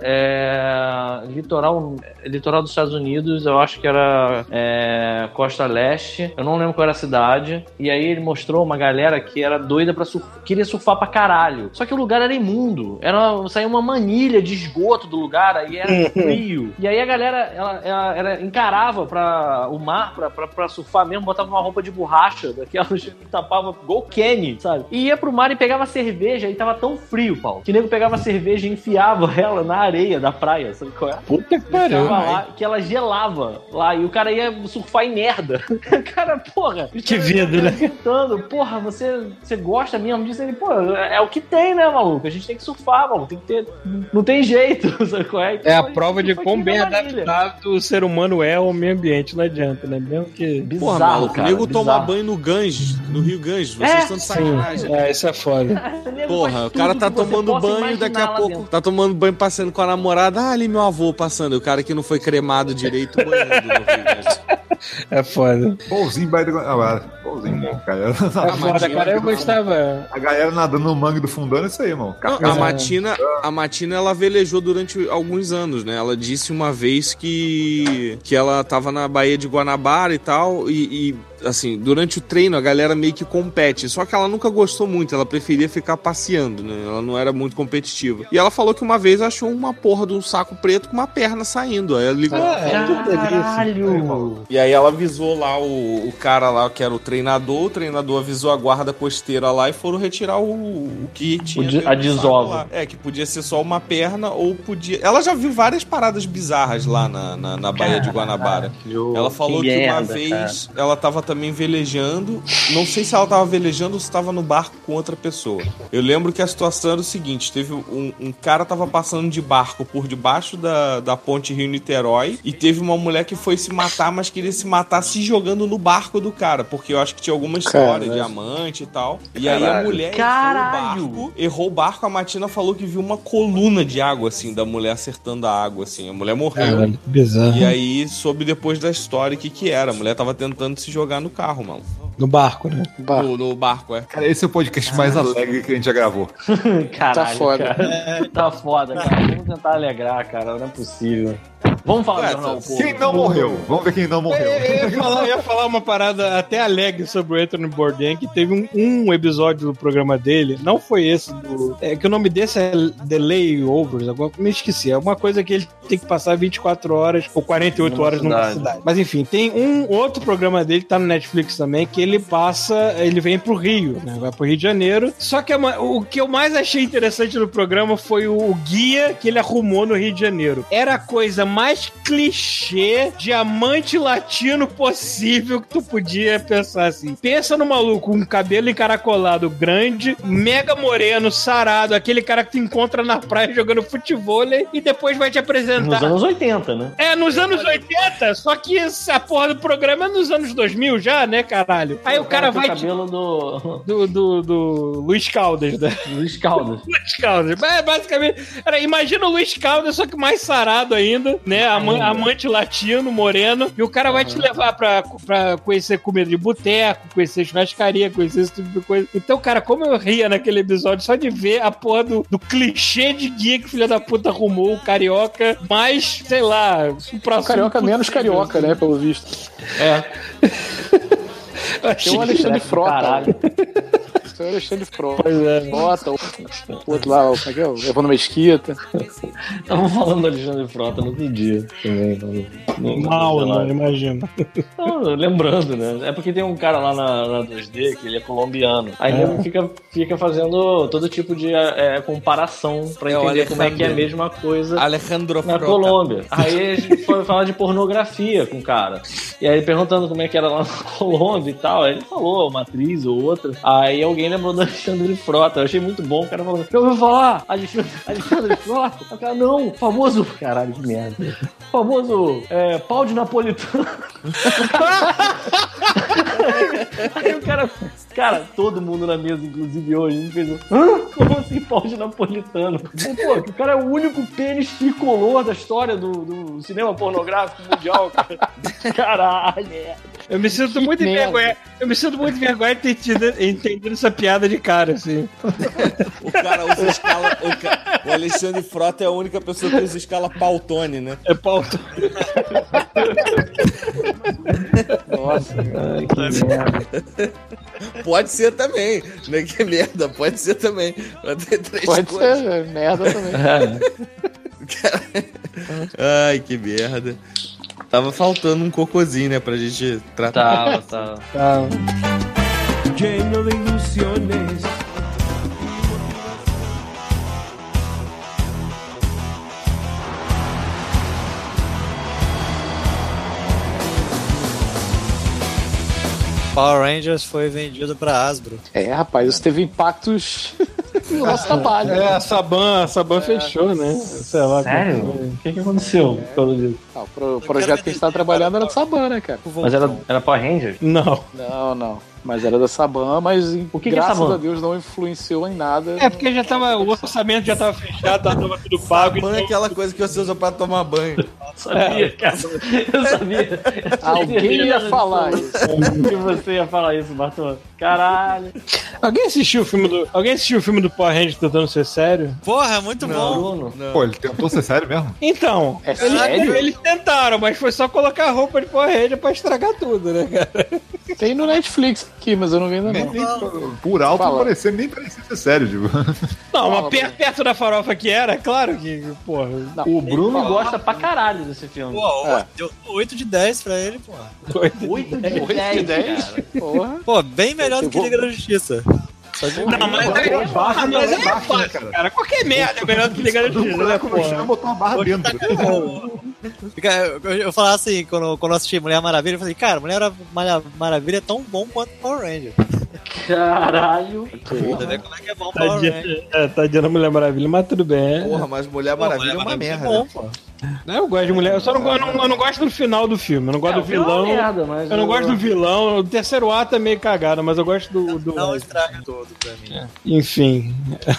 É. Litoral, litoral dos Estados Unidos, eu acho que era é, Costa Leste, eu não lembro qual era a cidade. E aí ele mostrou uma galera que era doida pra surfar, queria surfar pra caralho. Só que o lugar era imundo. Era, saía uma manilha de esgoto do lugar, aí era frio. E aí a galera, ela, ela, ela encarava pra o mar, pra, pra, pra surfar mesmo, botava uma roupa de borracha, daquelas que tapava igual Kenny, sabe? E ia pro mar e pegava cerveja, e tava tão frio, Paulo, que o nego pegava cerveja e enfiava ela na areia da praia, sabe qual é? Puta que pariu. Ficava lá, que ela gelava lá, e o cara ia surfar em merda. Cara, porra. Que vida, né? Gritando, porra, você, você gosta mesmo disso? Ele, pô, é o que tem, né, maluco? A gente tem que surfar, maluco. Tem que ter. Não tem jeito, sabe qual é? É a Então, prova de surfa quão aqui bem na Marília. adaptado o ser humano é ao meio ambiente, não adianta, né? Mesmo que. Porra, Bizarro, maluco, o cara, nego bizarro. toma banho no Ganges, no Rio Ganges. Vocês É, estão de Sim, sacanagem. é, isso é foda. Esse nego Porra, faz o cara tudo tá que você tomando possa banho, daqui imaginar a lá pouco dentro. tá tomando banho, passando com a namorada. Ah, ali meu avô passando. O cara que não foi cremado direito banhando no Rio Ganges. É foda. Bolzinho by the... Ah, bolzinho, cara. É foda, cara. Eu gostava. A galera nadando no mangue do fundão é isso aí, irmão. Não, a Matina, a Matina, ela velejou durante alguns anos, né? Ela disse uma vez que, que ela tava na Baía de Guanabara e tal, e, e, assim, durante o treino a galera meio que compete, só que ela nunca gostou muito, ela preferia ficar passeando, né? Ela não era muito competitiva. E ela falou que uma vez achou uma porra de um saco preto com uma perna saindo, aí ela ligou... É, que delícia. Caralho! E aí ela avisou lá o, o cara lá, que era o treinador, o treinador avisou a guarda costeira lá e foram retirar o, o que tinha. O de- dentro a do saco desova. lá. É, que podia ser só uma perna ou podia... Ela já viu várias paradas bizarras lá na, na, na Baía de Guanabara. Ela falou que, que uma merda, vez ela tava também velejando, não sei se ela tava velejando ou se tava no barco com outra pessoa. Eu lembro que a situação era o seguinte, teve um, um cara tava passando de barco por debaixo da, da ponte Rio-Niterói e teve uma mulher que foi se matar, mas queria se matar se jogando no barco do cara, porque eu acho que tinha alguma história, Caralho. diamante e tal. E aí a Caralho. mulher Caralho. errou o barco, errou o barco, a Matina falou que viu uma coluna de água, assim, da mulher acertando a água, assim. A mulher morreu. Caralho, que bizarro. E aí soube depois da história o que que era. A mulher tava tentando se jogar no carro, mano. No barco, né? Bah, No, no barco, é. Cara, esse é o podcast mais alegre que a gente já gravou. Caralho, Tá foda. cara. Tá foda, cara. Vamos tentar alegrar, cara. Não é possível. Vamos falar Ué, do jornal, pô. Quem não morreu? Vamos ver quem não morreu. Eu ia, falar, eu ia falar uma parada até alegre sobre o Anthony Bourdain, que teve um, um episódio do programa dele, não foi esse do... É que o nome desse é Delay Overs, agora me esqueci. É uma coisa que ele tem que passar vinte e quatro horas ou quarenta e oito Numa horas numa cidade. cidade. Mas enfim, tem um outro programa dele que tá no Netflix também, que ele passa, ele vem pro Rio, né? Vai pro Rio de Janeiro. Só que a ma- o que eu mais achei interessante no programa foi o, o guia que ele arrumou no Rio de Janeiro. Era a coisa mais clichê diamante latino possível que tu podia pensar assim. Pensa no maluco, um cabelo encaracolado grande, mega moreno, sarado, aquele cara que tu encontra na praia jogando futevôlei e depois vai te apresentar. Nos anos oitenta, né? É, nos anos oitenta, só que essa porra do programa é nos anos dois mil já, né, caralho? Aí o cara tem vai... o cabelo do... Do, do, do Luiz Caldas, né? Luiz Caldas. Luiz Caldas. É, basicamente, era, imagina o Luiz Caldas, só que mais sarado ainda, né? Ama- amante latino, moreno. E o cara vai te levar pra, pra conhecer comida de boteco, conhecer churrascaria, conhecer esse tipo de coisa. Então, cara, como eu ria naquele episódio só de ver a porra do, do clichê de guia que o filho da puta arrumou, o carioca, mais, sei lá, o carioca menos carioca, né, pelo visto. É. Tem o Alexandre Frota. Caralho. Tem o Alexandre Frota. Pois é. Frota, o, o outro lá, o, como é que é? O Evandro Mesquita. Tava falando do Alexandre Frota no outro dia também. No, no, Mal, no, né? Imagina. Não, lembrando, né? É porque tem um cara lá na, na dois D que ele é colombiano. Aí É. ele fica, fica fazendo todo tipo de é, comparação pra É o entender como é que é a Alejandro. mesma coisa Alejandro na Frota. Colômbia. Aí a gente foi falar de pornografia com o cara. E aí perguntando como é que era lá na Colômbia e tal. Aí ele falou uma atriz ou outra. Aí alguém lembrou do Alexandre Frota. Eu achei muito bom. O cara falou: eu ouvi falar, Alexandre, Alexandre Frota. O cara, não, famoso. Caralho, que merda. Famoso é, pau de napolitano. Aí o cara. Cara, todo mundo na mesa, inclusive hoje, me fez um. Hã? Como assim pau de napolitano? Pô, que o cara é o único pênis tricolor da história do, do cinema pornográfico mundial, cara. Caralho. Eu me sinto muito envergonhado. Eu me sinto muito envergonhado de ter tido, entendido essa piada de cara, assim. O cara usa escala. O, ca- o Alexandre Frota é a única pessoa que usa escala Pautone, né? É pau. Nossa, Ai, que merda. Pode ser também. Não é que merda, pode ser também. Pode ter três pode coisas. ser é, merda também. Ai, que merda. Tava faltando um cocôzinho, né, pra gente tratar. Tá, tá. Tá. Lleno de ilusiones. Power Rangers foi vendido pra Hasbro. É, rapaz, isso teve impactos no nosso trabalho. É, a Saban, a Saban fechou, né? Sei lá. Sério? O que, que aconteceu por causa disso? Ah, o pro- o projeto que a gente tava trabalhando era do Saban, né, cara? Mas era, era Power Ranger? Não. Não, não. Mas era da Saban, mas O que que é graças Saban? a Deus não influenciou em nada. É porque já tava, o orçamento já tava fechado, tava tudo pago. Saban é aquela coisa que você usa pra tomar banho. Eu sabia, cara. Eu sabia. Alguém ia falar isso. Que você ia falar isso, Bartô. Caralho. Alguém assistiu o filme do. Alguém assistiu o filme do Power Rangers tentando ser sério? Porra, é muito bom. Bruno. Pô, ele tentou ser sério mesmo? Então, É eles, sério? eles tentaram, mas foi só colocar a roupa de Power Ranger pra estragar tudo, né, cara? Tem no Netflix aqui, mas eu não vi ainda Nem, não. nem, por alto Fala. não parecia, nem parecia ser sério, tipo. Não, Fala, mas per- perto da farofa que era, claro que, porra. Não, O Bruno fala. gosta pra caralho desse filme. Pô, É. deu oito de dez pra ele, pô. oito de Oito de dez, dez? cara. Porra. Pô, bem melhor do Eu que vou- Liga da Justiça. Só de... Não, mas Botou é, uma barra, mas não, é é baixo, né, fácil, cara? cara. Qualquer merda é melhor do que ligar no X, né, porra? botou uma barra dentro. Fica- Eu, eu falava assim, quando, quando eu assisti Mulher Maravilha, eu falei, cara, Mulher Mara- Maravilha é tão bom quanto Power Ranger. Caralho. Você vê como é que é bom Power Ranger. Tadinha, é, tadinha da Mulher Maravilha, mas tudo bem. Porra, mas Mulher Pô, Maravilha é uma Maravilha merda. bom, né? pô. Eu gosto de mulher. Eu só não, eu não, eu não gosto do final do filme. Eu não gosto É, do vilão. merda, mas eu não eu... gosto do vilão. O terceiro ato é meio cagado, mas eu gosto do. do... Não estraga todo pra mim. É. Enfim.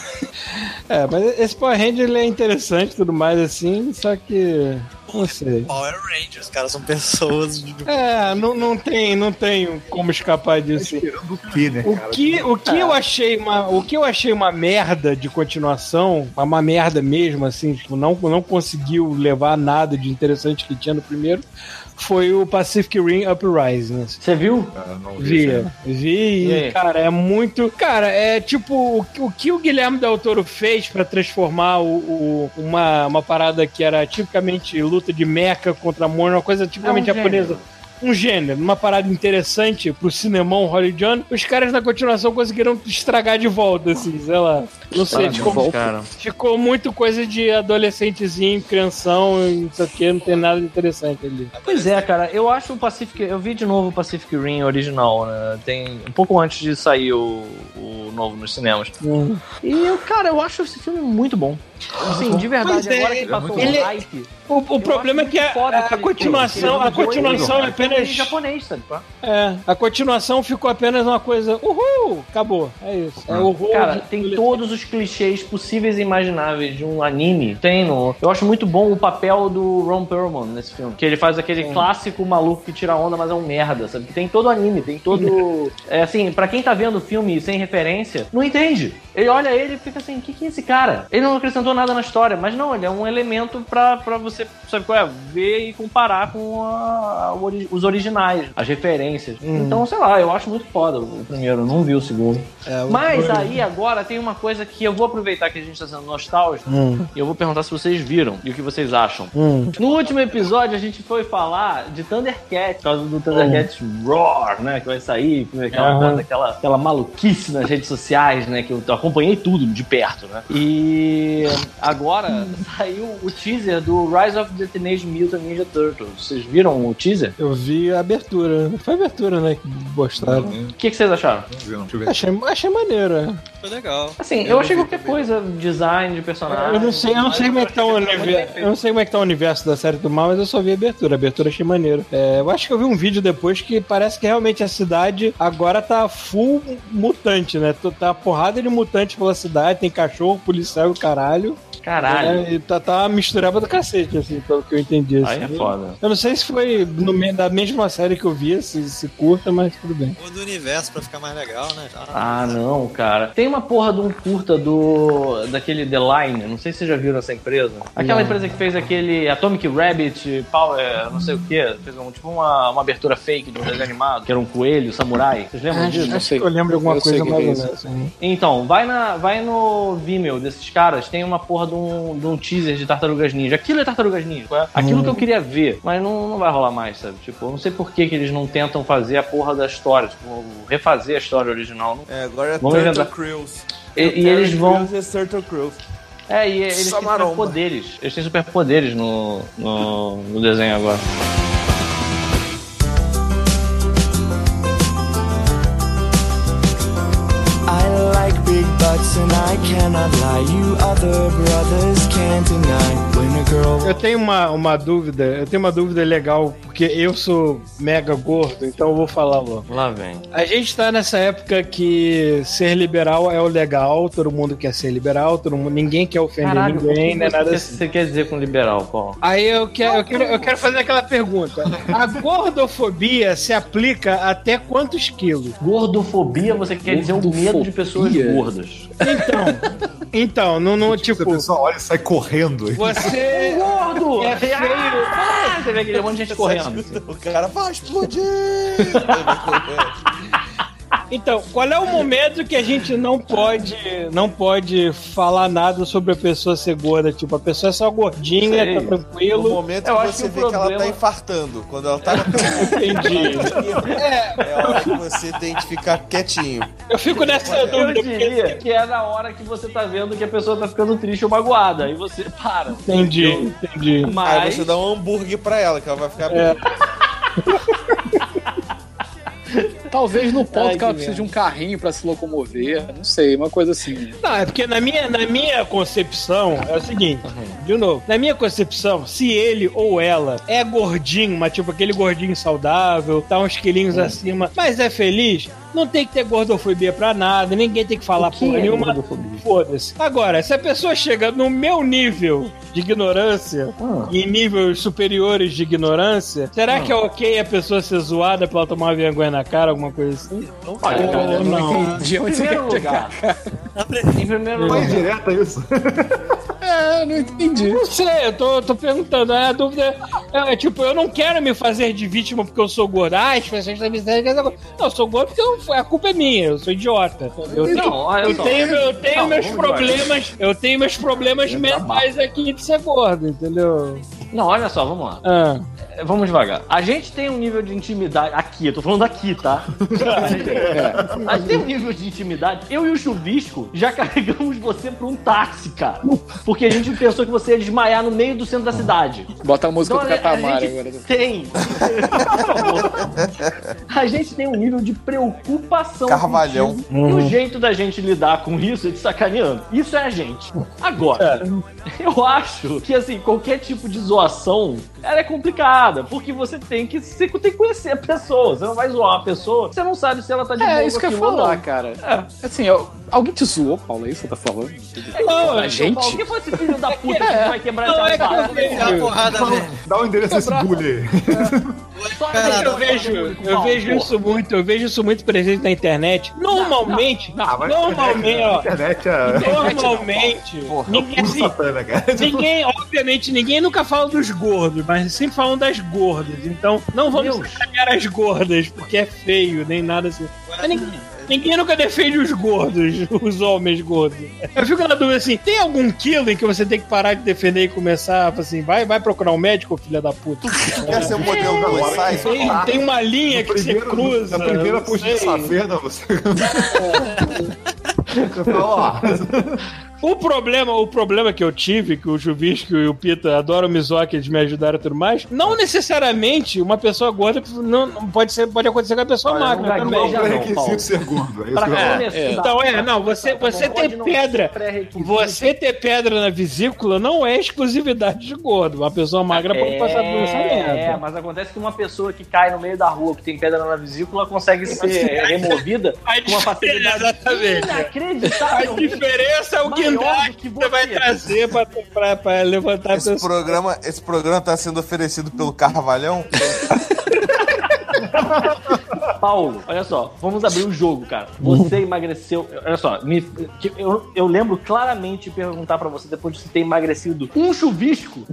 É, mas esse Power Ranger ele é interessante e tudo mais assim, só que. Não sei. Power Rangers, os caras são pessoas. De... É, não, não tem, não tem como escapar disso. Esperando o que, né, O cara? que, o que eu achei uma, o que eu achei uma merda de continuação, uma merda mesmo, assim, tipo, não, não conseguiu levar nada de interessante que tinha no primeiro, foi o Pacific Rim Uprising. Você viu? Ah, não Vi, vi, né? vi, E aí? e, cara, é muito. Cara, é tipo o, que- o que o Guilherme Del Toro fez pra transformar o, o- uma, uma parada que era tipicamente luta de mecha contra monstro, uma coisa tipicamente É um japonesa. gênero. Um gênero, uma parada interessante pro cinemão hollywoodiano, os caras na continuação conseguiram estragar de volta, assim, sei lá. Não sei, Ah, ficou, não, cara. ficou muito coisa de adolescentezinho, crianção, e não sei o que, não tem nada de interessante ali. Pois é, cara, eu acho o Pacific. Eu vi de novo o Pacific Rim original, né? Tem um pouco antes de sair o, o novo nos cinemas. Hum. E eu, cara, eu acho esse filme muito bom. Assim, de verdade, Pois é, agora que passou ele- o hype. O, o problema é que a, foda a que ele- continuação, que ele a continuação é Em apenas. japonês, sabe? pá? É, a continuação ficou apenas uma coisa. Uhul! Acabou. É isso. É uhul. Cara, de- tem todos os clichês possíveis e imagináveis de um anime. Tem no... Eu acho muito bom o papel do Ron Perlman nesse filme. Que ele faz aquele clássico maluco que tira onda, mas é um merda, sabe? Que tem todo o anime, tem todo... É assim, pra quem tá vendo o filme sem referência, não entende. Ele olha ele e fica assim, o que, que é esse cara? Ele não acrescentou nada na história, mas não, ele é um elemento pra, pra você, sabe qual é? Ver e comparar com a- a ori- os originais, as referências. Então, sei lá, eu acho muito foda o primeiro, eu não vi o segundo. É, o- Mas aí agora tem uma coisa que eu vou aproveitar que a gente tá sendo nostálgico Hum, e eu vou perguntar se vocês viram e o que vocês acham. hum. No último episódio a gente foi falar de Thundercats, por causa do Thundercats Roar, né, que vai sair, aquela, Aham. aquela, aquela maluquice nas redes sociais, né, que eu acompanhei tudo de perto, né. E agora saiu o teaser do Rise of the Teenage Mutant Ninja Turtles. Vocês viram o teaser? Eu vi a abertura. Foi a abertura, né? Que gostaram. O que, que vocês acharam? Não vi, não. Deixa eu ver. Achei, achei maneiro. é. Foi legal. Assim, eu achei qualquer coisa, design de personagem. Eu não sei, eu não sei como é que tá o universo. Eu não sei como é que tá o universo da série do mal, mas eu só vi a abertura. A abertura achei maneiro. É, eu acho que eu vi um vídeo depois que parece que realmente a cidade agora tá full mutante, né? Tá uma porrada de mutante pela cidade, tem cachorro, policial e o caralho. Caralho. É, e tá, tá uma mistureba do cacete, assim, pelo que eu entendi. Aí assim. é foda. Eu não sei se foi no, me- da mesma série que eu vi, se, se curta, mas tudo bem. O do universo pra ficar mais legal, né? Ah, não, cara. Tem uma porra de um curta do. daquele The Line, não sei se vocês já viram essa empresa. Aquela Não. empresa que fez aquele Atomic Rabbit, Power, não sei o que, fez um, tipo uma, uma abertura fake de um desenho animado, que era um coelho, samurai. Vocês lembram disso? Acho que eu lembro de alguma Eu sei coisa que mais que é ou isso. menos. Assim. Então, vai, na, vai no Vimeo desses caras, tem uma porra de um, de um teaser de Tartarugas Ninja. Aquilo é Tartarugas Ninja. É aquilo que eu queria ver, mas não, não vai rolar mais, sabe? Tipo, eu não sei por que, que eles não tentam fazer a porra da história, tipo, refazer a história original. Não- É, agora é Vamos Turtle inventar. Cruise. E, e eles vão. Cruise é Turtle Cruise. É, e eles Só têm maromba. superpoderes. Eles têm superpoderes no, no, no desenho agora. I like big butts and I cannot lie. You other brothers can't deny. When a girl Eu tenho uma, uma dúvida, eu tenho uma dúvida legal, porque eu sou mega gordo, então eu vou falar logo. Lá vem. A gente tá nessa época que ser liberal é o legal, todo mundo quer ser liberal, todo mundo, ninguém quer ofender Caralho, o que ninguém, não é você, nada quer, assim. você quer dizer com liberal, Paulo? Aí eu quero, eu, quero, eu quero fazer aquela pergunta. A gordofobia se aplica até quantos quilos? Gordofobia, você quer dizer o medo de pessoas gordas. Então, então, não, não Tipo, tipo, a pessoa olha e sai correndo. você Gordo! é feio. Ah, você vê aquele monte de gente correndo. O cara vai explodir! Então, qual é o momento que a gente não pode, não pode falar nada sobre a pessoa ser gorda? Tipo, a pessoa é só gordinha, Sei. tá No momento momento Eu que acho você que o vê que ela tá problema- infartando. Quando ela tá entendi. é a hora que você tem que ficar quietinho. Eu fico nessa Eu dúvida. diria porque- que é na hora que você tá vendo que a pessoa tá ficando triste ou magoada. Aí você para. Entendi, entendi. Aí Mas você dá um hambúrguer pra ela, que ela vai ficar É. Talvez no ponto Ai, que ela que precisa de merda. um carrinho pra se locomover. Não sei, uma coisa assim. Não, é porque na minha, na minha concepção é o seguinte, de novo, na minha concepção, se ele ou ela é gordinho, mas tipo aquele gordinho saudável, tá uns quilinhos acima, mas é feliz, não tem que ter gordofobia pra nada, ninguém tem que falar porra é nenhuma. gordofobia? Foda-se. Agora, se a pessoa chega no meu nível de ignorância Ah. e em níveis superiores de ignorância, será que é ok a pessoa ser zoada pra ela tomar uma vergonha na cara, alguma coisa assim? Olha, Ou cara, não? entendi Em onde você quer primeiro chegar. lugar, em primeiro Foi lugar, direta isso. É, não entendi. Não sei, eu tô, tô perguntando. A dúvida é, é, tipo, eu não quero me fazer de vítima porque eu sou gordo. Ah, as pessoas estão me dizendo que eu sou gordo. Não, eu sou gordo porque eu- a culpa é minha, eu sou idiota. Eu Não, tenho, olha eu só. tenho, eu tenho Não, meus vamos problemas, eu tenho meus problemas mentais aqui de ser gordo, entendeu? não, olha só, vamos lá. Ah. É, Vamos devagar. A gente tem um nível de intimidade. Aqui, eu tô falando aqui, tá? A gente tem um nível de intimidade. Eu e o Chuvisco já carregamos você pra um táxi, cara. Porque a gente pensou que você ia desmaiar no meio do centro da cidade. Bota a música Então, do a- a Catamara gente agora. Tem. Por favor. A gente tem um nível de preocupação. Carvalhão. contigo. E o jeito da gente lidar com isso é de sacaneando. Isso é a gente. Agora, eu acho que, assim, qualquer tipo de zoação, ela é complicada. Porque você tem que, você tem que conhecer a pessoa. Você não vai zoar uma pessoa, você não sabe se ela tá de boa É, isso que eu ia com aquilo ou falar, não. cara. É, assim, eu- alguém te zoou, Paulo? É isso que você tá falando? Não, A gente? Paulo, quem foi esse filho da puta que vai quebrar Não, essa é que barra? eu vejo- Dá uma porrada nele. Dá o endereço desse bully aí. Só Cara, Eu vejo, eu vejo isso muito, eu vejo isso muito presente na internet. Normalmente, Ah, mas normalmente, a ó, internet é normalmente, ninguém, puro assim, satana, cara. ninguém, obviamente, ninguém nunca fala dos gordos, mas sempre falam das gordas. Então, não vamos Deus. sacanear as gordas, porque é feio, nem nada assim. Mas ninguém, ninguém nunca defende os gordos, os homens gordos. Eu fico na dúvida assim, tem algum quilo em que você tem que parar de defender e começar, assim, vai, vai procurar um médico, filha da puta. Quer ser o modelo do Westside? Tem, tem uma linha que você cruza. Na primeira não post de sei. safena, você. Você fala, ó. O problema, o problema que eu tive, que o Chuvisco e o Pita adoram me zoar, que eles me ajudaram e tudo mais, não necessariamente uma pessoa gorda não, não pode, ser, pode acontecer com a pessoa Olha, magra não também. gagueja Não é não, requisito Paulo. ser gordo. É isso Pra que eu falo. começar, Então, é, não, você, você pode ter não pedra, ser pré-requisito. você ter pedra na vesícula não é exclusividade de gordo. Uma pessoa magra pode passar por essa merda. É, mas acontece que uma pessoa que cai no meio da rua, que tem pedra na vesícula, consegue ser removida A com uma facilidade exatamente. A inacreditável. diferença é o Maior guindaste do que que você vai você. trazer pra, pra, pra levantar a Esse pessoa. programa, esse programa tá sendo oferecido pelo Carvalhão? Paulo, olha só, vamos abrir o jogo, cara. Você emagreceu. Olha só, me- que eu, eu lembro claramente de perguntar pra você depois de você ter emagrecido um chuvisco.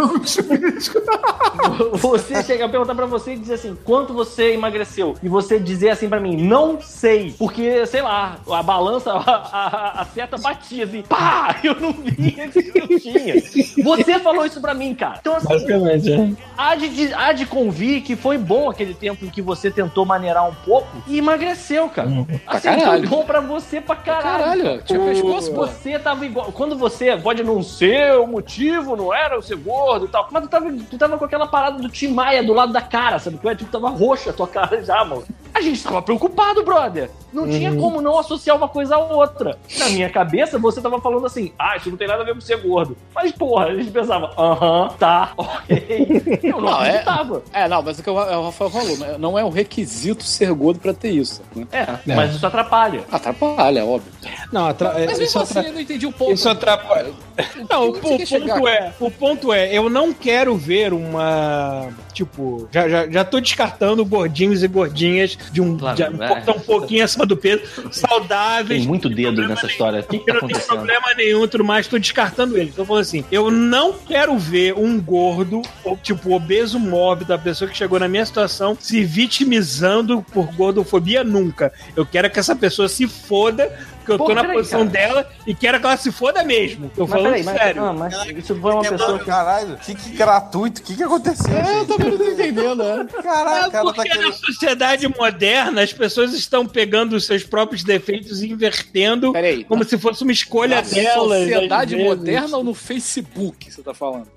Você chega a perguntar pra você e dizer assim: quanto você emagreceu? E você dizer assim pra mim: não sei. Porque, sei lá, a balança, a, a, a seta batia assim, pá! Eu não via que eu tinha. Você falou isso pra mim, cara. Então, assim, Basicamente, é. há de, há de convir que foi bom aquele tempo em que você tentou maneirar um pouco e emagreceu, cara. Assim, caralho. foi bom pra você pra caralho. Caralho, tinha pescoço, pô. Você tava igual. Quando você pode não ser o motivo, não era o ser gordo e tal. Mas tu tava, tu tava com aquela parada do Tim Maia do lado da cara, sabe? Que tipo, tava roxa a tua cara já, mano. A gente tava preocupado, brother. Não tinha como não associar uma coisa a outra. Na minha cabeça, você tava falando assim: ah, isso não tem nada a ver com ser gordo. Mas, porra, a gente pensava: aham, tá, ok. Eu não, Não, é- acreditava. É, não, mas o que o o Rafael falou, né? Não é um requisito ser gordo pra ter isso, né? É, mas isso atrapalha. Atrapalha, óbvio. Não, atra... Mas isso, mesmo assim, atra... eu não entendi o ponto. isso atrapalha. Não, o, Onde po- você o quer chegar, ponto é, o ponto é, eu não quero ver uma, tipo, já, já, já tô descartando gordinhos e gordinhas de um, Claro, de, é. um, tá um pouquinho acima do peso, saudáveis. Tem muito dedo problema nessa nenhum. história. O que, que Eu tá não tenho acontecendo? problema nenhum e tudo mais, tô descartando eles. Tô falando assim, eu não quero ver um gordo, ou tipo, obeso mórbido, a pessoa que chegou na minha situação, se vitimizando por gordofobia nunca. Eu quero que essa pessoa se foda, porque eu Pô, tô na peraí, posição cara. dela e quero que ela se foda mesmo. Tô Mas falando peraí, mas, sério. ah, mas isso foi uma pessoa que... Caralho, que, que gratuito, o que, que aconteceu? É, eu também não tô entendendo, né? Caralho, É o cara tá porque querendo. na sociedade moderna as pessoas estão pegando os seus próprios defeitos e invertendo Peraí. como se fosse uma escolha Na delas. sociedade às vezes. moderna ou no Facebook, você tá falando?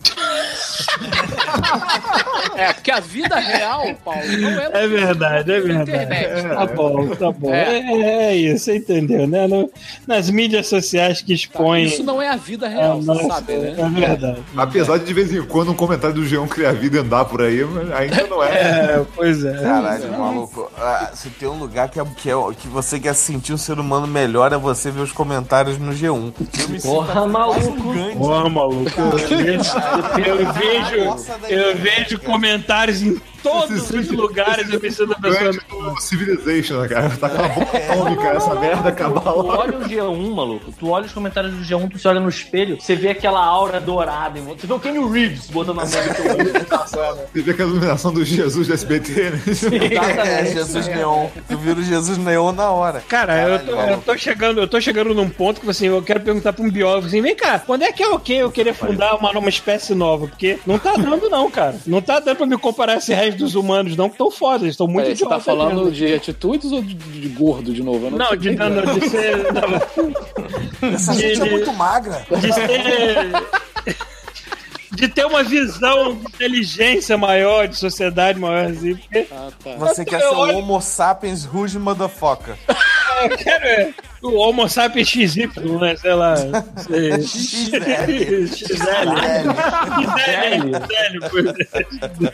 É, porque a vida real, Paulo, não é... É verdade, é verdade. internet. Tá bom, tá bom. É. É, é isso, você entendeu, né? No- nas mídias sociais que expõem. Isso não é a vida real, a você nossa- sabe, né? É verdade. Apesar de de vez em quando um comentário do G um criar vida andar por aí, mas ainda não é. É, pois é. Caralho, maluco. Ah, se tem um lugar que, é, que, é, que você quer sentir um ser humano melhor, é você ver os comentários no G um. Eu me Porra, sinto quase maluco. um Gandhi. Porra, maluco. Eu vejo, eu vejo comentários em todos os lugares eu pensando na pessoa. Civilization, né, cara? Tá com a bomba atômica, essa merda acabar Tu lá. olha o G um, maluco. Tu olha os comentários do G um, tu se olha no espelho, você vê aquela aura dourada. Em você vê o Kenny Reeves botando a mão no teu olho. Você vê aquela iluminação do Jesus do S B T, né? É, Jesus Neon. Tu vira o Jesus Neon na hora. Cara, eu, tô, Caralho, eu tô chegando, eu tô chegando num ponto que assim, eu quero perguntar pra um biólogo assim, vem cá, quando é que é ok eu querer fundar uma, uma espécie nova? Porque não tá dando não, cara. Não tá dando pra me comparar esse resto dos humanos não, que tão foda, eles estão muito Peraí, você tá idiotas falando mesmo. de atitudes ou de, de gordo de novo? Eu Não, tô de, entendendo. não, de ser... Não, Essa de- gente é de- muito magra. de ser... De ter uma visão de inteligência maior, de sociedade maior, assim, porque Ah, tá. Você quer ser Eu o olho- Homo sapiens Rouge Motherfucker. eu quero é, o Homo sapiens X Y, né, sei lá. sei. X L. X L. X L, pois é.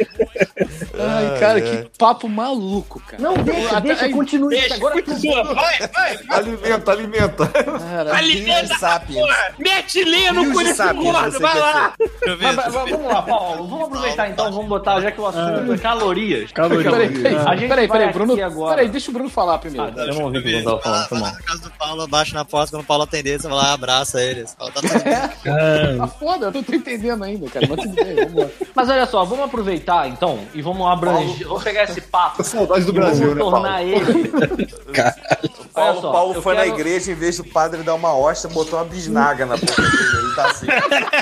Ai, cara, que papo maluco, cara. Não, deixa, Até- deixa, aí- continue. Deixa, Agora continua, vai, vai. Alimenta, alimenta. Cara, Alimenta, Sapiens. porra. Mete linha no Use cu desse sapiens, gordo, você vai quer lá. Deixa eu ver. Mas, mas, mas vamos lá, Paulo. Vamos aproveitar então, vamos botar, já que o assunto é calorias. peraí, peraí, A gente peraí, vai peraí, Bruno. aqui agora. Peraí, deixa o Bruno falar primeiro. Ah, eu não ouvi o que o Bruno tava falando, foi mal. Na casa do Paulo, abaixo na porta, quando o Paulo atender, você vai lá, abraça ele. Você fala, tá tudo bem. É, tá foda, eu não tô entendendo ainda, cara. Mas tudo bem, vamos lá. Mas olha só, vamos aproveitar então e vamos abranger, vamos pegar esse papo Saudade do e Brasil, vamos né, tornar Paulo? ele. Paulo, Olha só, Paulo eu foi quero- na igreja, em vez do padre dar uma hóstia, botou uma bisnaga na boca dele. Ele tá assim.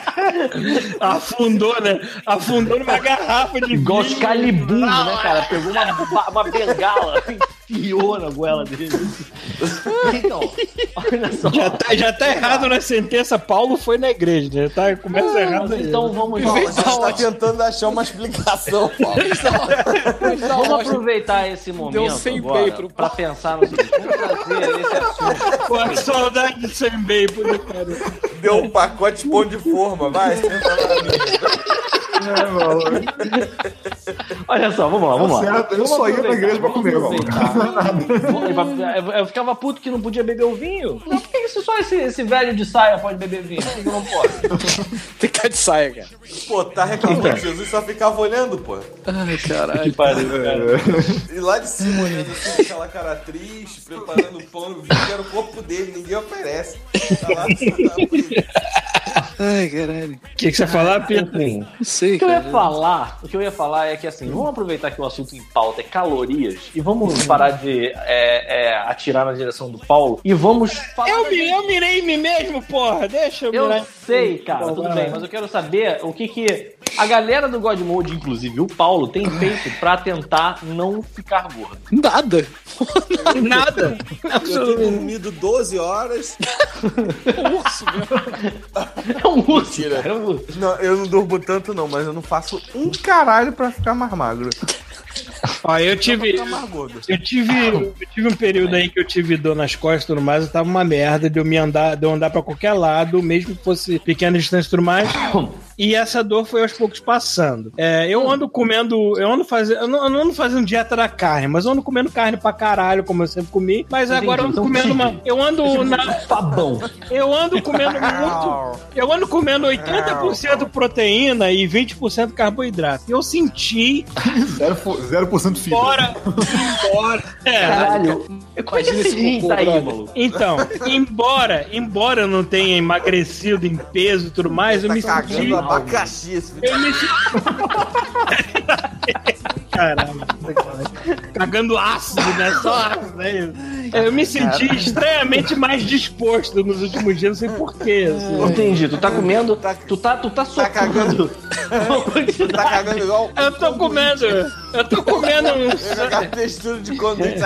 Afundou, né? Afundou numa garrafa de Igual os vinho. Calibum, né, cara? Pegou uma, ba- uma bengala, enfiou na goela dele. Então, olha só. Já tá, já tá errado na sentença, Paulo foi na igreja, né? Tá, começa errado Mas aí. então vamos, Paulo, a gente tá tentando achar uma explicação, Paulo. vamos aproveitar esse momento Deu sem agora bem pro pra pensar no seguinte. Vamos trazer esse assunto. Pô, que saudade de Senbei, puta cara. Deu um pacote de pão de forma, vai. Senta lá. Olha só, vamos lá, vamos lá. Certo, eu só ia pra igreja pra comer, mano. Eu, eu ficava puto que não podia beber o vinho. Não, por que isso só esse, esse velho de saia pode beber vinho? Por que eu não posso? Tem que estar de saia, cara. Pô, tá reclamando. Jesus só ficava olhando, pô. Ai, caralho. E lá de cima, olhando assim, aquela cara triste, preparando o pão, eu vi que era o corpo dele, ninguém oferece. Tá lá, tá Ai, caralho. O que, que você ia falar, Pedro? Enfim, Não sei, o que eu ia cara. falar, o que eu ia falar é que assim, vamos aproveitar que o assunto em pauta é calorias e vamos parar de é, é, atirar na direção do Paulo e vamos falar. Eu, mi- eu mirei em mim mesmo, porra. Deixa eu Eu mirar. sei, cara, tudo bem, mas eu quero saber o que que a galera do God Mode, inclusive o Paulo, tem feito pra tentar não ficar gordo. Nada. Nada. Eu tenho dormido doze horas. É um urso, Mentira. cara, é um urso. Não, eu não durmo tanto não, mas eu não faço um caralho pra ficar mais magro. Ó, eu tive. Ficar mais gordo. Eu tive, eu tive um período aí que eu tive dor nas costas e tudo mais, eu tava uma merda de eu me andar, de eu andar pra qualquer lado, mesmo que fosse pequena distância e tudo mais. E essa dor foi aos poucos passando. É, eu ando comendo, eu ando fazendo, eu não, eu não ando fazendo dieta da carne, mas eu ando comendo carne pra caralho, como eu sempre comi. Mas Entendi, agora eu ando então comendo tive. uma, eu ando na, Fabão. eu ando comendo muito, eu ando comendo oitenta por cento proteína e vinte por cento carboidrato. E eu senti, zero por cento fibra. embora, embora, é, Caralho. Como é que Imagina esse esse rim cocô, tá aí, brother. maluco? Então, embora, embora eu não tenha emagrecido em peso e tudo mais, eu Tá me senti. cagando abacaxi esse filho. Eu me senti. Caralho, cagando ácido, né? Só ácido, é isso. Eu me senti estranhamente mais disposto nos últimos dias, não sei porquê. Assim. Não entendi, tu tá comendo, tu tá, tu tá socando. cagando. Tu tá cagando igual. Eu tô comendo, eu tô comendo um. A textura de conduta.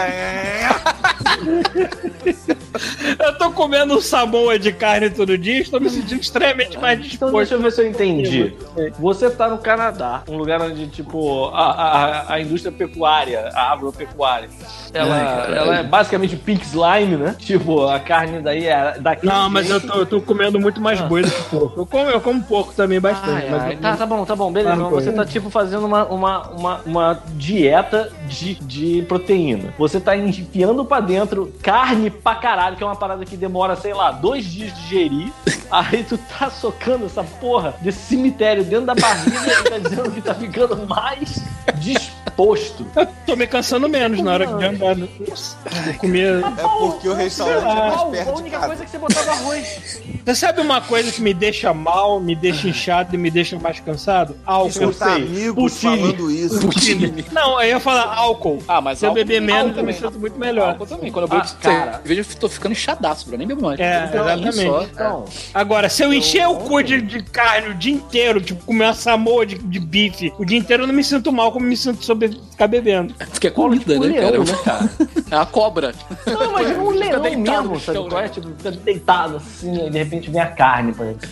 Eu tô comendo um Samoa de carne todo dia, estou me sentindo extremamente mais Então disposto. deixa eu ver se eu entendi. Você tá no Canadá, um lugar onde, tipo, a, a, a indústria pecuária, a agropecuária, ela, ela é basicamente pink slime, né? Tipo, a carne daí é daqui. Não, mas eu tô, eu tô comendo muito mais boi do que porco. Eu como, eu como porco também bastante. Ai, mas ai, eu- tá, tá bom, tá bom, beleza. Ah, Mas você foi. tá, tipo, fazendo uma, uma, uma, uma dieta de, de proteína. Você tá enfiando pra dentro carne pra caralho, que é uma parada que demora, sei lá, dois dias de digerir. Aí tu tá socando essa porra desse cemitério dentro da barriga e tá dizendo que tá ficando mais disposto. Eu tô me cansando menos na hora de andar. Eu comia. É porque o restaurante é mais Qual? perto A de única casa. coisa é que você botava arroz. Você sabe uma coisa que me deixa mal, me deixa inchado e me deixa mais cansado? Álcool. Escutar amigos falando isso. Não, aí eu falo álcool. Ah, mas Se eu álcool- beber menos, álcool eu me também. sinto muito melhor. Álcool também. Quando eu bebo Ah, cara. cerveja, eu tô ficando inchadaço, bro. Eu nem bebo mais. É, Eu bebo um pouquinho exatamente. só. Então, Agora, se eu encher o cu de, de carne o dia inteiro, tipo, comer uma samoa de, de bife, o dia inteiro eu não me sinto mal como me sinto sobre ficar bebendo. Porque é comida, um né, leão, cara? né, cara? É uma cobra. Não, imagina um leão deitado mesmo, no sabe? chão, Qual é? né? Tipo, fica deitado assim, aí de repente vem a carne pra ele.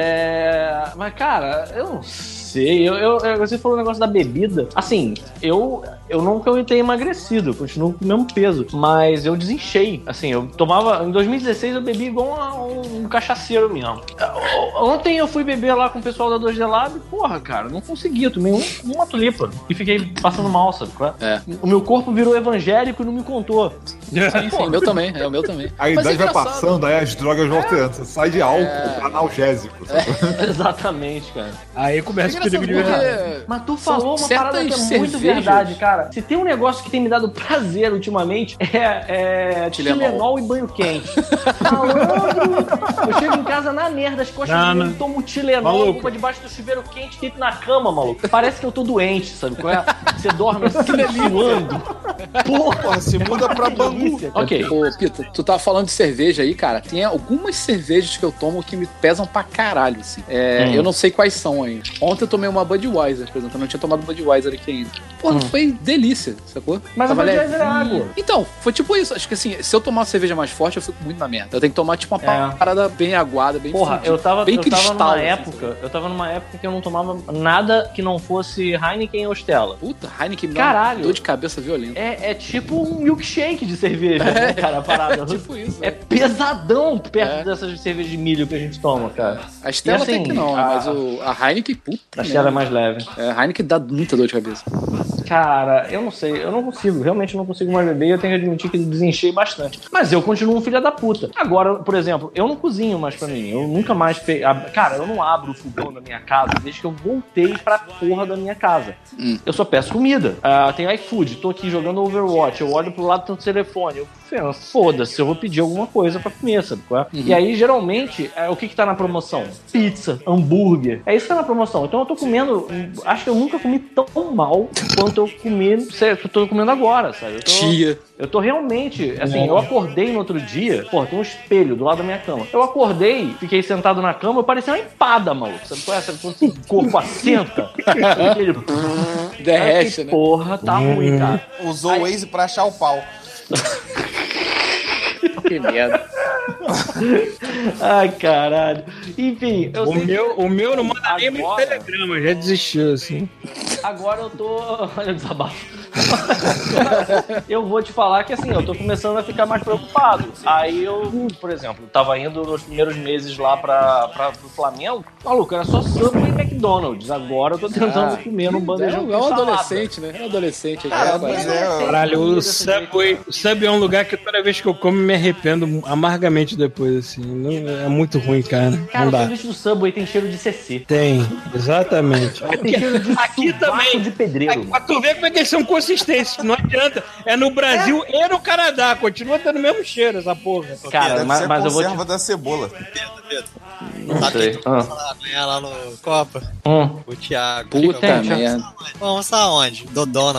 É. Mas, cara, eu não sei. Eu, eu, eu- você falou o negócio da bebida. Assim, eu, eu nunca eu tenho emagrecido, eu continuo com o mesmo peso. Mas eu desinchei. Assim, eu tomava. Em dois mil e dezesseis eu bebi igual a um, um cachaceiro mesmo. Ontem eu fui beber lá com o pessoal da dois D Lab. Porra, cara, não consegui. Eu tomei um, uma tulipa e fiquei passando mal, sabe? qual é? É. O meu corpo virou evangélico e não me contou. Sim, sim, o meu também. É o meu também. A Mas idade é vai engraçado. passando, aí as drogas vão alterando. Você sai de álcool pra analgésico. sabe? Exatamente, cara. Aí começa o perigo de verdade. porque Mas tu são falou uma parada que é certas muito cervejas- verdade, cara. Se tem um negócio que tem me dado prazer ultimamente, é, é Tilenol. Tilenol e banho quente. Malandro! Eu chego em casa na merda, as costas Não, do não. mundo, tomo Tilenol, Maluco. vou pra debaixo do chuveiro quente, deito na cama, maluco. Parece que eu tô doente, sabe? qual é? Você dorme assim, suando. Porra, Porra, se muda pra Bangu. delícia. Ok. Ô, Pita, tu tava falando de cerveja aí, cara. Tem algumas cervejas que eu tomo que me pesam pra caralho, assim. É, Hum. Eu não sei quais são ainda. Ontem eu tomei uma Budweiser, por exemplo. Eu não tinha tomado Budweiser aqui ainda. Porra, foi delícia, sacou? Mas a Tava Budweiser é levinha. água. Então, foi tipo isso. Acho que assim, se eu tomar uma cerveja mais forte, eu fico muito na merda. Eu tenho que tomar, tipo, uma É. parada bem aguada, bem Porra, fundida, eu tava, bem eu tava cristal, numa assim, época, eu tava numa época que eu não tomava nada que não fosse Heineken ou Stella. Puta, Heineken me dá Caralho. uma dor de cabeça violenta. É, é tipo um milkshake de cerveja, né, cara, a parada. Tipo isso. É pesadão perto É. dessas cervejas de milho que a gente toma, cara. A Stella E assim, tem que não, a- mas o, a Heineken, puta. A Stella é merda. mais leve. É, a Heineken dá muita dor de cabeça. Cara, eu não sei, eu não consigo, realmente não consigo mais beber, eu tenho que admitir que desenchei bastante. Mas eu continuo um filho da puta. Agora, por exemplo, eu não cozinho mais pra mim, eu nunca mais... Fe... ab- Cara, eu não abro o fogão da minha casa desde que eu voltei pra porra da minha casa. Hum. Eu só peço comida. Ah, tem iFood, tô aqui jogando Overwatch, eu olho pro lado do telefone, eu falo, foda-se, eu vou pedir alguma coisa pra comer, sabe qual é? Uhum. E aí, geralmente, é, o que que tá na promoção? Pizza, hambúrguer, é isso que tá na promoção. Então eu tô comendo, acho que eu nunca comi tão mal quanto eu comi, sei, que eu tô comendo agora, sabe? Eu tô, Tia. eu tô realmente, assim, eu acordei no outro dia, pô, tem um espelho do lado da minha cama. Eu acordei, fiquei sentado na cama, eu parecia uma empada, maluco. Sabe qual é? Sabe quando o corpo assenta? Aquele... Derrete, Ai, que né? porra, tá ruim, cara. Usou o Waze pra achar o pau. Que merda. Ai, caralho. Enfim, eu O sei meu, o meu não manda nem muito Agora- telegrama, já desistiu, assim. Agora eu tô. Olha o desabafo. Eu vou te falar que assim, eu tô começando a ficar mais preocupado. Aí eu, por exemplo, tava indo nos primeiros meses lá pra, pra, pro Flamengo. Maluco, era só Subway e McDonald's. Agora eu tô tentando Ah, comer num É bandejão um, com é um salada. adolescente, né? É um adolescente. Ah, Aí, mas rapaz. é, Caralho, o Subway, o Subway é um lugar que toda vez que eu como me arrependo amargamente depois, assim. Não, é muito ruim, cara. Cara, Não o dá. sanduíche do Subway tem cheiro de C C. Tem, exatamente. Tem cheiro de Aqui sovaco também. de pedreiro. Aí, pra tu ver como é que eles são consistentes. Não adianta. É no Brasil e no Canadá. Continua tendo o mesmo cheiro, essa porra. Cara, deve mas, ser a mas eu vou te... conserva da cebola. Não Sabe sei. quem tu Ah. passa lá amanhã lá no Copa? Hum. O Thiago. Puta Vamos merda. Vamos aonde? Do Donald.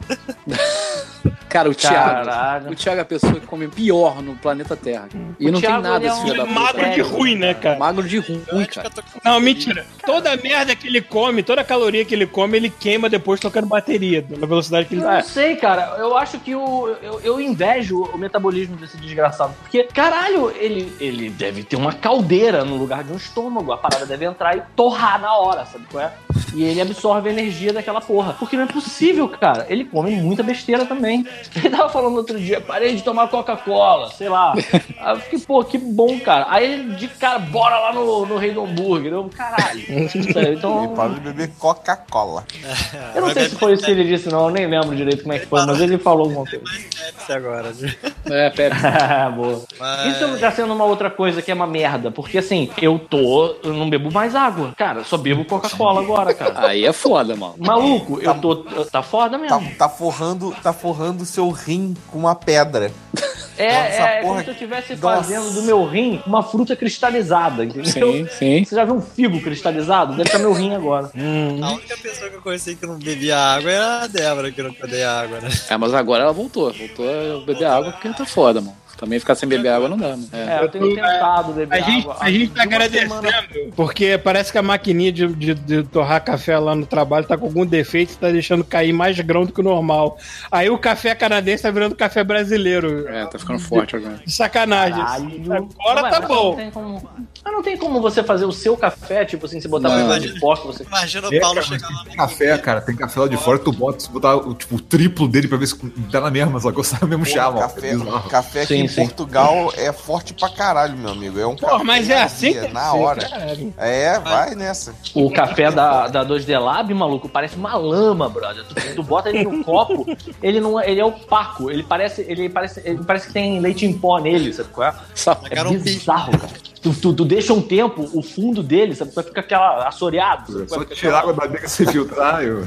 Cara, o Thiago. Caralho. O Thiago é a pessoa que come pior no planeta Terra. E O não Thiago, tem nada ele é esse um filho da puta. Magro de ruim, né, cara? Magro de ruim, cara. Não, mentira. Toda a merda que ele come, toda a caloria que ele come, ele queima depois tocando bateria, na velocidade que ele Eu vai. não sei, cara. Eu acho que o, eu, eu invejo o metabolismo desse desgraçado. Porque, caralho, ele, ele deve ter uma caldeira no lugar de um estômago. A parada deve entrar e torrar na hora, sabe qual é? E ele absorve a energia daquela porra. Porque não é possível, cara. Ele come muita besteira também. Ele tava falando outro dia, parei de tomar Coca-Cola, sei lá. Aí eu fiquei, pô, que bom, cara. Aí ele de cara, bora lá no, no Rei do Hambúrguer. Eu, caralho. Então, Ele pode beber Coca-Cola. eu não sei se foi isso que ele disse, não. Eu nem lembro direito como é que foi, mas ele falou alguma coisa. Pepsi agora. É, Pepe. Boa. Mas- Isso tá sendo uma outra coisa que é uma merda, porque assim, eu tô, eu não bebo mais água. Cara, só bebo Coca-Cola agora, cara. Aí é foda, mano. Maluco, eu tô, tá foda Tá, mesmo. tá forrando tá forrando o seu rim com uma pedra. É, Nossa, é, é porra, como se eu estivesse nossa. fazendo do meu rim uma fruta cristalizada, entendeu? Sim, sim. Você já viu um figo cristalizado? Deve estar meu rim agora. A única pessoa que eu conheci que não bebia água era a Débora, que não odeia água, né? É, mas agora ela voltou. Voltou a beber água porque tá foda, mano. Também ficar sem beber água não dá, mano. É, eu tenho tentado beber A gente, água. a gente tá Há uma agradecendo, semana- porque parece que a maquininha de, de, de torrar café lá no trabalho tá com algum defeito e tá deixando cair mais grão do que o normal. Aí o café canadense tá virando café brasileiro. É, tá ficando forte agora. De sacanagem. Caralho. Agora Não, tá mas bom. Não tem, como, mas não tem como você fazer o seu café, tipo assim, você botar Não. uma de pó que você... Imagina o É, Paulo cara, chegar mas lá tem café, cara. Tem café lá de fora, tu bota, se botar o, tipo, o triplo dele pra ver se dá na mesma, só que eu saio o mesmo Pô, chá, mano. café, É bizarro. café aqui Sim, em sim. Portugal é forte pra caralho, meu amigo. É um Pô, café mas é assim que é tem na que ser, hora. caralho. É, vai nessa. O café da, da dois D Lab, maluco, parece uma lama, brother. Tu, tu bota ele no copo, ele não é, ele é opaco. Ele parece, ele parece, ele parece que tem leite em pó nele, sabe qual é? É Cara, um bizarro, cara. Tu, tu, tu deixa um tempo, o fundo dele, sabe, fica aquela assoreado. Sabe? Só Fica tirar a água da bica e se filtrar. Eu...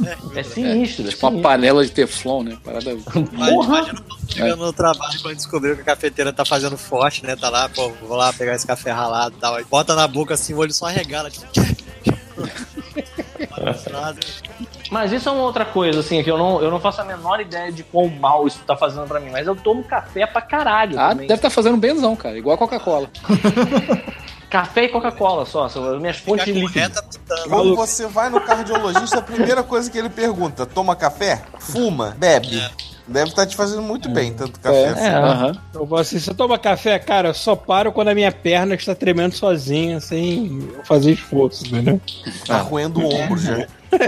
É sinistro, é Tipo uma sinistro. panela de teflon, né? Parada. Mas Porra! imagina o Paulo chegando no trabalho quando descobriu que a cafeteira tá fazendo forte, né? Tá lá, pô, vou lá pegar esse café ralado e tal. Aí bota na boca assim, o olho só arregala. Tipo... Mas isso é uma outra coisa, assim, que eu não, eu não faço a menor ideia de quão mal isso tá fazendo pra mim. Mas eu tomo café pra caralho Ah, também. deve estar fazendo benzão, cara. Igual a Coca-Cola. Café e Coca-Cola só, são as minhas fontes de líquido. Correta, putando. Quando você vai no cardiologista, a primeira coisa que ele pergunta: toma café? Fuma? Bebe? Deve estar te fazendo muito bem, tanto café assim. É. Aham. Eu vou assim, você toma café, cara, eu só paro quando a minha perna está tremendo sozinha, sem eu fazer esforço, entendeu? Tá roendo o ombro já.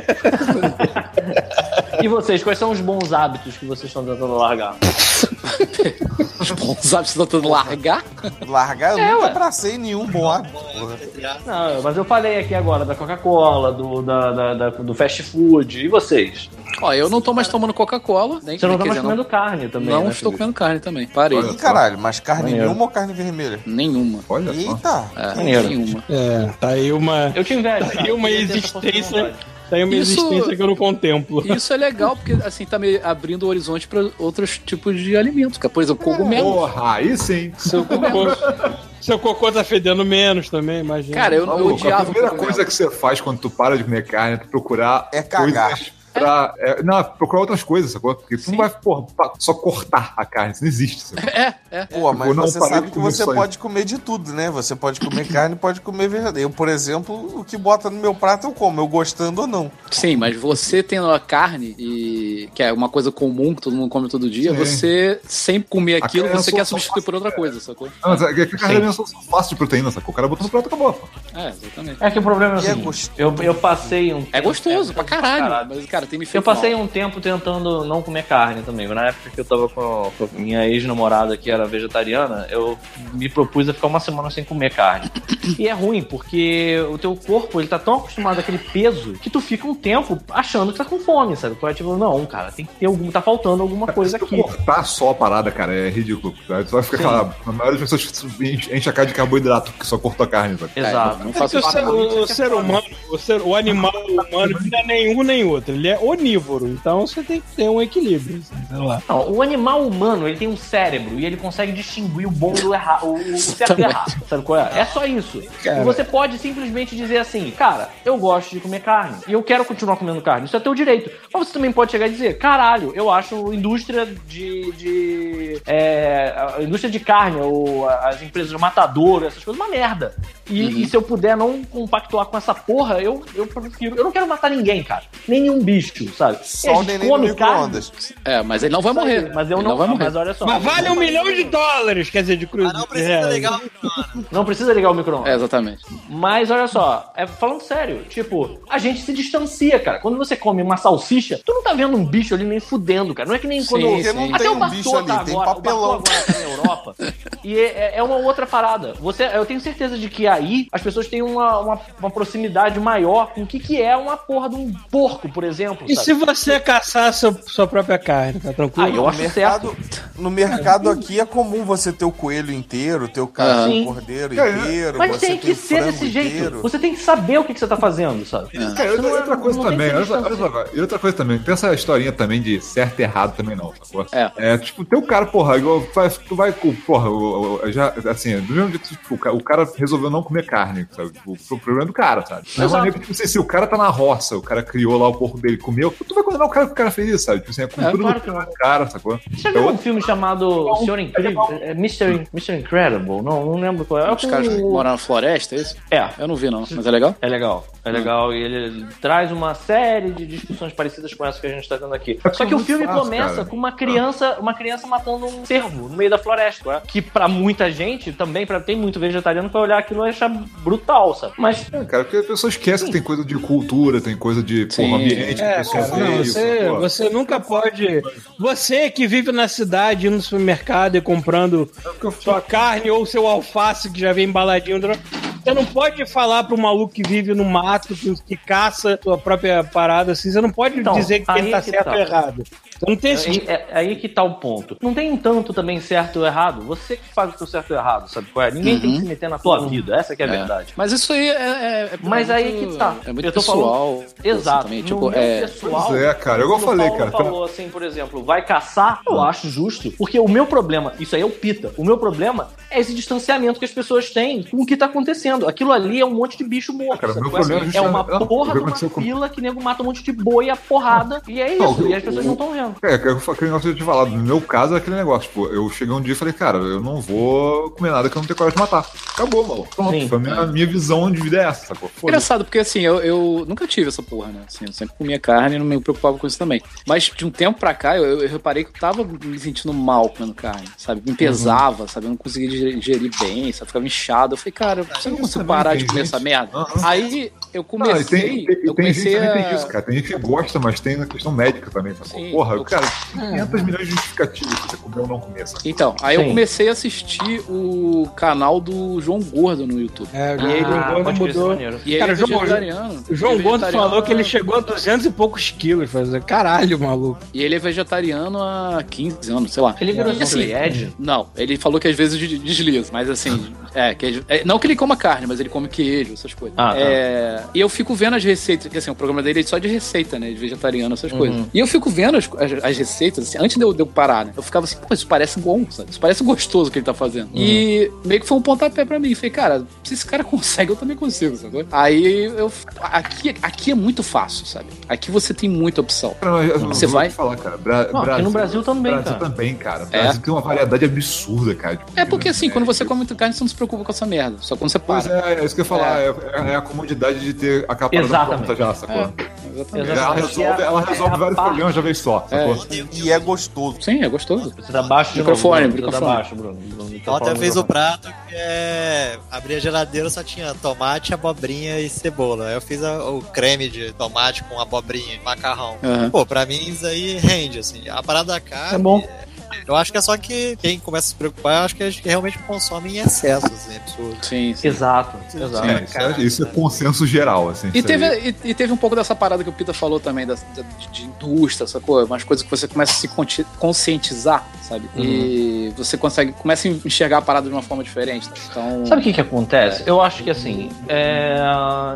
E vocês, quais são os bons hábitos que vocês estão tentando largar? Os bons hábitos estão tentando largar. Largar, eu É, nunca ué. abracei nenhum bom hábito. porra. Não, mas eu falei aqui agora da Coca-Cola, do, da, da- da- do fast food. E vocês? Ó, eu não tô mais tomando Coca-Cola. Nem Você não tá quer mais dizer, comendo carne também, Não né, estou Felipe? comendo carne também. Parei. Olha. Ih, caralho, mas carne Maneiro. nenhuma ou carne vermelha? Nenhuma. Olha só. Eita! É, Maneiro. nenhuma. É, tá aí uma, Eu te invejo, tá cara. aí uma Eu queria ter essa existência, possibilidade. tá aí uma Isso- existência que eu não contemplo. Isso é legal, porque assim, tá me abrindo o horizonte pra outros tipos de alimentos. Cara. Por exemplo, cogumelo. Porra, aí sim. Seu cocô, seu cocô tá fedendo menos também, imagina. Cara, eu, eu Maluco, a odiava primeira cogumelo. coisa que você faz quando tu para de comer carne é tu procurar É cagar. coisas pra... é, não, procurar outras coisas, sacou? Porque tu não vai, porra, pa- só cortar a carne, isso não existe, sacou? É, é. Pô, mas Eu não você parei sabe de que comer você só pode comer de tudo, né? Você pode comer carne, pode comer verdadeiro. Eu, por exemplo, o que bota no meu prato eu como, eu gostando ou não. Sim, mas você tendo a carne, e que é uma coisa comum que todo mundo come todo dia, Sim. você sempre comer A aquilo, carne é você só- quer só substituir por outra fácil, coisa, sacou? Não, mas é que a carne é uma solução fácil de proteína, sacou? O cara botou no prato e acabou, pô. É, exatamente. É que o problema é o E é seguinte, gostoso. eu, eu passei um... É gostoso, é, pra caralho. Mas, cara, tem me feito Eu passei mal. um tempo tentando não comer carne também. Na época que eu tava com, com a minha ex-namorada que era vegetariana, eu me propus a ficar uma semana sem comer carne. E é ruim, porque o teu corpo, ele tá tão acostumado àquele peso que tu fica um tempo achando que tá com fome, sabe? Tu é tipo, não, cara, tem que ter algum... tá faltando alguma coisa Se tu aqui. cortar só a parada, cara, é ridículo. Tá? Tu vai ficar aquela... A maioria das pessoas enche enche a cara de carboidrato porque só cortou a carne, sabe? Exato. Não É que faço o, isso. ser, o, o ser humano, o, ser, o animal humano, ele não é nenhum nem outro. Ele é onívoro, então você tem que ter um equilíbrio. Sei lá. Não, o animal humano, ele tem um cérebro e ele consegue distinguir o bom do errado, o, o certo e errado. Sabe qual é? É só isso. Cara. E você pode simplesmente dizer assim, cara, eu gosto de comer carne e eu quero continuar comendo carne. Isso é teu direito. Mas você também pode chegar e dizer, caralho, eu acho a indústria de... de é, a indústria de carne, ou as empresas matadoras, essas coisas, uma merda. E, uhum. e se eu puder não compactuar com essa porra, eu, eu prefiro... Eu não quero matar ninguém, cara. Nenhum bicho, sabe? Só o neném no micro-ondas. É, mas ele não vai morrer. Mas eu ele não, não vai morrer. Mas olha só. Mas vale um milhão de dólares, quer dizer, de cruz. Mas não precisa ligar o micro-ondas. Não precisa ligar o micro-ondas. É, exatamente. Mas olha só, é, falando sério, tipo, a gente se distancia, cara. Quando você come uma salsicha, tu não tá vendo um bicho ali nem fudendo, cara. Não é que nem sim, quando... Sim. Não Até tem o um Bartô bicho ali, tá tem agora, papelão. O Bartô agora tá na Europa. E é, é uma outra parada. Você, eu tenho certeza de que aí as pessoas têm uma, uma, uma proximidade maior com o que, que é uma porra de um porco, por exemplo. E sabe? se você caçar seu, sua própria carne, tá tranquilo? Ah, eu No acho mercado, certo. no mercado aqui é comum você ter o coelho inteiro, ter o ca- Sim. o cordeiro Cara, inteiro, Mas você tem ter que o ser frango desse jeito. inteiro. Você tem que saber o que, que você tá fazendo, sabe? Cara, Você outra, não é- outra coisa não tem também, que olha se só, olha distanciar. só, e outra coisa também, tem essa historinha também de certo e errado também não, sacou? É. É, tipo, tem o cara, porra, igual, faz- tu vai, com- porra, o- o- já, assim, do mesmo jeito, tipo, o ca- o cara resolveu não comer carne, sabe? Tipo, o problema é do cara, sabe? Não é Exato. maneiro que, tipo, assim, se o cara tá na roça, o cara criou lá o porco dele, comeu, tu vai condenar o cara que o cara fez isso, sabe? Tipo assim, a cultura claro do que não. cara, sacou? Você já É viu um outro- filme chamado Senhor Incrível? É mister mister Incredible? Não, não lembro qual é. Os caras É, moram na floresta, é isso? é, Eu não vi, não. Mas é legal? é legal. É legal. E ele traz uma série de discussões parecidas com essa que a gente tá tendo aqui. É Só que o muito filme fácil, começa cara. com uma criança, uma criança matando um cervo no meio da floresta. Né? Que pra muita gente, também pra, tem muito vegetariano que vai olhar aquilo e achar brutal, sabe? Mas É, cara, porque a pessoa esquece que tem coisa de cultura, tem coisa de, Sim. porra, ambiente que a É, pessoa cara, não, veio, você, sacou? você nunca pode. Você que vive na cidade, indo no supermercado e comprando sua carne ou seu alface que já vem embaladinho. Você não pode falar pro maluco que vive no mato, que, que caça sua própria parada assim. Você não pode Então, dizer que ele aí tá que certo tá. ou errado. Você não tem esse. É, é, é aí que tá o ponto. Não tem tanto também certo ou errado. Você que faz o seu certo ou errado, sabe qual é? Ninguém tem que se meter na tua vida. Essa que é a É. verdade. Mas isso aí é. é- é Mas muito- aí que tá. É muito Eu tô pessoal. falando- Exato. Também, No tipo, meu é. pessoal, Pois é, cara, igual eu quando o falei, Paulo cara, falou assim, por exemplo, vai caçar, eu acho justo, porque o meu problema, isso aí é o pita, o meu problema é esse distanciamento que as pessoas têm com o que tá acontecendo. Aquilo ali é um monte de bicho morto. Cara, sabe? meu problema é uma justamente- porra o que de uma aconteceu com- fila que nego mata um monte de boi a porrada, e é isso, Não, e as pessoas o- não estão vendo. É, aquele negócio que eu tinha falado. No meu caso, é aquele negócio. Tipo, eu cheguei um dia e falei, cara, eu não vou comer nada que eu não tenho coragem de matar. Acabou, mano. Pronto. Sim. Foi a minha, minha visão de vida é essa, sacou? Foda-se. Engraçado, porque assim, eu, eu nunca tive essa porra, né? Assim, eu sempre comia carne e não me preocupava com isso também. Mas de um tempo pra cá, eu, eu reparei que eu tava me sentindo mal comendo carne, sabe? Me pesava, sabe? Eu não conseguia digerir, digerir bem, sabe? Ficava inchado. Eu falei, cara, eu não consigo também parar tem de comer gente- essa merda. Aham. Aí eu Não, e comecei. tem, tem, eu tem gente comecei que também a... tem isso, cara. Tem gente que gosta, mas tem a questão médica também, sacou? Sim, Porra, eu- cara, tem quinhentos milhões de justificativos pra você comer ou não comer, sacou? Então, aí eu Sim. comecei a assistir o canal do João Gordo no YouTube. É, o E ele- João Gordo pode crer, mudou. maneiro. E ele Cara, é o João- vegetariano. O João Ele é Gordo vegetariano falou que ele há- chegou a duzentos e poucos quilos. Fazer. Caralho, maluco. E ele é vegetariano há quinze anos, sei lá. Ele virou E, assim, Ed? Não, ele falou que às vezes de- desliza, mas assim, é, que, é, não que ele coma carne, mas ele come queijo, essas coisas. Ah, tá. É, e eu fico vendo as receitas, porque assim, o programa dele é só de receita, né, de vegetariano, essas Uhum. coisas. E eu fico vendo as, as, as receitas, assim, antes de eu, de eu parar, né, eu ficava assim, pô, isso parece bom, sabe? Isso parece gostoso o que ele tá fazendo. Uhum. E meio que foi um pontapé pra mim. Falei, cara, se esse cara consegue, eu também consigo, sabe? Aí eu, aqui, aqui é muito fácil, sabe? Aqui você tem muita opção. Cara, mas eu Você vou vai? te falar, cara. Bra Não, aqui no Brasil também, Brasil cara. também, cara. É. Brasil tem uma variedade absurda, cara. de É porque assim, comida, quando né? você come muito carne, você não se preocupa com essa merda. Só quando você Pois para. é, é isso que eu ia falar. É, é- é a comodidade de ter a capa Exatamente. pronta já, sacou? É, exatamente. Ela Exatamente. resolve, ela resolve É a vários parte- problemas de uma vez só, sacou? E é gostoso. Sim, é gostoso. Você tá baixo de Microfone, novo, Bruno. Você tá microfone. baixo, Bruno. Bruno, tá Ontem falando fez no o prato que é. Abri a geladeira, só tinha tomate, abobrinha e cebola. Aí eu fiz a- o creme de tomate com abobrinha e macarrão. Uhum. Pô, pra mim isso aí rende, assim. A parada da carne. É bom. Eu acho que é só que quem começa a se preocupar, eu acho que a gente realmente consome em excesso, assim, absurdo. Sim, sim. Exato, exato. É, isso, é, isso é consenso geral, assim. E isso teve, aí. e, e teve um pouco dessa parada que o Pita falou também, da, da- de, de indústria, sacou? Umas coisas que você começa a se conti- conscientizar, sabe? E você consegue, começa a enxergar a parada de uma forma diferente. Tá? Então, Sabe o que que acontece? Eu acho que assim, é...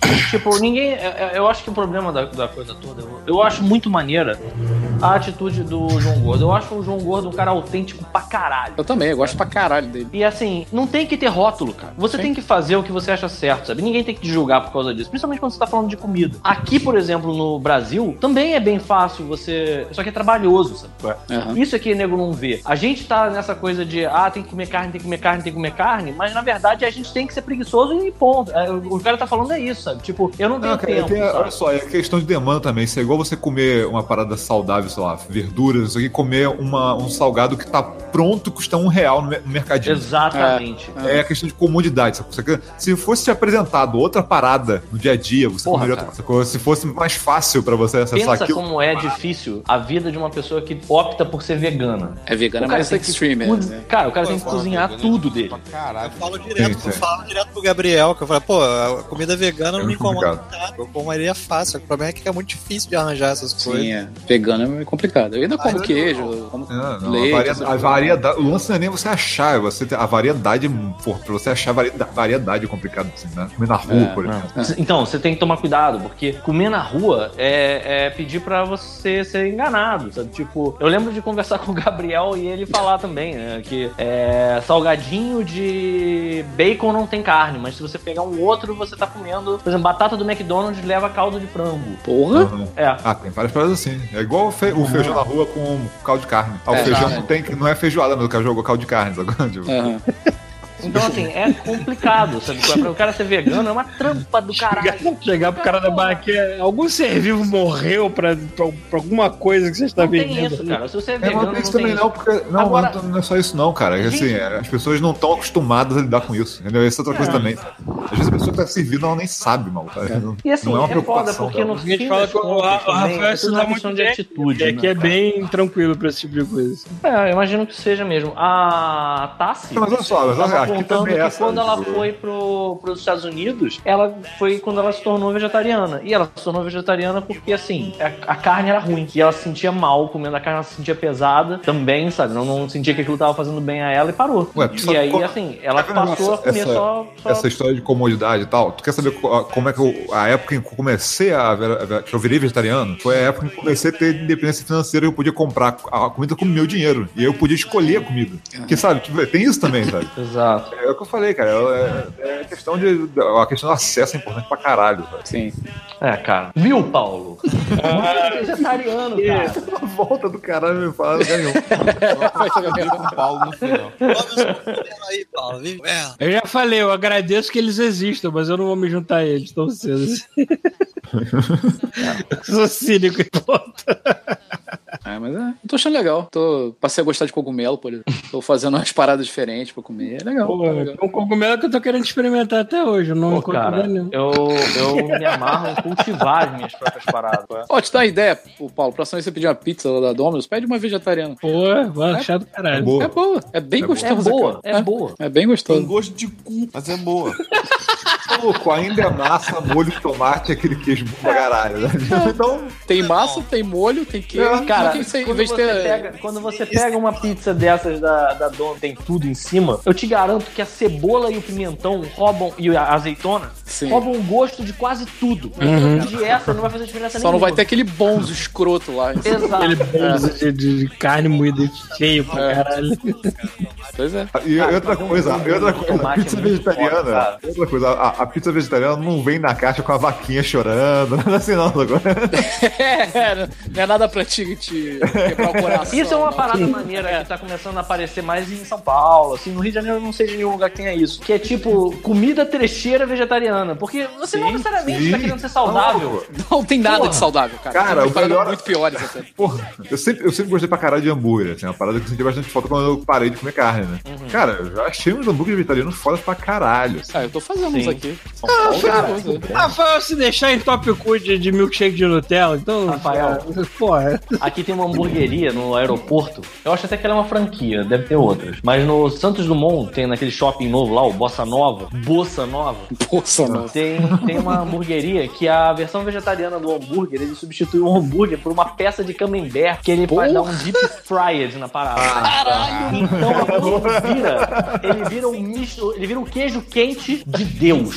Tipo, ninguém... Eu, eu acho que o problema da, da coisa toda... Eu, eu acho muito maneira a atitude do João Gordo. Eu acho o João Gordo um cara autêntico pra caralho. Eu também, eu gosto pra caralho dele. E assim, não tem que ter rótulo, cara. Você Sim. tem que fazer o que você acha certo, sabe? Ninguém tem que te julgar por causa disso. Principalmente quando você tá falando de comida. Aqui, por exemplo, no Brasil, também é bem fácil você... Só que é trabalhoso, sabe? Uhum. Isso aqui o nego não vê. A gente tá nessa coisa de, ah, tem que comer carne, tem que comer carne, tem que comer carne, mas na verdade a gente tem que ser preguiçoso e ponto. O cara tá falando é isso, sabe? Tipo, eu não tenho não, tempo, tem, olha só, é questão de demanda também. Isso é igual você comer uma parada saudável, sei lá, verduras, isso aqui, comer uma, um salgado que tá pronto, custa um real no mercadinho. Exatamente. É, é questão de comodidade. Sabe? Se fosse te apresentado outra parada no dia a dia, você Porra, comeria outra coisa. Se fosse mais fácil pra você acessar Pensa aquilo. como é difícil a vida de uma pessoa que opta por ser vegana. É vegana, mas é extreme. Que, é, cara, o cara Pô, tem que cozinhar tudo dele. Eu falo direto, sim, sim. eu falo direto pro Gabriel, que eu falo, pô, a comida vegana é não me incomoda nada. Eu comeria fácil. O problema é que é muito difícil de arranjar essas coisas. Sim, é. Vegano é complicado. Eu ainda como ah, queijo, não. como não, não, leite. A variedade, a variedade, o lance não é nem você achar, você ter, a variedade, pô, pra você achar variedade, variedade é complicado, assim, né? Comer na rua, é, por exemplo. Não. Então, você tem que tomar cuidado, porque comer na rua é, é pedir pra você ser enganado, sabe? Tipo, eu lembro de conversar com o Gabriel e ele falar também, né, que é, salgadinho de bacon não tem carne, mas se você pegar um outro, você tá comendo, por exemplo, batata do McDonald's leva caldo de frango. Porra! Uhum. É. Ah, tem várias paradas assim. É igual o, fe o feijão uhum. na rua com caldo de carne. Ah, o é, feijão não, tem, não é feijoada, mas o cara jogou caldo de carne, sabe? Uhum. Então, assim, é complicado, sabe? Pra o cara ser vegano é uma trampa do caralho. Chegar, chegar pro cara da barra que algum ser vivo morreu pra, pra, pra alguma coisa que você está não vendendo. Não tem isso, cara. Se você é vegano, é, não tem isso também isso. não, porque... Não, Agora, não é só isso não, cara. É, assim, gente... as pessoas não estão acostumadas a lidar com isso, entendeu? Essa é outra coisa é. também. Às vezes a pessoa que tá servindo, ela nem sabe, mal. É. Não, e assim, não é uma é preocupação. Foda porque no a gente fala que o Rafael é uma questão de atitude. É que é bem tranquilo pra esse tipo de coisa. É, eu imagino que seja mesmo. A Tassi... Mas olha só, mas olha, aqui também é quando ela foi pro, pros Estados Unidos, ela foi quando ela se tornou vegetariana. E ela se tornou vegetariana porque, assim, a, a carne era ruim. E ela se sentia mal comendo a carne, ela se sentia pesada também, sabe? Não, não sentia que aquilo tava fazendo bem a ela e parou. Ué, e aí, como... assim, ela passou a comer essa, só, só... Essa história de comodidade e tal, tu quer saber como é que eu, a época em que eu comecei a... que eu virei vegetariano, foi a época em que eu comecei a ter independência financeira e eu podia comprar a comida com o meu dinheiro. E eu podia escolher a comida. Porque, sabe, tem isso também, sabe? Exato. É o que eu falei, cara. É, é questão de... A questão do acesso é importante pra caralho, sabe? Sim. É, cara. Viu, Paulo? Ah, vegetariano, cara. A volta do caralho me fala, ganhou. Com Paulo no final. Aí, Paulo, eu já falei, eu agradeço que eles existam, mas eu não vou me juntar a eles tão cedo. Eu sou cínico e ponto. É, mas é, eu tô achando legal. Tô, passei a gostar de cogumelo, por exemplo. Tô fazendo umas paradas diferentes pra comer. É legal. Pô, é legal. O cogumelo que eu tô querendo experimentar até hoje. Eu não Pô, cara, eu, eu me amarro em cultivar as minhas próprias paradas. Ó, te dá uma ideia, Paulo. Próxima vez você pedir uma pizza lá da Domino's, pede uma vegetariana. Pô, vai achar do caralho. É boa. É boa. É bem é gostosa. É boa. É, é boa. É bem gostosa. Tem gosto de cu, mas é boa. Louco, ainda é massa, molho de tomate e aquele queijo pra caralho, né? Então, tem massa, tem molho, tem queijo. É. Cara, quando você, você ter... pega, quando você pega uma pizza dessas da, da Dom, tem tudo em cima, eu te garanto que a cebola e o pimentão roubam, e a azeitona, Sim. roubam o gosto de quase tudo. Uhum. De essa não vai fazer diferença Só nenhuma. não vai ter aquele bonzo escroto lá. Exato. Aquele bonzo é. de, de carne moída feio pra é. caralho. Pois é. E ah, outra coisa, um, outra coisa, a pizza é vegetariana, forte, outra coisa, a, a pizza vegetariana não vem na caixa com a vaquinha chorando, nada assim não. É, não é nada pra te, te quebrar o coração. Isso é uma parada Sim. maneira é. que tá começando a aparecer mais em São Paulo, assim, no Rio de Janeiro eu não sei de nenhum lugar que tenha isso, que é tipo comida trecheira vegetariana, porque você Sim. não necessariamente Sim. tá querendo ser saudável. Não, não tem nada Porra. de saudável, cara. Cara, tem o melhor... muito piores até. Porra, eu sempre, eu sempre gostei pra caralho de hambúrguer, assim, uma parada que eu senti bastante falta quando eu parei de comer carne, né? Uhum. Cara, eu já achei uns hambúrgueres vegetarianos foda pra caralho. Assim. Ah, eu tô fazendo Sim. uns aqui. São ah, Paulo, cara, Rafael, se deixar em top cu de, de milkshake de Nutella, então... Rafael, porra. Aqui tem uma hamburgueria no aeroporto, eu acho até que ela é uma franquia, deve ter outras, mas no Santos Dumont tem naquele shopping novo lá, o Bossa Nova, Bossa Nova, Bossa Nova. Tem, tem uma hamburgueria que a versão vegetariana do hambúrguer, ele substitui o hambúrguer por uma peça de camembert que ele faz dar um deep fried na parada. Caralho! Então a vira, ele vira um misto, ele vira um queijo quente de Deus.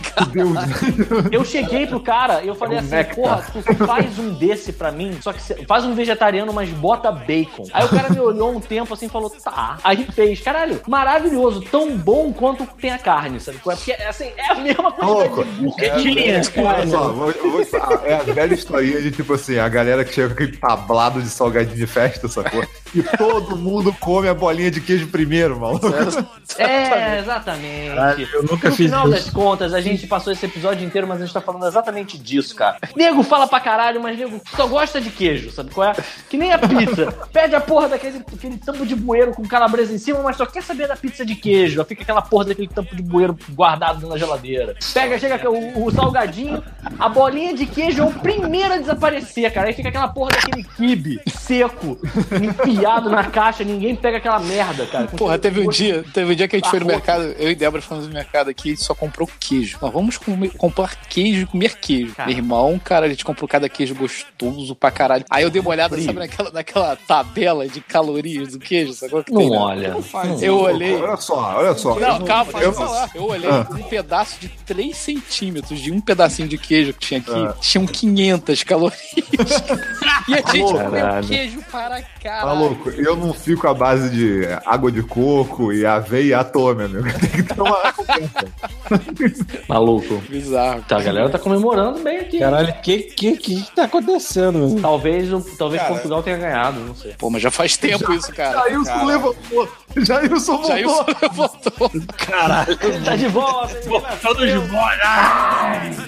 Deus. Eu cheguei pro cara e eu falei assim, porra, tu faz um desse pra mim, só que cê, faz um vegetariano, mas bota bacon. Aí o cara me olhou um tempo assim e falou, tá. Aí fez, caralho, maravilhoso, tão bom quanto tem a carne, sabe? Porque, assim, é a mesma coisa que tinha. Olha só, vou, vou, é a velha historinha de, tipo assim, a galera que chega com aquele tablado de salgadinho de festa, sacou? E todo mundo come a bolinha de queijo primeiro, maluco. É, exatamente. Caralho, eu nunca no fiz final isso. das contas, a gente passou esse episódio inteiro, mas a gente tá falando exatamente disso, cara. Nego fala pra caralho, mas nego só gosta de queijo, sabe qual é? Que nem a pizza. Pede a porra daquele aquele tampo de bueiro com calabresa em cima, mas só quer saber da pizza de queijo. Fica aquela porra daquele tampo de bueiro guardado na geladeira. Pega, chega o, o salgadinho, a bolinha de queijo é o primeiro a desaparecer, cara. Aí fica aquela porra daquele quibe seco, enfiado na caixa, ninguém pega aquela merda, cara. Porra, teve um dia, teve um dia que a gente foi no mercado, eu e Débora fomos no mercado aqui e só comprou queijo. Nós vamos comer, comprar queijo e comer queijo. Cara. Meu irmão, cara, a gente comprou cada queijo gostoso pra caralho. Aí eu dei uma olhada, sabe, naquela, naquela tabela de calorias do queijo, sabe? Que Não tem, né? olha. Eu olhei. Olha só, olha só. Não, eu, calma, eu, deixa eu falar. Eu olhei Ah. um pedaço de três centímetros de um pedacinho de queijo que tinha aqui, Ah. tinham quinhentas calorias. E a gente comeu Caralho. queijo para caralho. Maluco, eu não fico à base de água de coco e aveia e atome, amigo. Tem que ter uma recompensa. Maluco. Bizarro. Tá, a galera tá comemorando bem aqui. Caralho, o que, que, que tá acontecendo, mano? Talvez, o- talvez Cara. Portugal tenha ganhado, não sei. Pô, mas já faz tempo isso, cara. Jailson levantou. Jailson voltou. Jailson voltou. Caralho. Tá de volta, hein? Todos de volta.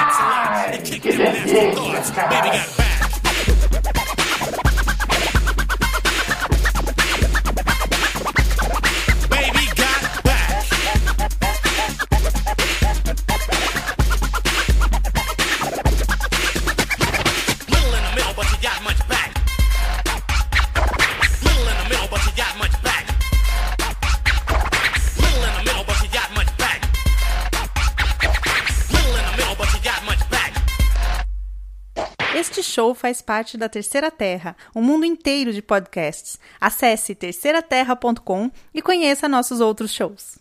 Este show faz parte da Terceira Terra, um mundo inteiro de podcasts. Acesse terceira terra ponto com e conheça nossos outros shows.